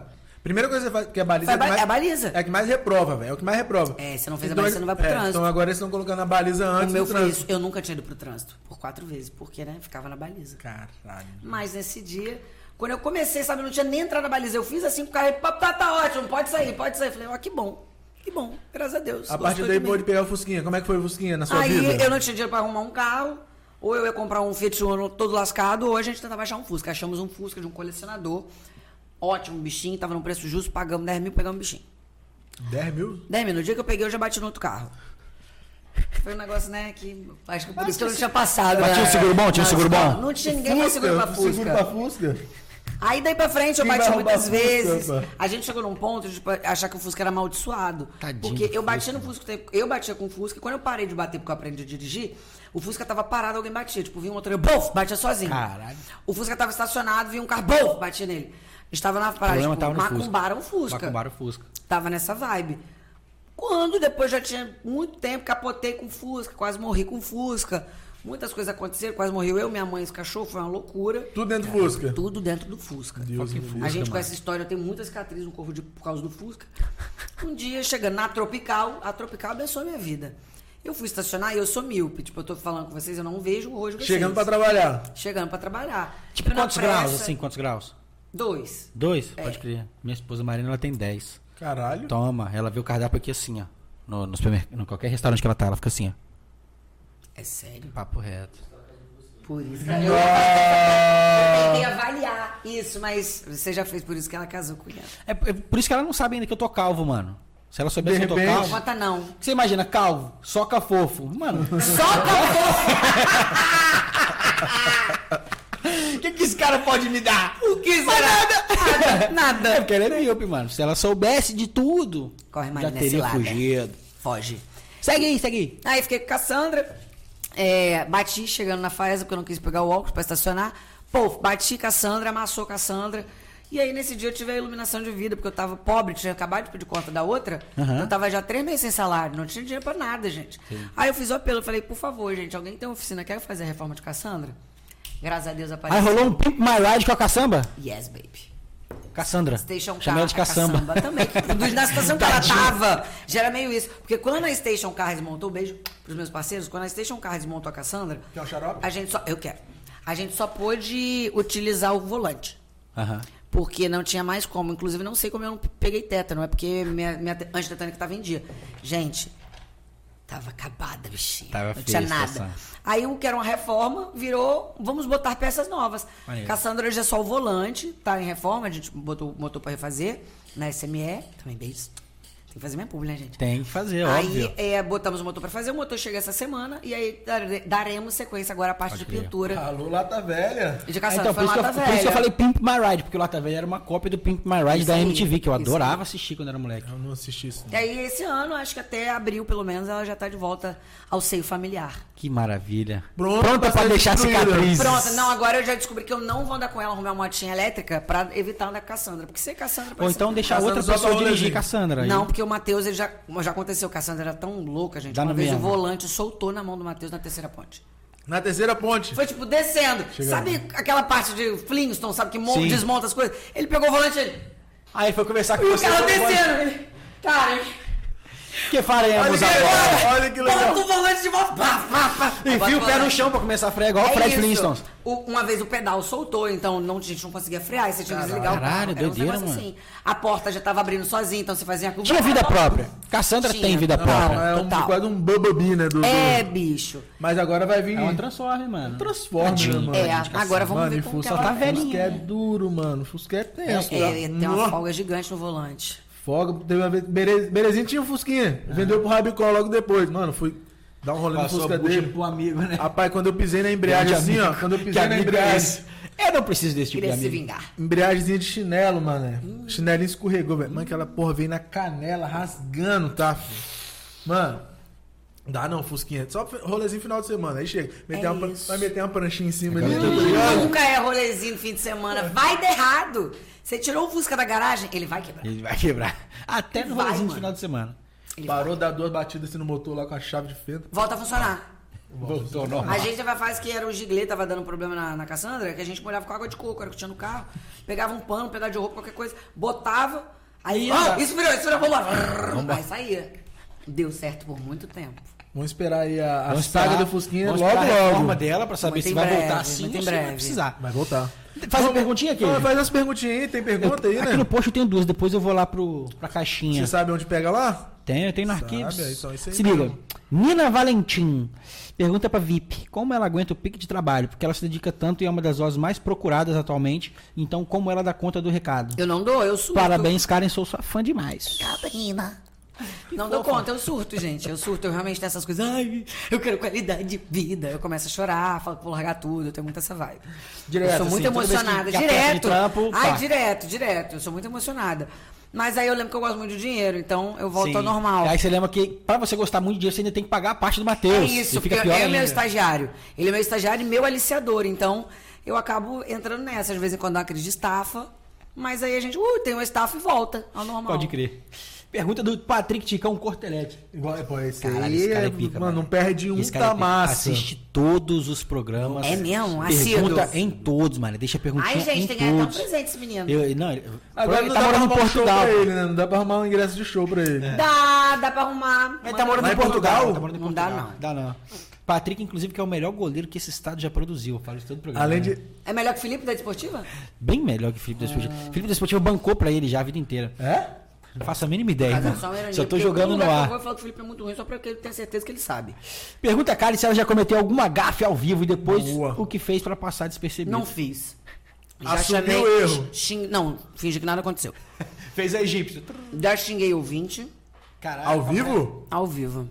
B: Primeira coisa que você faz, que a baliza
C: Foi a
B: é, que
C: ba-
B: mais,
C: é a baliza.
B: é a que mais reprova, velho. É o que mais reprova.
C: É, se não fez a
B: Então,
C: baliza, você não vai pro
B: é,
C: trânsito.
B: Então agora eles estão colocando a baliza antes
C: O meu
B: do
C: foi
B: trânsito.
C: isso. Eu nunca tinha ido pro trânsito. Por quatro vezes. Porque, né? Ficava na baliza.
B: Caralho.
C: Mas nesse dia, quando eu comecei, sabe, não tinha nem entrado na baliza. Eu fiz assim com o carro, pá, tá, tá ótimo, pode sair, pode sair. Falei, ó, que bom, que bom, graças a Deus.
B: A partir
C: gostou
B: daí
C: de mim.
B: pôde pegar o Fusquinha. Como é que foi o Fusquinha na sua
C: Aí
B: vida?
C: eu não tinha dinheiro pra arrumar um carro, ou eu ia comprar um Fiat Uno todo lascado, ou a gente tentava achar um Fusca. Achamos um Fusca de um colecionador, ótimo bichinho, tava num preço justo, pagamos dez mil, pegamos um bichinho.
B: dez mil?
C: dez mil, no dia que eu peguei, eu já bati no outro carro. Foi um negócio, né, que acho que por isso que eu não tinha passado.
A: Mas tinha um
C: né?
A: seguro bom? Tinha um
C: Não,
A: seguro bom?
C: Não tinha ninguém mais seguro pra Fusca.
B: Seguro pra Fusca?
C: Aí daí pra frente eu
B: Quem
C: bati
B: vai roubar
C: muitas
B: Fusca,
C: vezes.
B: pá?
C: A gente chegou num ponto de tipo, achar que o Fusca era amaldiçoado.
A: Tadinho
C: Porque
A: do
C: eu batia no Fusca, eu batia com o Fusca, e quando eu parei de bater porque eu aprendi a dirigir, o Fusca tava parado, alguém batia. Tipo, vinha um outro, bof, batia sozinho.
A: Caralho.
C: O Fusca tava estacionado, vinha um carro, bof, batia nele. Estava na parada,
A: problema
C: tipo,
A: tava no Fusca.
C: macumbaram o Fusca.
A: Macumbaram o Fusca.
C: Tava nessa vibe. Quando depois já tinha muito tempo, capotei com o Fusca, quase morri com o Fusca. Muitas coisas aconteceram, quase morreu eu, minha mãe, esse cachorro, foi uma loucura.
B: Tudo dentro do Fusca.
C: Tudo dentro do Fusca.
B: Deus me livre.
C: A gente com essa história, eu tenho muitas cicatrizes no corpo de, por causa do Fusca. Um dia, chegando na Tropical, a Tropical abençoou a minha vida. Eu fui estacionar e eu sou míope. Tipo, eu tô falando com vocês, eu não vejo o rosto de vocês.
B: Chegando pra trabalhar.
C: Chegando pra trabalhar.
A: Tipo,
C: Eu na
A: quantos graus,
C: pressa-
A: assim, quantos graus?
C: Dois.
A: Dois?
C: É.
A: Pode crer. Minha esposa Marina, ela tem dez.
B: Caralho.
A: Toma, ela vê o cardápio aqui assim, ó. No, no supermercado, no qualquer restaurante que ela tá, ela fica assim, ó.
C: É sério?
A: Papo reto.
C: Por isso. Eu, eu tentei avaliar isso, mas você já fez por isso que ela casou com ela.
A: É, é por isso que ela não sabe ainda que eu tô calvo, mano. Se ela soubesse
B: De
A: que eu tô
B: repente-
A: calvo.
C: Conta não.
A: Você imagina, calvo, soca fofo. Mano,
C: Só
A: o que, que esse cara pode me dar?
C: o que será? Nada.
A: É
C: Nada.
A: porque ela é míope, mano. Se ela soubesse de tudo,
C: Corre mais
A: já
C: nesse
A: teria
C: lado.
A: fugido.
C: Foge.
A: Segue aí, segue aí.
C: Aí fiquei com a Cassandra, é, bati chegando na Faesa, porque eu não quis pegar o óculos pra estacionar. Pô, bati Cassandra, amassou Cassandra. E aí nesse dia eu tive a iluminação de vida, porque eu tava pobre, tinha acabado de pedir conta da outra.
A: Uhum.
C: Eu tava já três meses sem salário, não tinha dinheiro pra nada, gente. Aí eu fiz o apelo, eu falei, por favor, gente, alguém tem uma oficina, quer fazer a reforma de Cassandra? Graças a Deus
A: Aí
C: apareceu.
A: rolou um Pimp My Ride com a caçamba?
C: Yes, baby.
A: Cassandra.
C: Station
A: Chamei ela de
C: Car, a
A: caçamba.
C: caçamba também. Do- Na situação que ela tava, já era meio isso. Porque quando a Station Car desmontou, beijo pros meus parceiros, quando a Station Car desmontou a Cassandra,
B: Quer um xarope?
C: a gente só. Eu quero. A gente só pôde utilizar o volante.
A: Aham.
C: Porque não tinha mais como. Inclusive, não sei como eu não peguei tétano. É porque minha, minha antitetânica tava em dia. Gente, tava acabada, bichinho.
A: Tava
C: não
A: feia
C: tinha
A: a
C: nada.
A: situação.
C: Aí o que era uma reforma virou, vamos botar peças novas.
A: Maneiro.
C: Cassandra hoje é só o volante, tá em reforma, a gente botou, botou pra refazer na S M E. Também beijo. Tem que fazer minha publi, né, gente?
A: Tem que fazer,
C: Aí
A: óbvio.
C: é, botamos o motor pra fazer, o motor chega essa semana e aí dare- daremos sequência agora à parte
A: Pode
C: de
A: crer.
C: pintura.
B: Alô, Lata Velha.
C: E de
A: Ah,
C: Cassandra,
A: então, por
C: foi
A: isso, que eu,
C: Lata
A: por isso que eu
C: Velha.
A: falei Pimp My Ride, porque o Lata Velha era uma cópia do Pimp My Ride
C: Isso
A: da
C: aí,
A: M T V, que eu
C: isso
A: adorava
C: aí.
A: assistir quando era moleque.
B: Eu não assisti isso.
C: E aí, esse ano, acho que até abril, pelo menos, ela já tá de volta ao seio familiar.
A: Que maravilha.
B: Pronto
A: Pronta
B: pra
A: pra
B: ser
A: deixar
B: destruída.
A: cicatrizes.
C: Pronto, não, agora eu já descobri que eu não vou andar com ela arrumar uma motinha elétrica pra evitar andar com a Cassandra. Porque ser Cassandra...
A: Ou
C: parece-
A: então deixar
B: Cassandra
A: outra
B: só
A: pessoa
B: pra
A: dirigir
B: rolezinho.
A: Cassandra.
C: Não,
A: aí.
C: porque o Matheus, ele já, já aconteceu. Cassandra era tão louca, gente.
A: Dá
C: Uma
A: no
C: vez
A: mesmo.
C: o volante soltou na mão do Matheus na terceira ponte.
B: Na terceira ponte.
C: Foi tipo descendo.
B: Chega
C: Sabe aquela parte de Flintstone, sabe que monta,
A: Sim.
C: desmonta as coisas? Ele pegou o volante e ele...
A: Aí foi conversar com
C: E o
A: você.
C: carro
A: falou,
C: descendo. Ele, cara,
A: O que faremos
B: Olha que
A: agora?
B: legal. Olha que legal.
C: bota o volante de volta. Pá, pá, pá.
A: Enfia
C: Bota
A: o pé no
C: volante.
A: chão pra começar a frear, igual o
C: É
A: Fred
C: isso.
A: Flintstones.
C: O- uma vez o pedal soltou, então não, a gente não conseguia frear, aí você tinha que desligar o carro.
A: Caralho,
C: Era uns
A: doideira,
C: negócios
A: mano.
C: assim. A porta já tava abrindo sozinha, então você fazia a curva.
A: Tinha vida própria. Cassandra
C: Tinha.
A: tem vida
C: Não,
A: própria.
B: É um,
C: Total.
B: quase um Bumblebee, né? Do, do-
C: É, bicho.
B: Mas agora vai vir...
A: É uma Transforme, mano.
B: Transforma, né,
A: Tadinho.
B: mano?
C: É, agora vamos
B: Mano,
C: ver
B: e
C: como que
B: Fusca
C: ela
A: tá velhinha,
B: Fusca é
A: né?
B: duro, mano. Fusca é tenso.
C: É,
B: tá?
C: tem uma
B: Nó.
C: folga gigante no volante.
B: Folga. Teve uma vez... Bere- Berezinho tinha um Fusquinha. Vendeu pro Rabicó logo depois. Mano, fui dar um rolê no Fusca dele.
A: pro amigo, né?
B: Rapaz, quando eu pisei na embreagem assim, ó. Quando eu
A: Que
B: pisei na
A: amigo é
B: embreagem...
A: esse? Eu não preciso desse tipo
C: Queria
A: de
C: se
A: amigo.
C: vingar.
B: Embreagemzinha de chinelo, mano. Hum. Chinelinho escorregou, velho. Mano, aquela porra veio na canela, rasgando, tá? filho? Mano, dá não, Fusquinha. Só rolezinho final de semana. Aí chega. Meter
C: É
B: uma,
C: isso.
B: vai meter uma pranchinha em cima ali,
A: Agora
B: tá ligado?
C: Nunca é rolezinho no fim de semana. Vai dar errado. Você tirou o Fusca da garagem, ele vai quebrar.
A: Ele vai quebrar. Até no
C: Vai,
A: rolezinho no
C: mano.
A: final de semana.
C: Ele
B: Parou, dá duas batidas assim no motor lá com a chave de fenda.
C: Volta a funcionar.
A: Voltou normal.
C: A gente teve a fase que era o giglê, tava dando problema na, na Cassandra, que a gente molhava com água de coco, era o que tinha no carro. Pegava um pano, um pedaço de roupa, qualquer coisa, botava, aí, ah, isso virou, isso virou, vambora. Aí saía. Deu certo por muito tempo.
B: Vamos esperar aí a, a
A: Vamos
B: saga
A: esperar,
B: do Fusquinha
A: vamos
B: logo,
A: esperar a
B: logo.
A: reforma dela pra saber
C: Muito
A: se
C: em
A: vai
C: breve,
A: voltar assim
C: muito
A: ou
C: em
A: se vai
C: breve.
A: precisar.
B: Vai voltar.
A: Faz uma perguntinha aqui.
B: Ah, faz as perguntinhas aí, tem pergunta aí, né?
A: Aqui no post eu tenho duas, depois eu vou lá pro, pra caixinha.
B: Você sabe onde pega lá?
A: Tem, tem no
B: Sabe,
A: arquivos.
B: então isso aí
A: Se liga.
B: mesmo.
A: Nina Valentim pergunta pra V I P como ela aguenta o pique de trabalho, porque ela se dedica tanto e é uma das vozes mais procuradas atualmente, então como ela dá conta do recado?
C: Eu não dou, eu surto.
A: Parabéns, Karen, sou sua fã demais.
C: Catarina. Não dou conta, eu surto, gente. Eu surto, eu realmente tenho essas coisas. Ai, eu quero qualidade de vida. Eu começo a chorar, falo que vou largar tudo. Eu tenho muito essa vibe.
A: Direto,
C: eu sou muito
A: assim, toda vez que-
C: emocionada.
A: que aperta de
C: Direto.
A: trampo,
C: Ai,
A: pá.
C: direto, direto. Eu sou muito emocionada. Mas aí eu lembro que eu gosto muito de dinheiro, então eu volto
A: Sim.
C: ao normal.
A: Aí você lembra que pra você gostar muito de dinheiro, você ainda tem que pagar a parte do
C: É
A: Matheus.
C: isso,
A: E
C: porque
A: fica pior
C: ele é
A: ainda.
C: meu estagiário. Ele é meu estagiário e meu aliciador. Então, eu acabo entrando nessa. Às vezes, quando dá uma crise de estafa. Mas aí a gente, uh, tem uma estafa e volta ao normal.
A: Pode crer. Pergunta do Patrick Ticão Cortelete.
B: Igual, pô, esse
A: Caralho,
B: aí,
A: esse cara é
B: é,
A: pica,
B: mano,
A: mano.
B: não perde um
A: Esse cara é pica.
B: massa.
A: Assiste todos os programas.
C: É mesmo?
A: Pergunta
C: Assíduo.
A: em todos, mano. Deixa a perguntinha
C: Ai, gente,
A: em
C: tem que ganhar até um
A: todos.
C: presente esse menino.
A: Eu, não, ele,
B: Agora
A: ele
B: não
A: tá
B: dá pra
A: morando em
B: arrumar um show
A: Portugal.
B: pra ele, né? Não dá pra arrumar um ingresso de show pra ele.
C: Dá, dá pra arrumar.
A: Ele tá morando
B: Vai
A: em
B: em
A: Portugal.
B: Portugal?
A: Tá morando em
C: Não dá,
A: Portugal. Dá não. Patrick, inclusive, que é o melhor goleiro que esse estado já produziu. Eu falo isso todo programa.
B: Além
A: né?
B: de...
C: É melhor que o Felipe da Desportiva?
A: Bem melhor que o Felipe da Desportiva. Felipe da Desportiva bancou pra ele já a vida inteira.
B: É?
A: Não faço a mínima ideia,
C: Mas é
A: irmão.
C: só uma ironia,
A: Só tô
C: porque
A: jogando
C: todo
A: no
C: lugar que eu
A: ar.
C: vou, eu falo que o Felipe é muito ruim, só porque eu tenho certeza que ele sabe.
A: Pergunta a Karen se ela já cometeu alguma gafe ao vivo e depois
B: Boa.
A: o que fez pra passar despercebido.
C: Não fiz.
B: Assumiu o erro.
C: xing- Não, fingi que nada aconteceu.
A: Fez a egípcia.
C: Já xinguei ouvinte
A: Caralho.
B: Ao vivo?
C: ao vivo.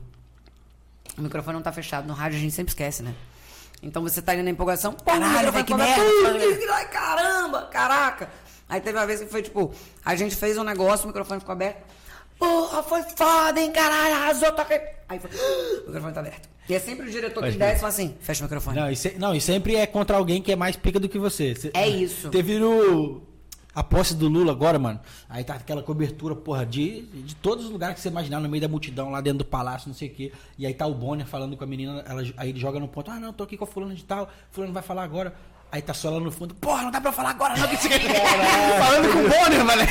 C: O microfone não tá fechado. No rádio a gente sempre esquece, né? Então você tá ali na empolgação. Pô,
A: Caralho,
C: o microfone
A: velho, que
C: ficou
A: merda.
C: aberto. Ai, caramba, caraca. Aí teve uma vez que foi tipo, a gente fez um negócio, o microfone ficou aberto. Porra, foi foda, hein, caralho, arrasou, toca aí. Aí foi, o microfone tá aberto. E é sempre o diretor
A: Pode
C: que
A: crer.
C: desce e fala assim, fecha o microfone.
A: Não e, se- não, e sempre é contra alguém que é mais pica do que você. Cê-
C: É isso.
A: Teve no... a posse do Lula agora, mano. Aí tá aquela cobertura, porra, de, de todos os lugares que você imaginar, no meio da multidão, lá dentro do palácio, não sei o quê. E aí tá o Bonner falando com a menina, ela, aí ele joga no ponto, ah, não, tô aqui com a fulana de tal, fulano vai falar agora. Aí tá só ela no fundo, porra, não dá pra falar agora não, que você falando com o Bonner, mano.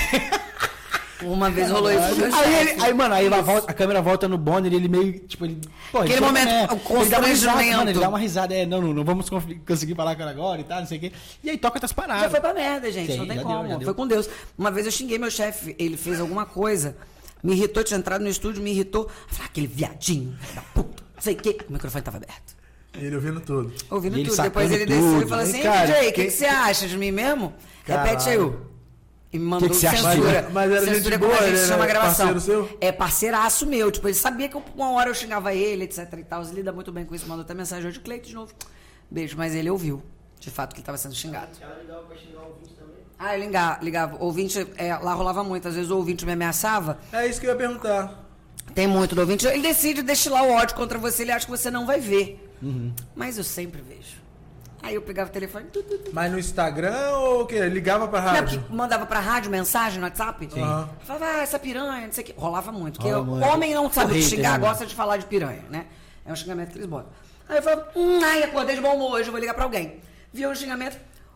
C: Uma vez rolou isso com o meu
A: Aí,
C: chefe.
A: ele, aí, mano, aí a, volta- a câmera volta no Bonner e ele meio, tipo, ele... Pô, ele
C: Aquele
A: joga,
C: momento,
A: né,
C: o
A: ele dá uma risada,
C: constrangimento.
A: mano, ele dá uma risada, é, não, não, não vamos conf- conseguir falar com ela agora e tal, não sei o quê. E aí toca outras paradas.
C: Já foi pra merda, gente.
A: Sim,
C: não tem
A: já
C: como.
A: deu, já deu.
C: Foi com Deus. Uma vez eu xinguei meu chefe, ele fez alguma coisa, me irritou, tinha entrado no estúdio, me irritou. Eu falei, aquele viadinho, da puta, não sei o quê. O microfone tava aberto.
B: Ele ouvindo tudo.
C: Ouvindo
A: E ele
C: tudo. Depois
A: sacando
C: ele desceu
A: tudo.
C: e falou
B: Vem
C: assim,
B: cá,
C: D J, o que,
B: quem-
C: que você acha de mim mesmo? Repete aí.
B: Caralho.
C: eu. E me mandou
A: Que que você acha?
C: censura.
B: Mas- mas era gente
C: censura
B: boa,
C: como a gente
B: ele
C: chama a
B: era
C: gravação.
B: parceiro seu?
C: É parceiraço meu. Tipo, ele sabia que eu, uma hora eu xingava ele, etc e tal. Ele lida muito bem com isso. Mandou até mensagem hoje. Cleito, de novo. Beijo. Mas ele ouviu, de fato, que ele tava sendo xingado.
D: Ela ligava pra xingar o ouvinte também.
C: Ah, eu ligava. ligava. Ouvinte, é, lá rolava muito. Às vezes o ouvinte me ameaçava.
B: É isso que eu ia perguntar.
C: Tem muito do ouvinte. Ele decide destilar o ódio contra você. Ele acha que você não vai ver.
B: Uhum.
C: Mas eu sempre vejo. Aí eu pegava o telefone. Tu, tu, tu.
B: Mas no Instagram ou o quê? Ligava pra
C: Não,
B: rádio?
C: porque mandava pra rádio mensagem no WhatsApp.
B: Sim. Aham.
C: Falava, ah, essa piranha, não sei o que. Rolava muito. Porque
A: Rola
C: o
A: muito.
C: homem não sabe
A: Hater,
C: xingar,
A: né, mano?
C: gosta de falar de piranha, né? É um xingamento que eles botam. Aí eu falava, hum, ai, acordei de bom humor hoje, eu vou ligar pra alguém. Viu o xingamento?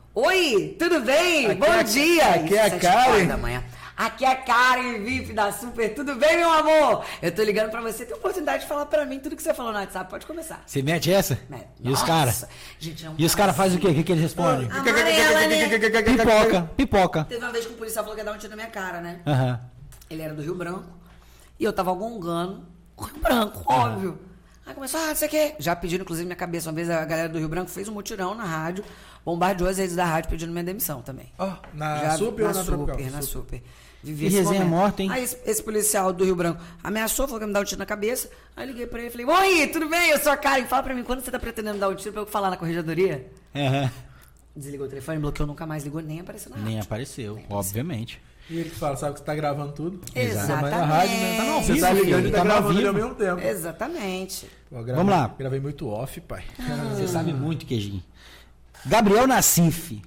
C: Oi, tudo bem?
B: Aqui
C: bom
B: é a-
C: dia!
B: aqui é a
C: Sete
B: Karen.
C: horas da manhã. Aqui é a Karen V I P da Super. Tudo bem, meu amor? Eu tô ligando pra você. Tem oportunidade de falar pra mim tudo que você falou no WhatsApp. Pode começar.
A: Você mete essa?
C: Mete.
A: E os
C: Nossa,
A: caras?
C: gente, é um
A: E os caras fazem o quê? O que, que eles respondem?
C: Ah, amarela, né?
A: Pipoca, pipoca.
C: Teve uma vez que o policial falou que ia dar um tiro na minha cara, né?
A: Aham.
C: Ele era do Rio Branco. E eu tava gongando. O Rio Branco, óbvio. Aí começou, ah, não sei o quê. Já pediram, inclusive, minha cabeça. Uma vez a galera do Rio Branco fez um mutirão na rádio. Bombardeou as redes da rádio pedindo minha demissão também.
B: Ó, na
C: Já-
B: Super ou na Tropical?
C: Super, na Super. Vivi
A: Que
C: esse
A: resenha
C: momento.
A: morta, hein?
C: Aí esse, esse policial do Rio Branco ameaçou, falou que ia me dar um tiro na cabeça. Aí liguei pra ele e falei, oi, tudo bem? Eu sou a Karen. Fala pra mim, quando você tá pretendendo dar um tiro pra eu falar na corregedoria?
A: Aham.
C: Desligou o telefone, bloqueou, nunca mais ligou, nem apareceu na rádio.
A: Nem apareceu, obviamente.
B: E ele que fala, sabe que você tá gravando tudo?
C: Exatamente.
B: Mas na rádio, né? Tá no ao
A: Você
B: vivo,
A: tá ligando
B: filho,
A: e
B: tá
A: tá no ao
B: gravando ele ao
A: vivo.
B: mesmo tempo.
C: Exatamente.
B: Pô, gravei-
A: Vamos lá.
B: Gravei muito off, pai.
A: Você sabe muito, Queijinho. Gabriel Nassif.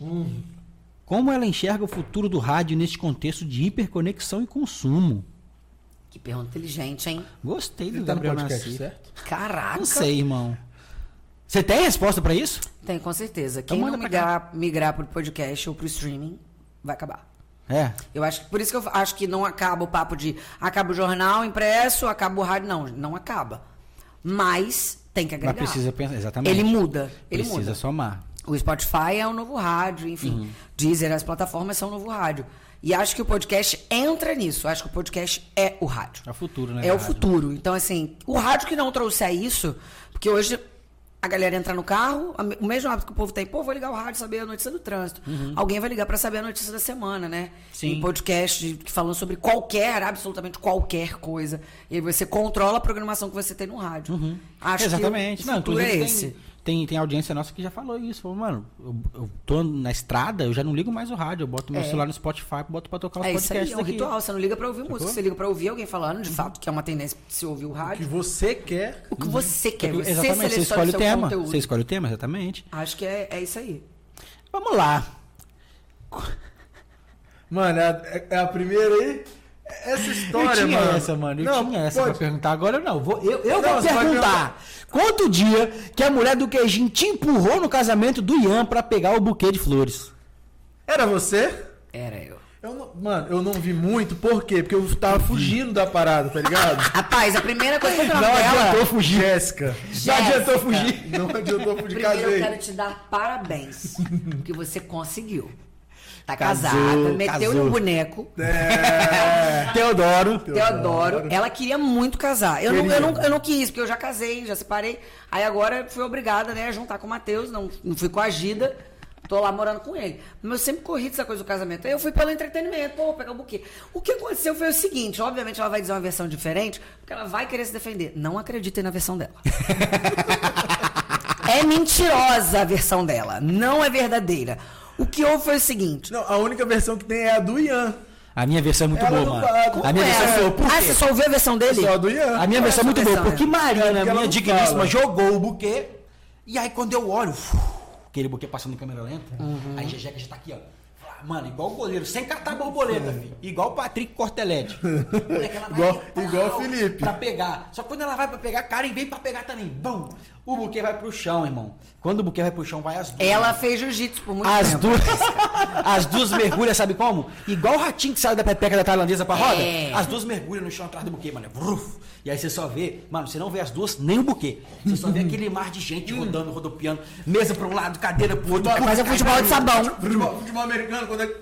A: Como ela enxerga o futuro do rádio neste contexto de hiperconexão e consumo?
C: Que pergunta inteligente, hein?
A: Gostei do
B: Ele tá no
A: Gabriel
B: podcast,
A: Nassif.
B: certo?
C: Caraca.
A: Não sei, irmão. Você tem resposta pra isso?
C: Tem, com certeza.
A: Então
C: Quem
A: manda
C: não
A: pra cá.
C: migrar, migrar pro podcast ou pro streaming, vai acabar.
A: É.
C: Eu acho que por isso que eu acho que não acaba o papo de acaba o jornal impresso, acaba o rádio. Não, não acaba. Mas tem que agregar.
A: Mas precisa pensar, exatamente.
C: Ele muda. Ele
A: Precisa
C: muda.
A: somar.
C: O Spotify é o novo rádio, enfim.
A: Uhum.
C: Deezer, as plataformas são o novo rádio. E acho que o podcast entra nisso. Acho que o podcast é o rádio.
A: É o futuro, né?
C: É o
A: rádio.
C: futuro. Então, assim, o rádio que não trouxer isso, porque hoje a galera entra no carro, a me- o mesmo hábito que o povo tem, pô, vou ligar o rádio, saber a notícia do trânsito. Alguém vai ligar pra saber a notícia da semana, né?
A: Sim.
C: Em podcast de- falando sobre qualquer, absolutamente qualquer coisa. E aí você controla a programação que você tem no rádio. Acho
A: Exatamente.
C: que o
A: Não,
C: futuro é
A: inclusive
C: esse.
A: Tem, tem, tem audiência nossa que já falou isso. Falou, mano, eu, eu tô na estrada, eu já não ligo mais o rádio. Eu boto meu
C: É.
A: celular no Spotify, boto pra tocar os
C: É isso aí,
A: podcasts
C: é um
A: aqui.
C: ritual. Você não liga pra ouvir música, você liga pra ouvir alguém falando, de fato, que é uma tendência de se ouvir o
B: O que
C: rádio.
B: você quer.
C: O que você quer, você
A: Exatamente, você
C: seleciona
A: escolhe
C: o
A: o
C: seu
A: tema.
C: conteúdo.
A: Você escolhe o tema, exatamente.
C: Acho que é, é isso aí.
A: Vamos lá.
B: Mano, é a, é a primeira aí. Essa história,
A: eu tinha
B: mano.
A: essa, mano. Eu
B: Não,
A: tinha essa
B: pode.
A: pra perguntar. Agora eu não. Vou, eu eu
B: Não,
A: vou
B: você vai
A: perguntar. Quanto dia que a mulher do queijinho te empurrou no casamento do Ian pra pegar o buquê de flores?
B: Era você?
C: Era eu.
B: Eu não- mano, eu não vi muito, por quê? Porque eu tava fugindo da parada, tá ligado?
C: Rapaz, a primeira coisa que eu
B: Não
C: dela,
B: adiantou fugir. Jéssica. Não
C: Jéssica.
B: adiantou fugir. Não adiantou fugir,
C: primeiro eu
B: casei.
C: quero te dar parabéns, que você conseguiu. Tá
A: Casou,
C: casada, meteu
A: casou.
C: no boneco.
B: É.
A: Teodoro.
C: Teodoro, ela queria muito casar. Eu não,
B: Queria.
C: eu, não, eu não quis, porque eu já casei, já separei. Aí agora fui obrigada, né, a juntar com o Matheus, não, não fui coagida. Tô lá morando com ele. Mas eu sempre corri dessa coisa do casamento. Aí eu fui pelo entretenimento, pô, vou pegar o buquê. O que aconteceu foi o seguinte, obviamente ela vai dizer uma versão diferente, porque ela vai querer se defender. Não acreditem na versão dela. É mentirosa a versão dela, não é verdadeira. O que houve foi o seguinte.
B: Não, a única versão que tem é a do Ian.
A: A minha versão é muito
B: Ela
A: boa,
B: não
A: mano.
B: fala.
A: A minha
C: Como
A: versão
C: é?
A: foi, por
C: Ah,
A: quê?
C: você só ouviu a versão dele?
B: Só a do Ian.
A: A minha
C: Qual
A: versão é
C: é a
A: muito
C: sua
A: boa,
C: versão,
A: porque
C: né?
A: Marina,
B: É, porque ela
A: minha
B: não
A: digníssima,
B: fala.
A: jogou o buquê. E aí quando eu olho, uf, aquele buquê passando em câmera lenta, aí a Jejeca já tá aqui, ó. Mano, igual o goleiro, sem catar borboleta, filho. Igual o Patrick Cortelete. Moleque, ela vai
B: Igual-
A: pau,
B: igual o Felipe.
A: Pra pegar. Só que quando ela vai pra pegar, Karen vem pra pegar também. Bum! O buquê vai pro chão, irmão. Quando o buquê vai pro chão, vai as duas.
C: Ela fez jiu-jitsu por muito
A: As
C: tempo.
A: duas, as duas mergulham, sabe como? Igual o ratinho que saiu da pepeca da tailandesa pra roda.
C: É.
A: As duas mergulham no chão atrás do buquê, mano. Vruf. E aí você só vê, mano, você não vê as duas nem o buquê. Você só vê aquele mar de gente rodando, rodopiando, mesa pra um lado, cadeira pro outro.
C: Mas é futebol de sabão.
B: Futebol, futebol americano, quando é.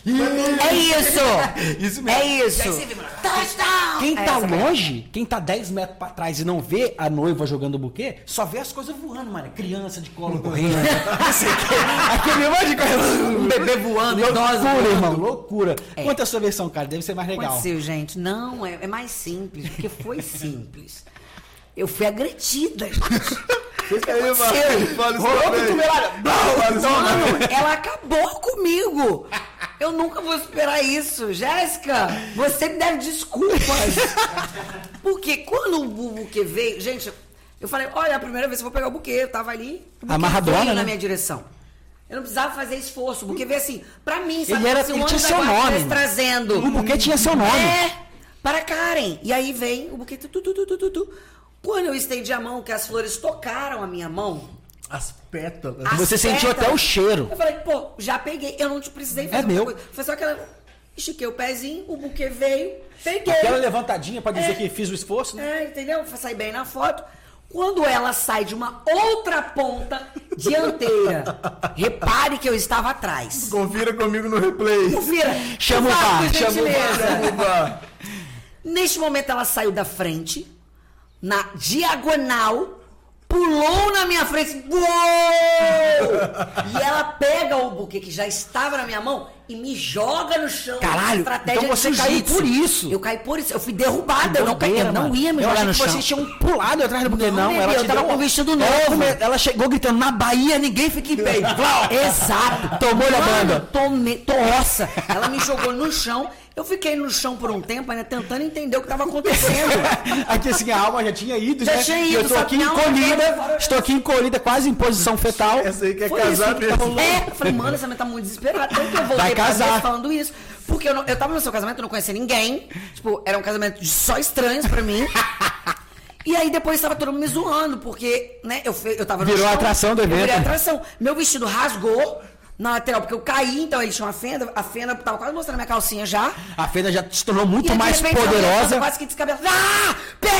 C: É isso!
A: Isso mesmo.
C: É isso!
A: E aí você vê, mano,
C: Touchdown!
A: Quem
C: É
A: tá
C: essa mesmo.
A: longe, quem tá dez metros pra trás e não vê a noiva jogando o buquê, só vê as coisas voando, mano. Criança de colo correndo. Não sei o quê. Aquele monte de coisa.
C: Um bebê voando, idosa
A: Loucura,
C: voando.
A: irmão. Loucura.
C: É.
A: Conta a sua versão, cara. Deve ser mais legal.
C: Aconteceu, gente. Não, é, é mais simples, porque foi simples. Eu fui agredida, gente.
B: Aí, mano, fala isso
A: Rolou
B: também.
A: cotovelada.
B: Fala isso também.
C: Mano, ela acabou comigo. Eu nunca vou superar isso. Jéssica, você me deve desculpas. Porque quando o buquê veio... Gente, eu falei, olha, a primeira vez que eu vou pegar o buquê, eu tava ali, o buquê
A: Amarradona,
C: veio
A: né?
C: na minha direção. Eu não precisava fazer esforço. O buquê veio assim, pra mim, sabe?
A: Ele era-
C: Se
A: ele
C: o
A: tinha
C: anjo
A: seu
C: da guarda
A: nome,
C: estivesse
A: mano.
C: trazendo.
A: O buquê tinha seu nome.
C: É, para Karen. E aí vem o buquê, tu, tu, tu, tu, tu, tu. Quando eu estendi a mão, que as flores tocaram a minha mão,
B: As pétalas.
C: as
A: Você sentiu
C: pétalas,
A: até o cheiro.
C: Eu falei, pô, já peguei. Eu não te precisei fazer
A: É
C: outra
A: meu.
C: coisa. Foi só aquela... Estiquei o pezinho, o buquê veio, peguei.
A: Aquela levantadinha pra dizer
C: É.
A: que fiz o esforço, né?
C: É, entendeu? Saí bem na foto. Quando ela sai de uma outra ponta dianteira, repare que eu estava atrás.
B: Confira comigo no replay.
C: Confira.
A: Chama o
C: Por favor,
A: VAR, chama o
C: gentileza.
B: Opa.
C: Neste momento ela saiu da frente, na diagonal, pulou na minha frente. Uou! E ela pega o buquê que já estava na minha mão e me joga no chão.
A: Caralho,
C: Estratégia
A: então
C: de
A: você caiu
C: jiu-jitsu.
A: por isso.
C: Eu caí por isso. Eu fui derrubada. Eu não, caí, eu não ia me
A: eu
C: jogar
A: achei
C: no
A: que
C: chão.
A: vocês tinham pulado atrás do buquê.
C: Não,
A: Não,
C: bebê,
A: ela
C: eu
A: te
C: tava
A: deu
C: com
A: um-
C: vestido
A: Ela
C: novo.
A: come- Ela chegou gritando, na Bahia ninguém fica em pé.
C: Exato.
A: Tomou-lhe a
C: Mano,
A: banda.
C: Tomei, nossa, ela me jogou no chão. Eu fiquei no chão por um tempo, ainda tentando entender o que estava acontecendo.
A: Aqui assim, a alma já tinha ido,
C: Já
A: né?
C: tinha
A: E eu
C: ido,
A: tô
C: só
A: aqui
C: que não,
A: encolhida,
C: agora-
A: estou aqui encolhida, quase em posição fetal.
B: Essa aí quer
C: Foi isso
B: casar
C: que
B: mesmo.
C: tá rolando. É, eu falei, mano, essa mulher tá muito desesperada. Tanto que eu voltei
A: Vai
C: pra
A: casar.
C: Deus falando isso. Porque eu, não, eu tava no seu casamento, eu não conhecia ninguém. Tipo, era um casamento de só estranhos pra mim. E aí depois tava todo mundo me zoando, porque, né, eu, fe- eu tava no
A: Virou
C: chão,
A: a atração do
C: eu
A: evento.
C: virei a atração. Meu vestido rasgou na lateral, porque eu caí, então eles tinham uma fenda, a fenda tava quase mostrando minha calcinha já.
A: A Fenda já se tornou muito
C: E aí, de
A: mais
C: repente, eu
A: poderosa.
C: quase que descabelado. Ah!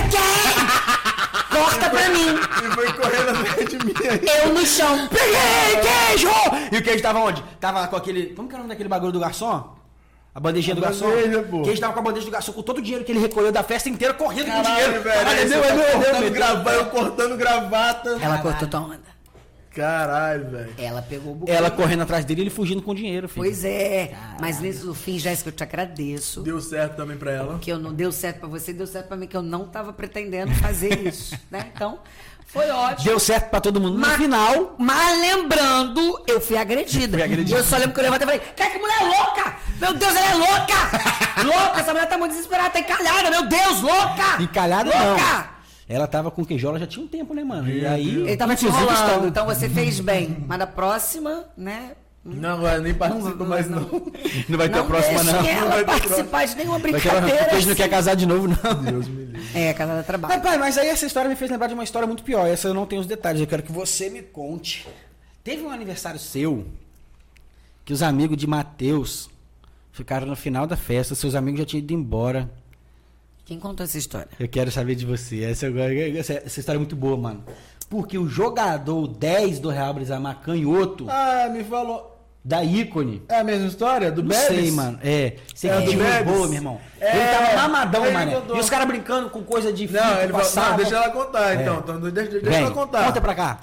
C: Peguei! Corta pra mim!
B: E foi correndo atrás de mim aí.
C: Eu no chão.
A: Peguei, queijo! E o queijo tava onde? Tava com aquele... Como que é o nome daquele bagulho do garçom? A bandejinha do garçom?
B: bandeja, pô.
A: O queijo tava com a bandeja do garçom, com todo o dinheiro que ele recolheu da festa inteira, correndo com
B: Caralho,
A: dinheiro.
B: velho.
A: Caralho,
B: aí
A: meu,
B: você
A: é
B: tá
A: meu, é meu,
B: cortando
A: meu.
B: grava- eu cortando gravata.
C: Ela cortou tua onda.
B: Caralho, velho.
C: Ela pegou o buquê.
A: Ela correndo atrás dele e ele fugindo com o dinheiro, filho.
C: Pois é. Mas nesse no fim, Jéssica, eu te agradeço.
B: Deu certo também pra ela.
C: Que eu não deu certo pra você, deu certo pra mim, que eu não tava pretendendo fazer isso, né? Então, foi ótimo.
A: Deu certo pra todo mundo. No
C: Mas-
A: final...
C: Mas lembrando, eu fui agredida.
A: Fui agredida.
C: E eu só lembro que eu levantei e falei, cara, que mulher louca! Meu Deus, ela é louca! louca, essa mulher tá muito desesperada, tá encalhada, meu Deus, louca!
A: Encalhada
C: louca!
A: não. Ela tava com queijola já tinha um tempo, né, mano? E aí...
C: Ele tava te
A: inclusive,
C: enrolando,
A: estão-
C: então você fez bem. Mas na próxima, né?
B: Não, agora nem participa mais não.
A: Não vai ter a
C: Não
A: próxima, não.
C: deixem
B: Não
C: ela
B: vai ter
C: participar de nenhuma
A: Vai ter uma-
C: brincadeira.
A: o queijo não quer casar de novo, não.
B: Deus me livre.
C: É, casa da trabalho.
A: Rapaz, mas aí essa história me fez lembrar de uma história muito pior. Essa eu não tenho os detalhes, eu quero que você me conte. Teve um aniversário seu que os amigos de Matheus ficaram no final da festa, seus amigos já tinham ido embora.
C: Quem contou essa história?
A: Eu quero saber de você. Essa, essa, essa história é muito boa, mano. Porque o jogador dez do Real Brasília, canhoto,
B: Ah, me falou.
A: da ícone.
B: É a mesma história? Do
A: Não
B: Bebes?
A: sei, mano. É. Você
B: É,
A: que
B: do
A: de
B: Bebes?
A: boa, meu irmão.
B: É,
A: Ele tava mamadão,
B: ele
A: mané.
B: contou.
A: E os caras brincando com coisa de
B: Não,
A: fita,
B: ele falou,
A: passava.
B: não, deixa ela contar,
A: É.
B: então. então deixa deixa
A: Vem,
B: ela contar.
A: conta pra cá.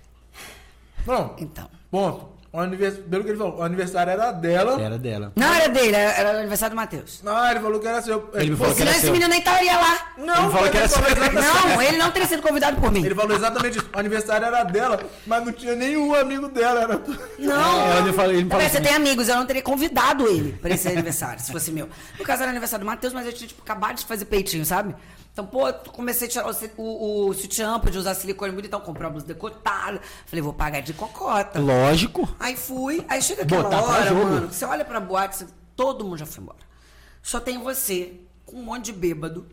B: Não,
C: Então.
B: ponto. O anivers... Pelo que ele falou, o aniversário era dela.
A: Era dela.
C: Não era dele, era, era o aniversário do Matheus.
B: Não, ele falou que era seu.
A: Ele me falou que
C: Senão
A: era
C: esse
A: seu.
C: menino nem estaria lá.
B: Não,
A: Ele falou que era
B: falou
A: seu.
B: exatamente-
C: Não, ele não teria sido convidado por mim.
B: Ele falou exatamente isso. O aniversário era dela, mas não tinha nenhum amigo dela. Era...
C: Não.
A: Ela me falou- ele me falou
C: Também você
A: assim-
C: tem amigos, eu não teria convidado ele pra esse aniversário, se fosse meu. No caso era aniversário do Matheus, mas eu tinha tipo, acabado de fazer peitinho, sabe? Então, pô, eu comecei a tirar o, o, o sutiã pra de usar silicone bonitão, comprei uma blusa decotada. Falei, vou pagar de cocota.
A: Lógico.
C: Aí fui, aí chega aquela
A: Botar pra
C: hora,
A: jogo.
C: mano, que você olha pra boate, você- todo mundo já foi embora. Só tem você, com um monte de bêbado.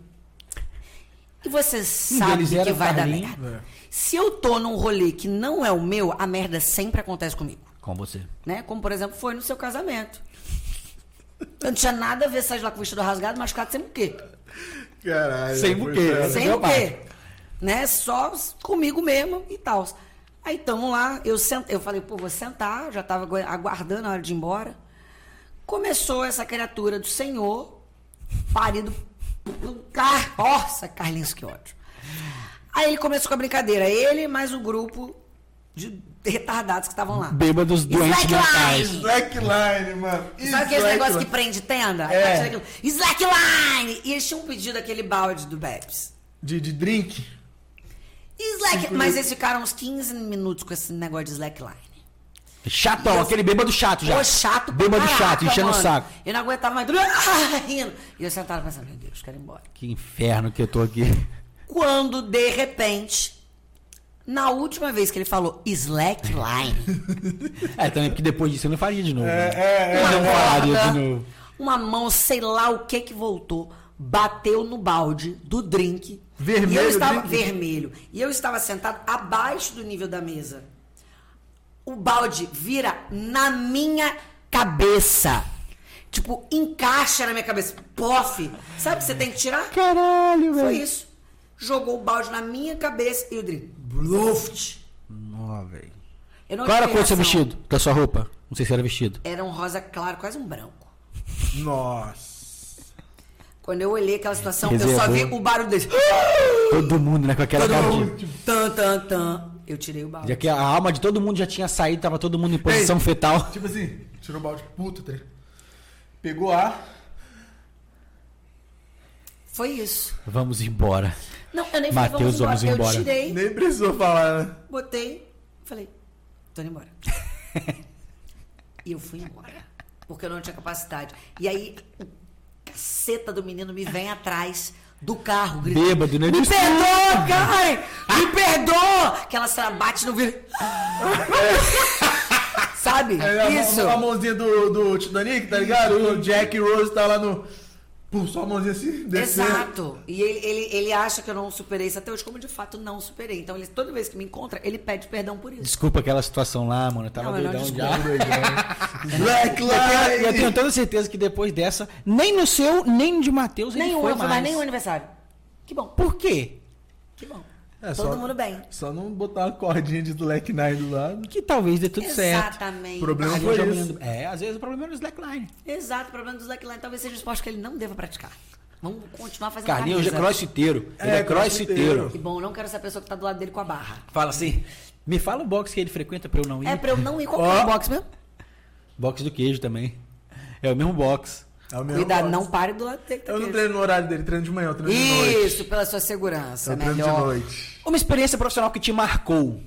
C: E você sabe
A: deles
C: que
A: era o
C: vai dar
A: Carlinhos.
C: merda. Se eu tô num rolê que não é o meu, a merda sempre acontece comigo.
A: Com você.
C: Né? Como, por exemplo, foi no seu casamento. Eu não tinha nada a ver sair de lá com o vestido rasgado, machucado, sem o quê?
B: Caralho.
A: Sem
B: foi
A: buquê.
B: sério.
C: Sem
A: meu
C: o quê? Né? Só comigo mesmo e tal. Aí tamo lá, eu, sent... eu falei, pô, vou sentar, já tava agu- aguardando a hora de ir embora. Começou essa criatura do Senhor, parido por car... Nossa, Carlinhos, que ódio. Aí ele começou com a brincadeira, ele mais o grupo de retardados que estavam lá.
A: Bêbados doentes mentais.
B: Slackline, mano.
C: Sabe aquele negócio que prende tenda? Aí
B: É.
C: tá tirando aquilo, Slackline! E eles tinham pedido aquele balde do Bebs.
B: De, de drink?
C: Slack... Mas eles ficaram uns quinze minutos com esse negócio de slackline.
A: Chatão,
C: Eu-
A: aquele bêbado chato já.
C: Pô, chato pra
A: Bêbado
C: caraca,
A: chato, enchendo o
C: mano.
A: saco.
C: Eu não aguentava mais. Ah, rindo. E eu sentado pensando, meu Deus, quero ir embora.
A: Que inferno que eu tô aqui.
C: Quando, de repente, na última vez que ele falou slackline,
A: É, também porque depois disso eu não faria de novo. né?
B: É, é,
A: Eu
C: uma
A: não faria
C: corda,
A: de novo.
C: uma mão, sei lá o que que voltou, bateu no balde do drink.
B: Vermelho
C: E eu
B: o
C: estava,
B: drink?
C: vermelho. E eu estava sentado abaixo do nível da mesa. O balde vira na minha cabeça. Tipo, encaixa na minha cabeça. Pof. Sabe o que você tem que tirar?
A: Caralho,
C: Foi
A: velho.
C: isso. Jogou o balde na minha cabeça e o drink. Bluft.
A: Ó, velho.
C: Eu não
A: Qual era a
C: tive
A: cor do seu
C: reação.
A: vestido? Da sua roupa? Não sei se era vestido.
C: Era um rosa claro, quase um branco.
B: Nossa.
C: Quando eu olhei aquela situação,
A: Reservou.
C: eu só vi o barulho desse.
A: Todo mundo, né? Com aquela
C: Todo
A: cara
C: mundo.
A: de...
C: Tan, tan, tan. Eu tirei o balde.
A: Já que a alma de todo mundo já tinha saído, tava todo mundo em posição
B: Ei.
A: fetal.
B: Tipo assim, tirou o balde. Puta, tá ligado? Pegou ar.
C: Foi isso.
A: Vamos embora.
C: Não, eu nem falei,
A: Mateus,
C: vamos embora.
A: vamos embora.
C: Eu tirei,
B: Nem precisou falar, né?
C: botei, falei, tô indo embora. E eu fui embora. Porque eu não tinha capacidade. E aí, o caceta do menino me vem atrás do carro, gritando.
A: Bêbado, né?
C: Me
A: Desculpa.
C: perdoa, cara! Me perdoa! Aquela cena bate no vidro. Sabe?
B: Aí a,
C: Isso.
B: A, a mãozinha do, do Titanic, tá ligado? O Jack e Rose tá lá no. Pô, só a mãozinha assim, descendo.
C: Exato. E ele, ele, ele acha que eu não superei isso até hoje, como de fato não superei. Então, ele, toda vez que me encontra, ele pede perdão por isso.
A: Desculpa aquela situação lá, mano. Eu tava
C: Não, eu não
A: doidão
C: desculpo.
A: já.
B: Black
A: Eu tenho, eu
B: Lives!
A: tenho toda certeza que depois dessa, nem no seu, nem no de Matheus, ele
C: Nenhum,
A: foi
C: não foi
A: mais.
C: mais nenhum aniversário. Que bom,
A: Por quê?
C: que bom.
B: É,
C: Todo
B: só-
C: mundo bem.
B: Só não botar uma cordinha de Black Knight do lado.
A: Que talvez dê tudo certo.
C: Exatamente.
B: O problema
A: Aí
B: foi
A: eu já
B: isso.
A: me- É, às vezes o problema é no slackline.
C: Exato, o problema do slackline talvez seja um esporte que ele não deva praticar. Vamos continuar fazendo
A: Carlinhos hoje é
C: camisa.
A: crossfiteiro. Ele
B: É,
A: é crossfiteiro.
C: Que bom, não quero ser a pessoa que tá do lado dele com a barra.
A: Fala assim, me fala o box que ele frequenta pra eu não ir.
C: É pra eu não ir qual
B: Ó.
C: é o box mesmo?
A: Box do queijo também. É o mesmo box.
B: É o mesmo
C: Cuidado,
B: box.
C: não pare do lado dele. que tá
B: Eu não
C: queijo.
B: treino no horário dele, treino de manhã, eu treino de noite.
C: Isso, pela sua segurança.
B: Eu treino de
C: melhor.
B: noite.
A: Uma experiência profissional que te marcou.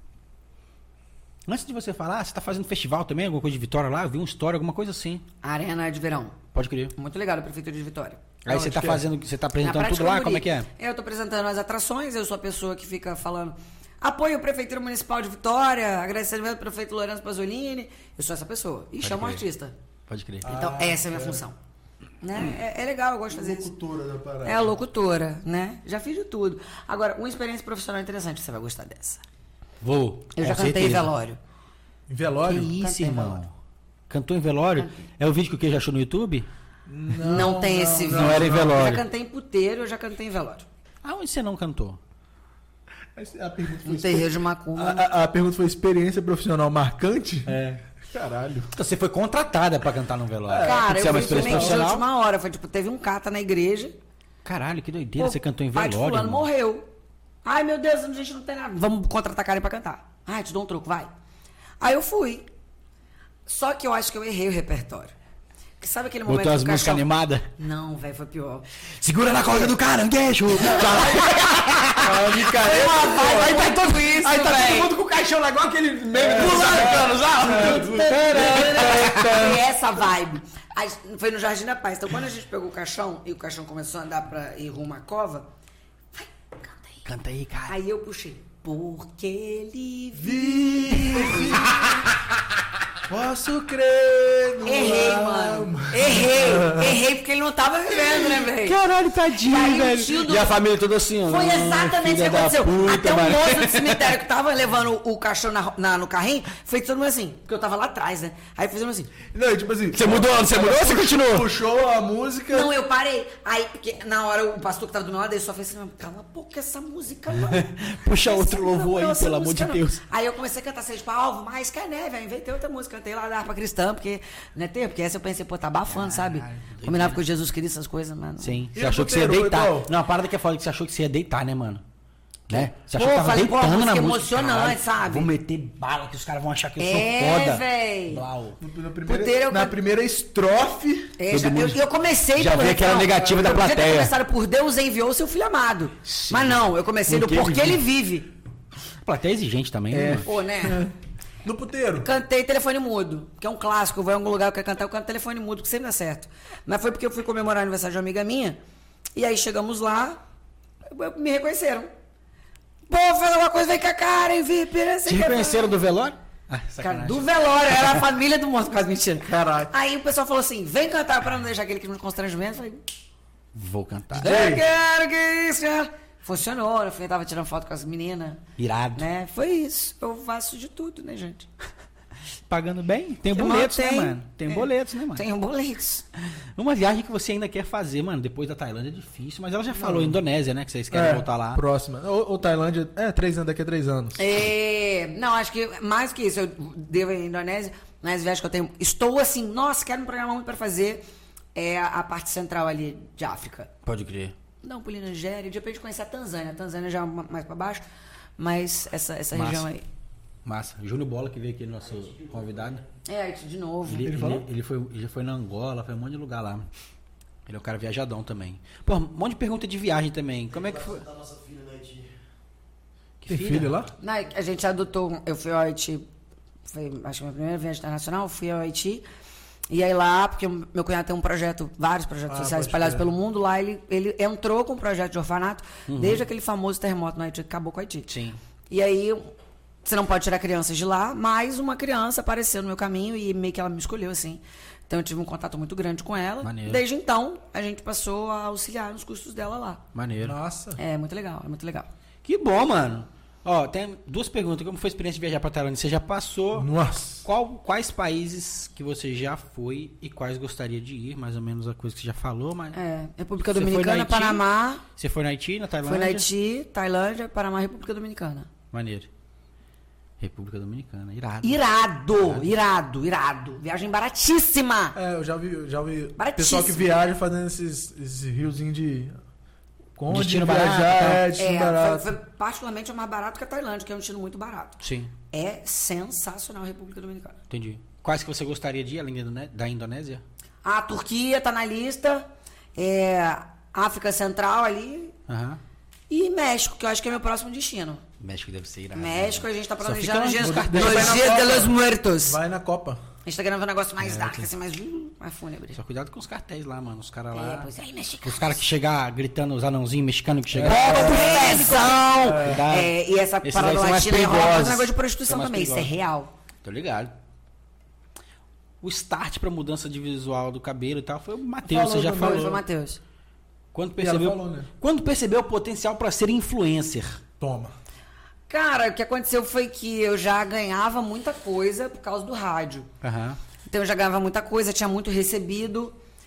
A: Antes de você falar, você tá fazendo festival também, alguma coisa de Vitória lá? Eu vi uma história, alguma coisa assim.
C: Arena de Verão.
A: Pode crer.
C: Muito legal, a Prefeitura de Vitória.
A: Aí você
B: Onde
A: tá
B: que é?
A: fazendo, você tá
C: Na
A: apresentando
C: Prática
A: tudo lá,
C: Guri.
A: como é que é?
C: Eu tô apresentando as atrações, eu sou a pessoa que fica falando apoio à Prefeitura Municipal de Vitória, agradecimento ao prefeito Lourenço Pasolini. Eu sou essa pessoa. E chamo o
A: crer.
C: artista.
A: Pode crer.
C: Então,
B: Ah,
C: essa é a minha
B: é.
C: função. Né? É, é legal, eu gosto de fazer isso.
B: Cultura da parada.
C: É a locutora, né? Já fiz de tudo. Agora, uma experiência profissional interessante, você vai gostar dessa.
A: Vou.
C: Eu
A: com
C: já cantei em
A: certeza.
C: velório.
B: Em velório?
A: Que isso,
C: Cantei em
A: irmão?
C: velório.
A: Cantou em velório? É o vídeo que o Queijo achou no YouTube?
C: Não, tem esse vídeo.
A: não era em velório.
C: Eu já cantei em puteiro, eu já cantei em velório.
A: Aonde você não cantou?
B: A pergunta foi,
C: No terreiro de Macumba.
B: a, a- a pergunta foi experiência profissional marcante?
A: É.
B: Caralho.
A: Você foi contratada pra cantar no velório.
C: Cara,
A: Você é
C: eu
A: uma
C: fui
A: experiência
C: somente de
A: profissional?
C: última hora. Foi tipo, teve um cata na igreja.
A: Caralho, que doideira.
C: Pô,
A: Você cantou em
C: pai de
A: velório.
C: fulano
A: irmão.
C: morreu. Ai, meu Deus, a gente não tem nada. Vamos contratar Karen pra cantar. Ai, te dou um troco, vai. Aí eu fui. Só que eu acho que eu errei o repertório. Que sabe aquele momento
A: Botou as
C: que o
A: músicas
C: caixão...
A: animadas?
C: Não, velho, foi pior.
A: Segura na corda do caranguejo.
B: Ah, micareta, pô.
A: Aí tá todo
C: isso,
A: Aí tá todo
C: véi.
A: mundo com o caixão lá, igual aquele meme dos americanos.
C: E essa vibe. Aí, foi no Jardim da Paz. Então, quando a gente pegou o caixão e o caixão começou a andar pra ir rumo à cova, vai, canta aí.
A: Canta aí, cara.
C: Aí eu puxei. Porque ele vive.
B: Posso crer no
C: Errei,
B: amor.
C: mano. Errei. Errei porque ele não tava vivendo, né, velho?
A: Caralho,
C: E
A: tadinho,
C: aí o
A: velho.
C: tio do-
A: E a família toda assim, ó.
C: Foi
A: "Ah,
C: exatamente o que
A: filha da
C: aconteceu.
A: puta,
C: Até o
A: mano."
C: moço do cemitério que tava levando o caixão na, na- no carrinho, fez todo mundo assim, porque eu tava lá atrás, né? Aí fizemos assim.
B: Não, tipo assim.
A: Você mudou, você mudou ou você continuou?
B: Puxou a música.
C: Não, eu parei. Aí, porque na hora o pastor que tava do meu lado, ele só fez assim, cala a boca essa música, não.
A: Puxa
C: Essa
A: outro
C: não,
A: louvor aí,
C: essa
A: pelo amor
C: música
A: de
C: não.
A: Deus.
C: Aí eu comecei a cantar Seja pra Alvo, mais que é neve. Aí inventei outra música, cantei lá da harpa cristã, porque, né, tem, porque essa eu pensei, pô, tá abafando, sabe? Combinava com Jesus Cristo, essas coisas, mano.
A: Sim.
B: E
A: Você
B: o
A: achou que você ia
B: puteiro,
A: deitar.
B: foi qual?
A: Não, a parada que é foda que você achou que você ia deitar, né, mano? Né? Você
C: Pô,
A: achou que tava
C: falei, pô, a
A: deitando na
C: música
A: música.
C: emocionante,
A: Caralho,
C: sabe?
A: Vou meter bala que os caras vão achar que eu sou
C: É,
A: foda.
C: véi.
A: Blau.
B: Na primeira,
C: Puteiro, eu
B: na
C: can-
B: primeira estrofe.
C: É,
A: Todo
C: já, eu,
A: mundo
C: eu comecei
A: já
C: pelo
A: vê aquela
C: refrão.
A: negativa da
C: Eu podia ter
A: plateia.
C: começado por Deus enviou seu filho amado. Mas não, eu comecei do
A: Porque ele
C: porque ele vive.
A: A plateia é exigente também, né? mano?
C: Pô, né?
B: No puteiro.
C: Cantei telefone mudo, que é um clássico. Eu vou em algum lugar que eu quero cantar, eu canto telefone mudo, que sempre dá certo. Mas foi porque eu fui comemorar o aniversário de uma amiga minha. E aí chegamos lá, eu- me reconheceram. Pô, faz alguma coisa, vem com a cara, hein, V I P, né?
A: Te reconheceram do velório? Ah,
C: Cara,
A: sacanagem.
C: do velório, era a família do morto, quase mentira.
B: Caralho.
C: Aí o pessoal falou assim: vem cantar pra não deixar aquele que nos constrangimento. Eu falei,
A: Vou cantar.
C: eu quero que isso. Funcionou, eu tava tirando foto com as meninas.
A: Irado.
C: Né? Foi isso. Eu faço de tudo, né, gente?
A: Pagando bem? Tem
C: Que
A: boletos,
C: mal
A: né,
C: tem?
A: mano? Tem
C: É.
A: boletos, né, mano?
C: Tenho boletos.
A: Uma viagem que você ainda quer fazer, mano, depois da Tailândia é difícil, mas ela já falou, Indonésia, né, que vocês querem
B: É,
A: voltar lá.
B: Próxima. Ou, ou Tailândia. É, três anos, daqui a três anos.
C: É, não, acho que mais que isso, eu devo ir à Indonésia, nas viagens que eu tenho. Estou assim, nossa, quero um programa muito para fazer. É a, a parte central ali de África.
A: Pode crer.
C: Não, por Nigéria, de repente conhecer a Tanzânia. A Tanzânia já é ma- mais para baixo, mas essa, essa
A: Massa.
C: região aí.
A: Massa. Júnior Bola, que veio aqui, nosso convidado.
C: É, Haiti de novo.
A: Ele,
B: Ele
A: ele,
B: falou?
A: ele foi, ele já foi na Angola, foi um monte de lugar lá. Ele é um cara viajadão também. Pô, um monte de pergunta de viagem também. Como é que foi?
D: Da nossa filha no Haiti.
A: Que
B: Tem filho lá?
C: Não, a gente adotou, eu fui ao Haiti, foi acho que a minha primeira viagem internacional, fui ao Haiti. E aí lá, porque o meu cunhado tem um projeto, vários projetos
B: Ah,
C: sociais
B: pode
C: espalhados
B: crer.
C: pelo mundo, lá ele, ele entrou com um projeto de orfanato, desde aquele famoso terremoto no Haiti que acabou com o Haiti.
A: Sim.
C: E aí, você não pode tirar crianças de lá, mas uma criança apareceu no meu caminho e meio que ela me escolheu, assim. Então eu tive um contato muito grande com ela.
A: Maneiro.
C: Desde então, a gente passou a auxiliar nos custos dela lá.
A: Maneiro.
B: Nossa.
C: É muito legal, é muito legal.
A: Que bom, mano. Ó, tem duas perguntas. Como foi a experiência de viajar pra Tailândia? Você já passou?
B: Nossa.
A: Qual, quais países que você já foi e quais gostaria de ir? Mais ou menos a coisa que você já falou, mas...
C: É, República
A: Você foi no
C: Dominicana,
A: Haiti?
C: Panamá.
A: Você foi na Haiti, na Tailândia?
C: Foi na Haiti, Tailândia, Panamá, República Dominicana.
A: Maneiro. República Dominicana, irado.
C: Irado, irado, irado. Viagem baratíssima.
B: É, eu já vi, eu já vi
C: Baratíssimo.
B: pessoal que viaja fazendo esses, esses riozinhos de... Onde
A: Destino
B: viajar,
A: barato,
B: é,
A: tá?
B: destino
C: É,
B: barato.
C: foi, foi particularmente é mais barato que a Tailândia, que é um destino muito barato.
A: Sim,
C: É sensacional a República Dominicana.
A: entendi. Quais que você gostaria de ir, além da Indone- da Indonésia?
C: A Turquia tá na lista, é, África Central ali
A: Aham.
C: e México, que eu acho que é meu próximo destino.
A: México deve ser irado.
C: México, a gente tá
A: Só
C: planejando
A: fica
C: os dias,
A: nos
C: nos
A: cartões.
B: Vai na
C: dias
B: Copa.
C: de los Muertos.
B: Vai na Copa.
C: A gente tá querendo ver um negócio mais dark, assim, mais, hum, mais fúnebre.
A: Só cuidado com os cartéis lá, mano. Os caras
C: É,
A: lá...
C: pois é, mexicano.
A: Os caras que chegam gritando, os anãozinhos mexicanos que chegam...
C: Rouba por tesão!
A: Cuidado.
C: É, e essa
A: Esses
C: parada
A: aí são mais
C: latina é rola
A: perigosos.
C: um negócio de prostituição
A: São mais
C: também, isso é
A: perigosos.
C: real.
A: Tô ligado. O start pra mudança de visual do cabelo e tal foi o Matheus,
B: Falou
A: você já
B: também,
A: falou.
C: Foi o Matheus.
A: Quando
B: E ela
A: percebeu,
B: falou, né?
A: quando percebeu o potencial pra ser influencer?
B: Toma.
C: Cara, o que aconteceu foi que eu já ganhava muita coisa por causa do rádio.
A: Aham.
C: Então eu já ganhava muita coisa, tinha muito recebido.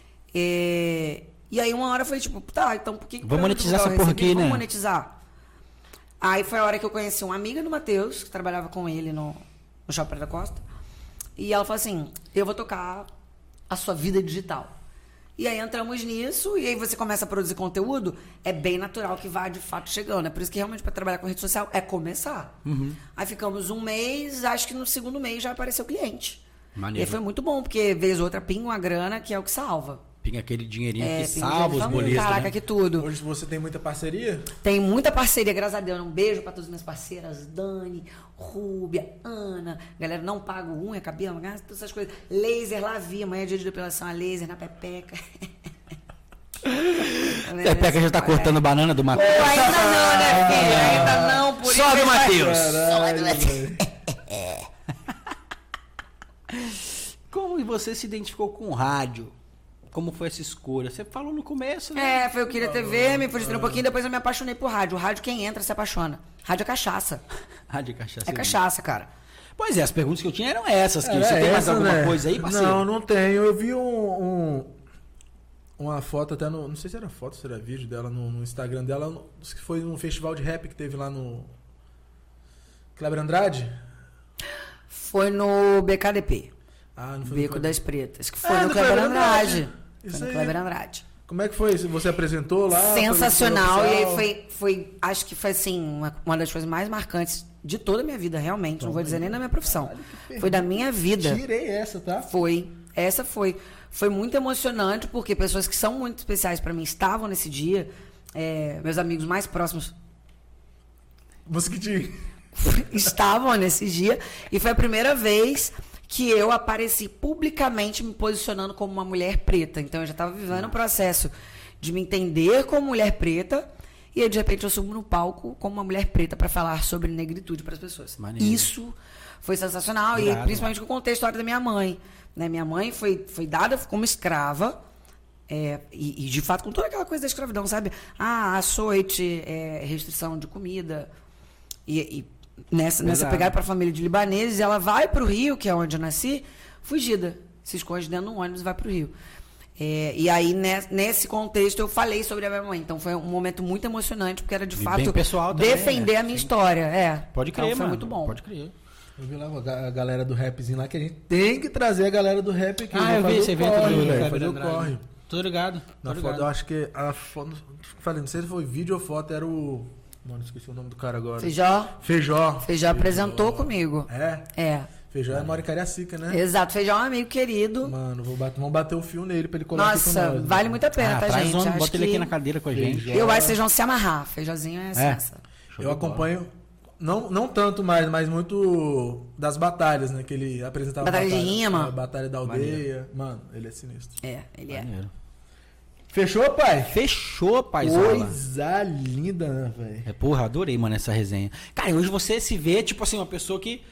C: é, E aí uma hora foi tipo, tá, então por que... que
A: Vamos
C: pra
A: monetizar
C: divulgar
A: essa
C: o
A: porra
C: recebido?
A: aqui,
C: Vamos
A: né?
C: monetizar. Aí foi a hora que eu conheci uma amiga do Matheus, que trabalhava com ele no, no Shopping Praia da Costa. E ela falou assim, eu vou tocar a sua vida digital. E aí entramos nisso, e aí você começa a produzir conteúdo, é bem natural que vá de fato chegando. É por isso que realmente para trabalhar com rede social é começar.
A: Uhum.
C: Aí ficamos um mês, acho que no segundo mês já apareceu cliente.
A: Maneiro.
C: E aí foi muito bom, porque vez ou outra pinga uma grana, que é o que salva.
A: Pinga aquele dinheirinho
C: É,
A: que
C: pinga
A: salva os
C: dinheiro,
A: boletos,
C: Caraca,
A: né?
C: que tudo.
B: Hoje você tem muita parceria?
C: Tem muita parceria, graças a Deus. Um beijo pra todas as minhas parceiras, Dani, Rúbia, Ana. Galera, não pago unha, cabelo, todas essas coisas. Laser, lá vi, amanhã é dia de depilação a laser na pepeca.
A: Pepeca já tá cortando banana do
C: Pô,
A: Matheus.
C: ainda não, né, filho? Ainda não, por
A: Sobe,
C: isso.
A: Matheus.
B: Caralho, velho.
A: Como você se identificou com o rádio? Como foi essa escolha? Você falou no começo, né?
C: É, foi eu queria T V, me frustrei um pouquinho, depois eu me apaixonei por rádio. O rádio, quem entra, se apaixona. Rádio é cachaça.
A: Rádio cachaça.
C: É cachaça, cara.
A: Pois é, as perguntas que eu tinha eram essas. Que
B: Era
A: você tem mais
B: essa,
A: alguma
B: né?
A: coisa aí, parceiro?
B: Não, não tenho. Eu vi um, um- uma foto até no... Não sei se era foto, se era vídeo dela no, no Instagram dela. no- que foi num festival de rap que teve lá no... Kleber Andrade?
C: Foi no B K D P.
B: Ah, não foi
C: Beco
B: no...
C: das Pretas, que foi
B: Ah,
C: no
B: do
C: Kleber
B: Kleber
C: Andrade.
B: Andrade.
C: Foi
B: Isso
C: no
B: aí.
C: Kleber Andrade.
B: Como é que foi? Você apresentou lá?
C: Sensacional.
B: Foi-
C: E
B: foi
C: aí
B: oficial?
C: foi, foi, acho que foi assim, uma, uma das coisas mais marcantes de toda a minha vida, realmente. Não vou dizer nem da minha profissão. Foi da minha vida.
B: Tirei essa, tá?
C: Foi. Essa foi. Foi muito emocionante, porque pessoas que são muito especiais pra mim estavam nesse dia. É, meus amigos mais próximos
B: Mosquitinho.
C: estavam nesse dia. E foi a primeira vez que eu apareci publicamente me posicionando como uma mulher preta. Então eu já estava vivendo um processo de me entender como mulher preta. E aí, de repente, eu subo no palco como uma mulher preta para falar sobre negritude para as pessoas.
A: Maneiro.
C: Isso foi sensacional. E
A: Irado.
C: aí, principalmente que eu contei a história da minha mãe. Né? Minha mãe foi, foi dada como escrava. É, e, e, de fato, com toda aquela coisa da escravidão, sabe? Ah, açoite, é, restrição de comida. E, e nessa, nessa
A: Pesado.
C: pegada para a família de libaneses, ela vai para o Rio, que é onde eu nasci, fugida. Se esconde dentro de um ônibus e vai para o Rio. É, e aí, ne- nesse contexto, eu falei sobre a minha mãe. Então, foi um momento muito emocionante, porque era, de
A: E
C: fato,
A: bem pessoal também,
C: defender
A: né?
C: a minha
A: Sim.
C: história. É.
A: Pode crer,
C: então, foi
A: mano.
C: muito bom.
A: Pode crer.
B: Eu vi lá a ga- a galera do rapzinho lá, que a gente tem que trazer a galera do rap aqui.
A: Ah, eu
B: Vou
A: vi
B: fazer
A: esse
B: o
A: evento
B: corre,
A: do
B: velho,
A: Kleber
B: fazer o
A: Andrade.
B: corre.
A: Tô ligado. Tô
B: Na
A: ligado.
B: foto, eu acho que a foto. Falei, não sei se foi vídeo ou foto, era o. Mano, esqueci o nome do cara agora.
C: Feijó,
B: Feijó.
C: Feijó apresentou comigo.
B: É?
C: É.
B: Feijó é mora em Cariacica, né?
C: Exato. Feijó é um amigo querido.
B: Mano, vou bater, vamos bater o fio nele pra ele colar aqui com
C: Nossa,
B: nós.
C: vale
B: né?
C: muito a pena,
A: Ah,
C: tá,
A: traz
C: gente?
A: homem,
C: Acho
A: bota ele
C: que-
A: aqui na cadeira com a gente.
B: Feijó.
C: Eu acho que vocês vão se amarrar. Feijozinho é sensa.
A: Show
B: Eu
A: de bola.
B: acompanho, não, não tanto mais, mas muito das batalhas, né? Que ele apresentava.
C: Batalha de rima.
B: A Batalha da Aldeia. Mano, ele é sinistro.
C: É, ele é.
A: Maneiro.
B: Fechou, pai?
A: Fechou, paisola.
B: Coisa linda, né, velho?
A: É, porra, adorei, mano, essa resenha. Cara, hoje você se vê, tipo assim, uma pessoa que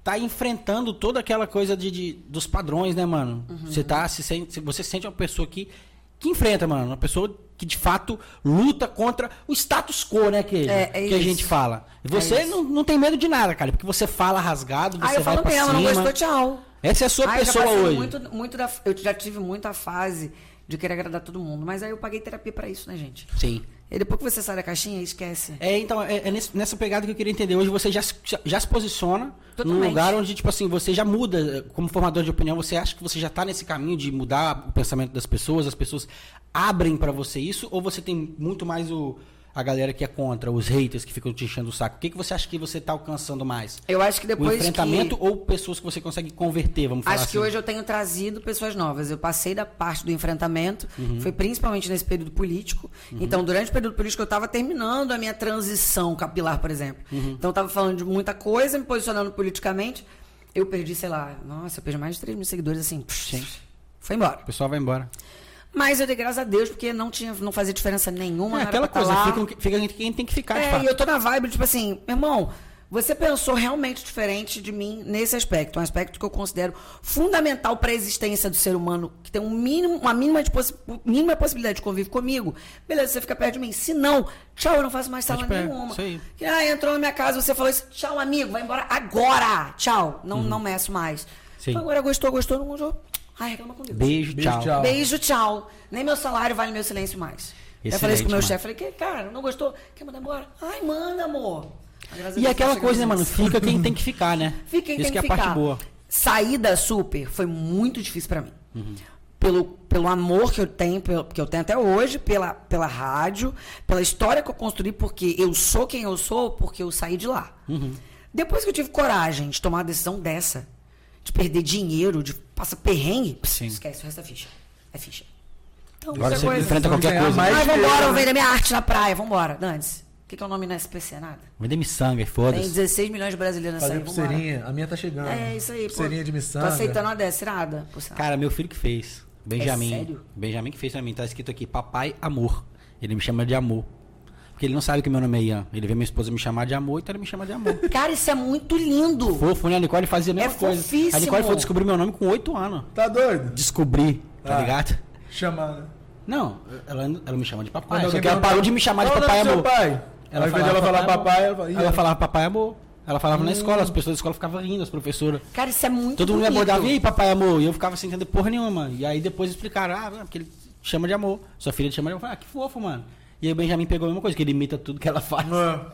A: tá enfrentando toda aquela coisa de, de dos padrões, né, mano? Uhum. Você tá se sente, você se sente uma pessoa que que enfrenta, mano, uma pessoa que de fato luta contra o status quo, né, que,
C: é, é
A: que a gente fala. E você é não, não tem medo de nada, cara, porque você fala rasgado, você
C: ah, eu
A: vai
C: falo
A: pra
C: mesmo,
A: cima.
C: não gostou, tchau.
A: Essa é a sua
C: ah,
A: pessoa
C: eu já
A: hoje.
C: Muito, muito da, eu já tive muita fase de querer agradar todo mundo, mas aí eu paguei terapia pra isso, né, gente?
A: Sim.
C: E depois que você sai da caixinha, esquece.
A: É, então, é, é nesse, nessa pegada que eu queria entender. Hoje você já, já, já se posiciona
C: Totalmente.
A: num lugar onde, tipo assim, você já muda, como formador de opinião, você acha que você já tá nesse caminho de mudar o pensamento das pessoas, as pessoas abrem pra você isso, ou você tem muito mais o, a galera que é contra, os haters que ficam te enchendo o saco? O que, que você acha que você tá alcançando mais?
C: Eu acho que depois
A: o enfrentamento
C: que...
A: ou pessoas que você consegue converter, vamos falar
C: Acho
A: assim?
C: que hoje eu tenho trazido pessoas novas. Eu passei da parte do enfrentamento, uhum. foi principalmente nesse período político. Uhum. Então, durante o período político, eu estava terminando a minha transição capilar, por exemplo. Uhum. Então, eu estava falando de muita coisa, me posicionando politicamente. Eu perdi, sei lá, nossa, eu perdi mais de três mil seguidores, assim. Sim. Foi embora.
A: O pessoal vai embora.
C: Mas eu dei graças a Deus, porque não, tinha, não fazia diferença nenhuma.
A: É aquela coisa, fica, fica quem tem que ficar,
C: é,
A: de fato.
C: E eu tô na vibe, tipo assim, meu irmão, você pensou realmente diferente de mim nesse aspecto. Um aspecto que eu considero fundamental para a existência do ser humano, que tem um mínimo, uma mínima, de possi mínima possibilidade de convívio comigo. Beleza, você fica perto de mim. Se não, tchau, eu não faço mais sala nenhuma. Isso aí. Ah, entrou na minha casa, você falou isso, tchau, amigo, vai embora agora. Tchau, não, uhum. não meço mais. Então, agora gostou, gostou, não gostou. Ai, reclama com Deus.
A: Beijo,
B: Beijo
A: tchau.
B: tchau.
C: Beijo, tchau. Nem meu salário vale meu silêncio mais. Excelente, eu falei isso pro meu chefe. Falei, que, cara, não gostou? Quer mandar embora? Ai, manda, amor.
A: E aquela coisa, né, mano? Fica quem tem que ficar, né?
C: Fica quem
A: isso
C: tem
A: que é
C: que
A: a
C: ficar.
A: parte boa.
C: Sair da Super foi muito difícil pra mim. Uhum. Pelo, pelo amor que eu tenho, pelo, que eu tenho até hoje, pela, pela rádio, pela história que eu construí, porque eu sou quem eu sou, porque eu saí de lá. Uhum. Depois que eu tive coragem de tomar uma decisão dessa, de perder dinheiro, de passar perrengue, Sim. esquece, o resto é ficha. É ficha. Então,
A: agora você
C: coisa,
A: enfrenta qualquer coisa.
C: Ah, vambora, vou vender minha arte na praia, vambora, Dante. O que, que é o nome na S P C? Nada?
A: Vender miçanga, foda-se.
C: Tem dezesseis milhões de brasileiros nessa
B: aí,
C: vambora.
B: pulseirinha, a minha tá chegando.
C: É, isso aí,
B: pulseirinha
C: pô.
B: de miçanga.
C: Tô aceitando uma dessa, irada.
A: Cara, meu filho que fez. Benjamin.
C: É sério?
A: Benjamin que fez pra mim. Tá escrito aqui, papai amor. Ele me chama de amor. Porque ele não sabe que meu nome é Ian. Ele vê minha esposa me chamar de amor, então ele me chama de amor.
C: Cara, isso é muito lindo.
A: Fofo, né? A Nicole fazia a mesma
C: é
A: coisa.
C: Fofíssimo.
A: A Nicole foi descobrir meu nome com oito anos.
B: Tá doido?
A: Descobri, tá
B: ah,
A: ligado?
B: Chamar, né?
A: Não, ela, ela me chama de papai.
B: Quando
A: Só que ela parou de me chamar de papai amor.
B: Pai? Ela, falava, ela falava papai, ela falava,
A: ela falava papai amor. Ela falava hum. na escola, as pessoas da escola ficavam rindo, as professoras.
C: Cara, isso é muito
A: Todo mundo me
C: bonito.
A: abordava, e aí, papai amor? E eu ficava sem entender porra nenhuma. E aí depois explicaram, ah, porque ele chama de amor. Sua filha te chama de amor. Eu falei, ah, que fofo, mano. E aí o Benjamin pegou a mesma coisa, que ele imita tudo que ela faz.
B: Ah.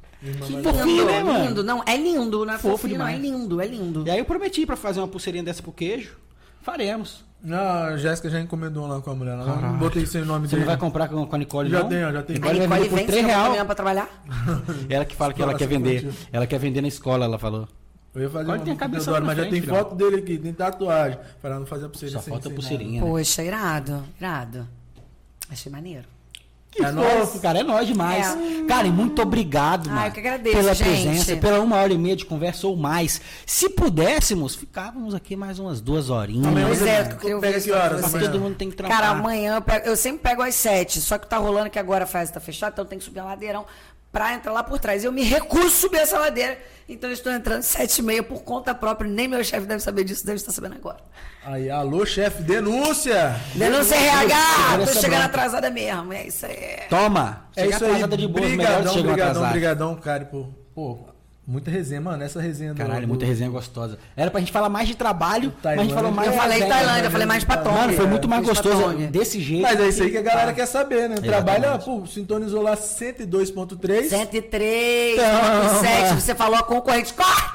C: Que fofinho, né, mano? Lindo, não, é lindo, não é
A: fofo
C: fofinho,
A: demais.
C: Não, é lindo, é lindo.
A: E aí eu prometi pra fazer uma pulseirinha dessa pro queijo. Faremos.
B: Não, a Jéssica já encomendou lá com a mulher. Ela não botei sem o nome
A: Você
B: dele.
A: não vai comprar com, com a Nicole,
B: já
A: não?
B: Tenho, já tenho.
C: A Nicole
A: vai
C: vem
A: por três reais
C: pra trabalhar?
A: Ela que fala que ela quer vender. Ela quer vender na escola, ela falou.
B: Eu ia fazer
A: uma tem a cabeça
B: Teodoro, mas
A: frente,
B: já tem
A: filho.
B: Foto dele aqui, tem tatuagem. Para não fazer a pulseirinha.
A: Só
B: sem,
A: falta
B: sem
A: a pulseirinha. Né?
C: Poxa, irado, irado. Achei maneiro.
A: Que é fofo, cara, é nóis demais. É. Cara, e muito obrigado, mano.
C: Ah, eu que agradeço,
A: pela
C: gente.
A: presença, pela uma hora e meia de conversa ou mais. Se pudéssemos, ficávamos aqui mais umas duas horinhas.
B: Amanhã
C: Pois
B: você
C: é,
B: pega
C: eu
B: pega que horas?
A: Mas todo mundo tem que trampar.
C: Cara, amanhã eu, pego, eu sempre pego às sete, só que tá rolando que agora a fase tá fechada, então tem que subir a ladeirão pra entrar lá por trás. Eu me recuso a subir essa ladeira, então eu estou entrando sete e meia por conta própria, nem meu chefe deve saber disso, deve estar sabendo agora.
B: Aí, alô, chefe, denúncia!
C: Denúncia R H! Tô
A: essa
C: chegando
A: bronca.
C: atrasada mesmo, é isso aí.
A: Toma!
B: É
A: Chega
B: isso aí,
A: atrasada de boa, os melhores
B: brigadão,
A: chegam
B: brigadão,
A: atrasados.
B: brigadão, cara, pô, pô, muita resenha, mano, essa resenha do...
A: Caralho,
B: do-
A: muita resenha gostosa. Era pra gente falar mais de trabalho, mas a gente falou mais
C: Eu
A: de
C: falei
A: resenha.
C: Tailândia, eu falei mais de Patong.
A: Mano, foi muito mais
C: Fiz
A: gostoso
C: Patong.
A: desse jeito.
B: Mas é isso aí que a galera
A: Ah.
B: quer saber, né? Trabalha, pô, sintonizou lá cento e dois ponto três.
C: cento e três,
A: Toma.
C: sete, você falou a concorrente, corta!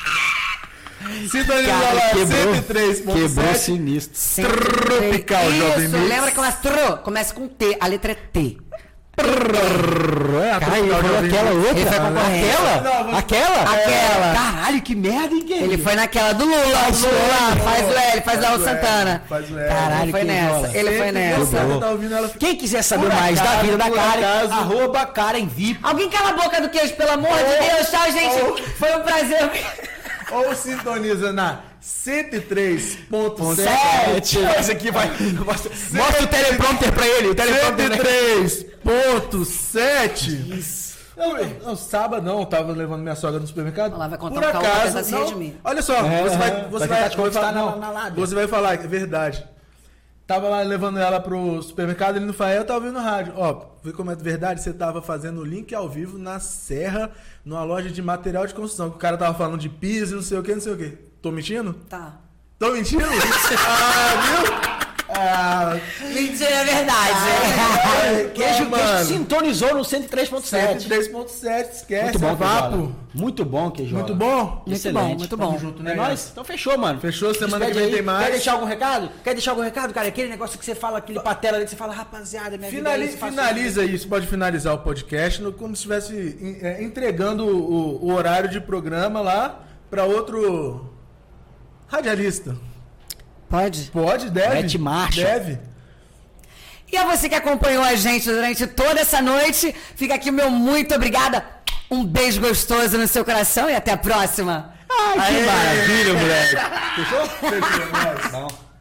B: Sintonizou
A: Cara,
B: lá
A: quebrou,
B: cento e três ponto
A: quebrou
B: sete.
A: sinistro.
B: Tropical Jovem
C: Isso,
B: Mix.
C: lembra que ela tro, começa com T, a letra é T.
A: Cara, ele foi
B: Jovem
A: aquela
B: Mix.
A: outra?
C: Ele foi concorrente.
A: Aquela?
B: Não, vou-
A: Aquela?
C: Aquela.
A: Caralho, que merda, hein, Guilherme?
C: Ele foi naquela do Lula,
A: Faz o
C: Lula,
A: L,
C: faz o L, faz da
B: o L,
C: Santana.
B: faz o L.
A: Caralho,
C: Ele foi
A: que
C: nessa,
A: rola.
C: ele foi nessa.
B: Você tá ouvindo ela...
A: Quem quiser saber
B: Por
A: mais da
B: acaso,
A: vida da
B: por
A: Karen,
B: acaso.
A: arroba Karen V I P.
C: Alguém cala a boca do queijo, pelo amor de Deus, tchau, gente. Foi um prazer.
B: Ou sintoniza na cento e três ponto
A: Sete.
B: sete.
A: Esse aqui vai. Mostra, mostra o teleprompter pra ele. O
B: cento
A: teleprompter
B: e
A: pra ele.
B: três ponto sete. Eu, eu, eu, sábado não, eu tava levando minha sogra no supermercado.
C: Ela vai contar
B: Por
C: um caô que
B: acaso,
C: essa
B: não,
C: de mim.
B: olha só,
A: É,
B: você vai,
A: é,
B: você
A: vai
B: vai,
A: tentar
B: vai
A: te
B: falar,
A: conquistar
B: não,
A: na- na lábia.
B: você vai falar, é verdade. Tava lá levando ela pro supermercado, ele no Fael, eu tava ouvindo rádio. Ó, vê como é verdade, você tava fazendo o link ao vivo na Serra, numa loja de material de construção, que o cara tava falando de piso e não sei o que, não sei o que. Tô mentindo?
C: Tá.
B: Tô mentindo? Ah, viu? Ah,
C: Mentira, é verdade.
B: ai,
A: Queijo,
B: mano.
A: queijo sintonizou no cento e três ponto
B: cento e
A: sete.
B: três ponto sete, esquece.
A: Muito bom,
B: é vapo.
A: Queijola. Muito bom, Queijola.
B: Muito bom?
C: Muito
A: Excelente.
C: bom, muito bom.
B: Tamo junto, né?
A: É nóis? Então fechou, mano.
B: Fechou, semana
A: Despede
B: que vem
A: aí.
B: tem mais.
A: Quer deixar algum recado? Quer deixar algum recado, cara? Aquele negócio que você fala, aquele patela ali que você fala, rapaziada, minha
B: Finali-
A: vida é isso, faço
B: finaliza isso, pode finalizar o podcast no- como se estivesse em- é, entregando o, o horário de programa lá para outro radialista.
C: Pode?
B: Pode, deve.
A: Mete marcha.
B: Deve.
C: E a você que acompanhou a gente durante toda essa noite, fica aqui o meu muito obrigada. Um beijo gostoso no seu coração e até a próxima.
A: Ai, que
B: Aê.
A: maravilha, moleque.
B: Fechou? Fechou, é nóis.
A: Não.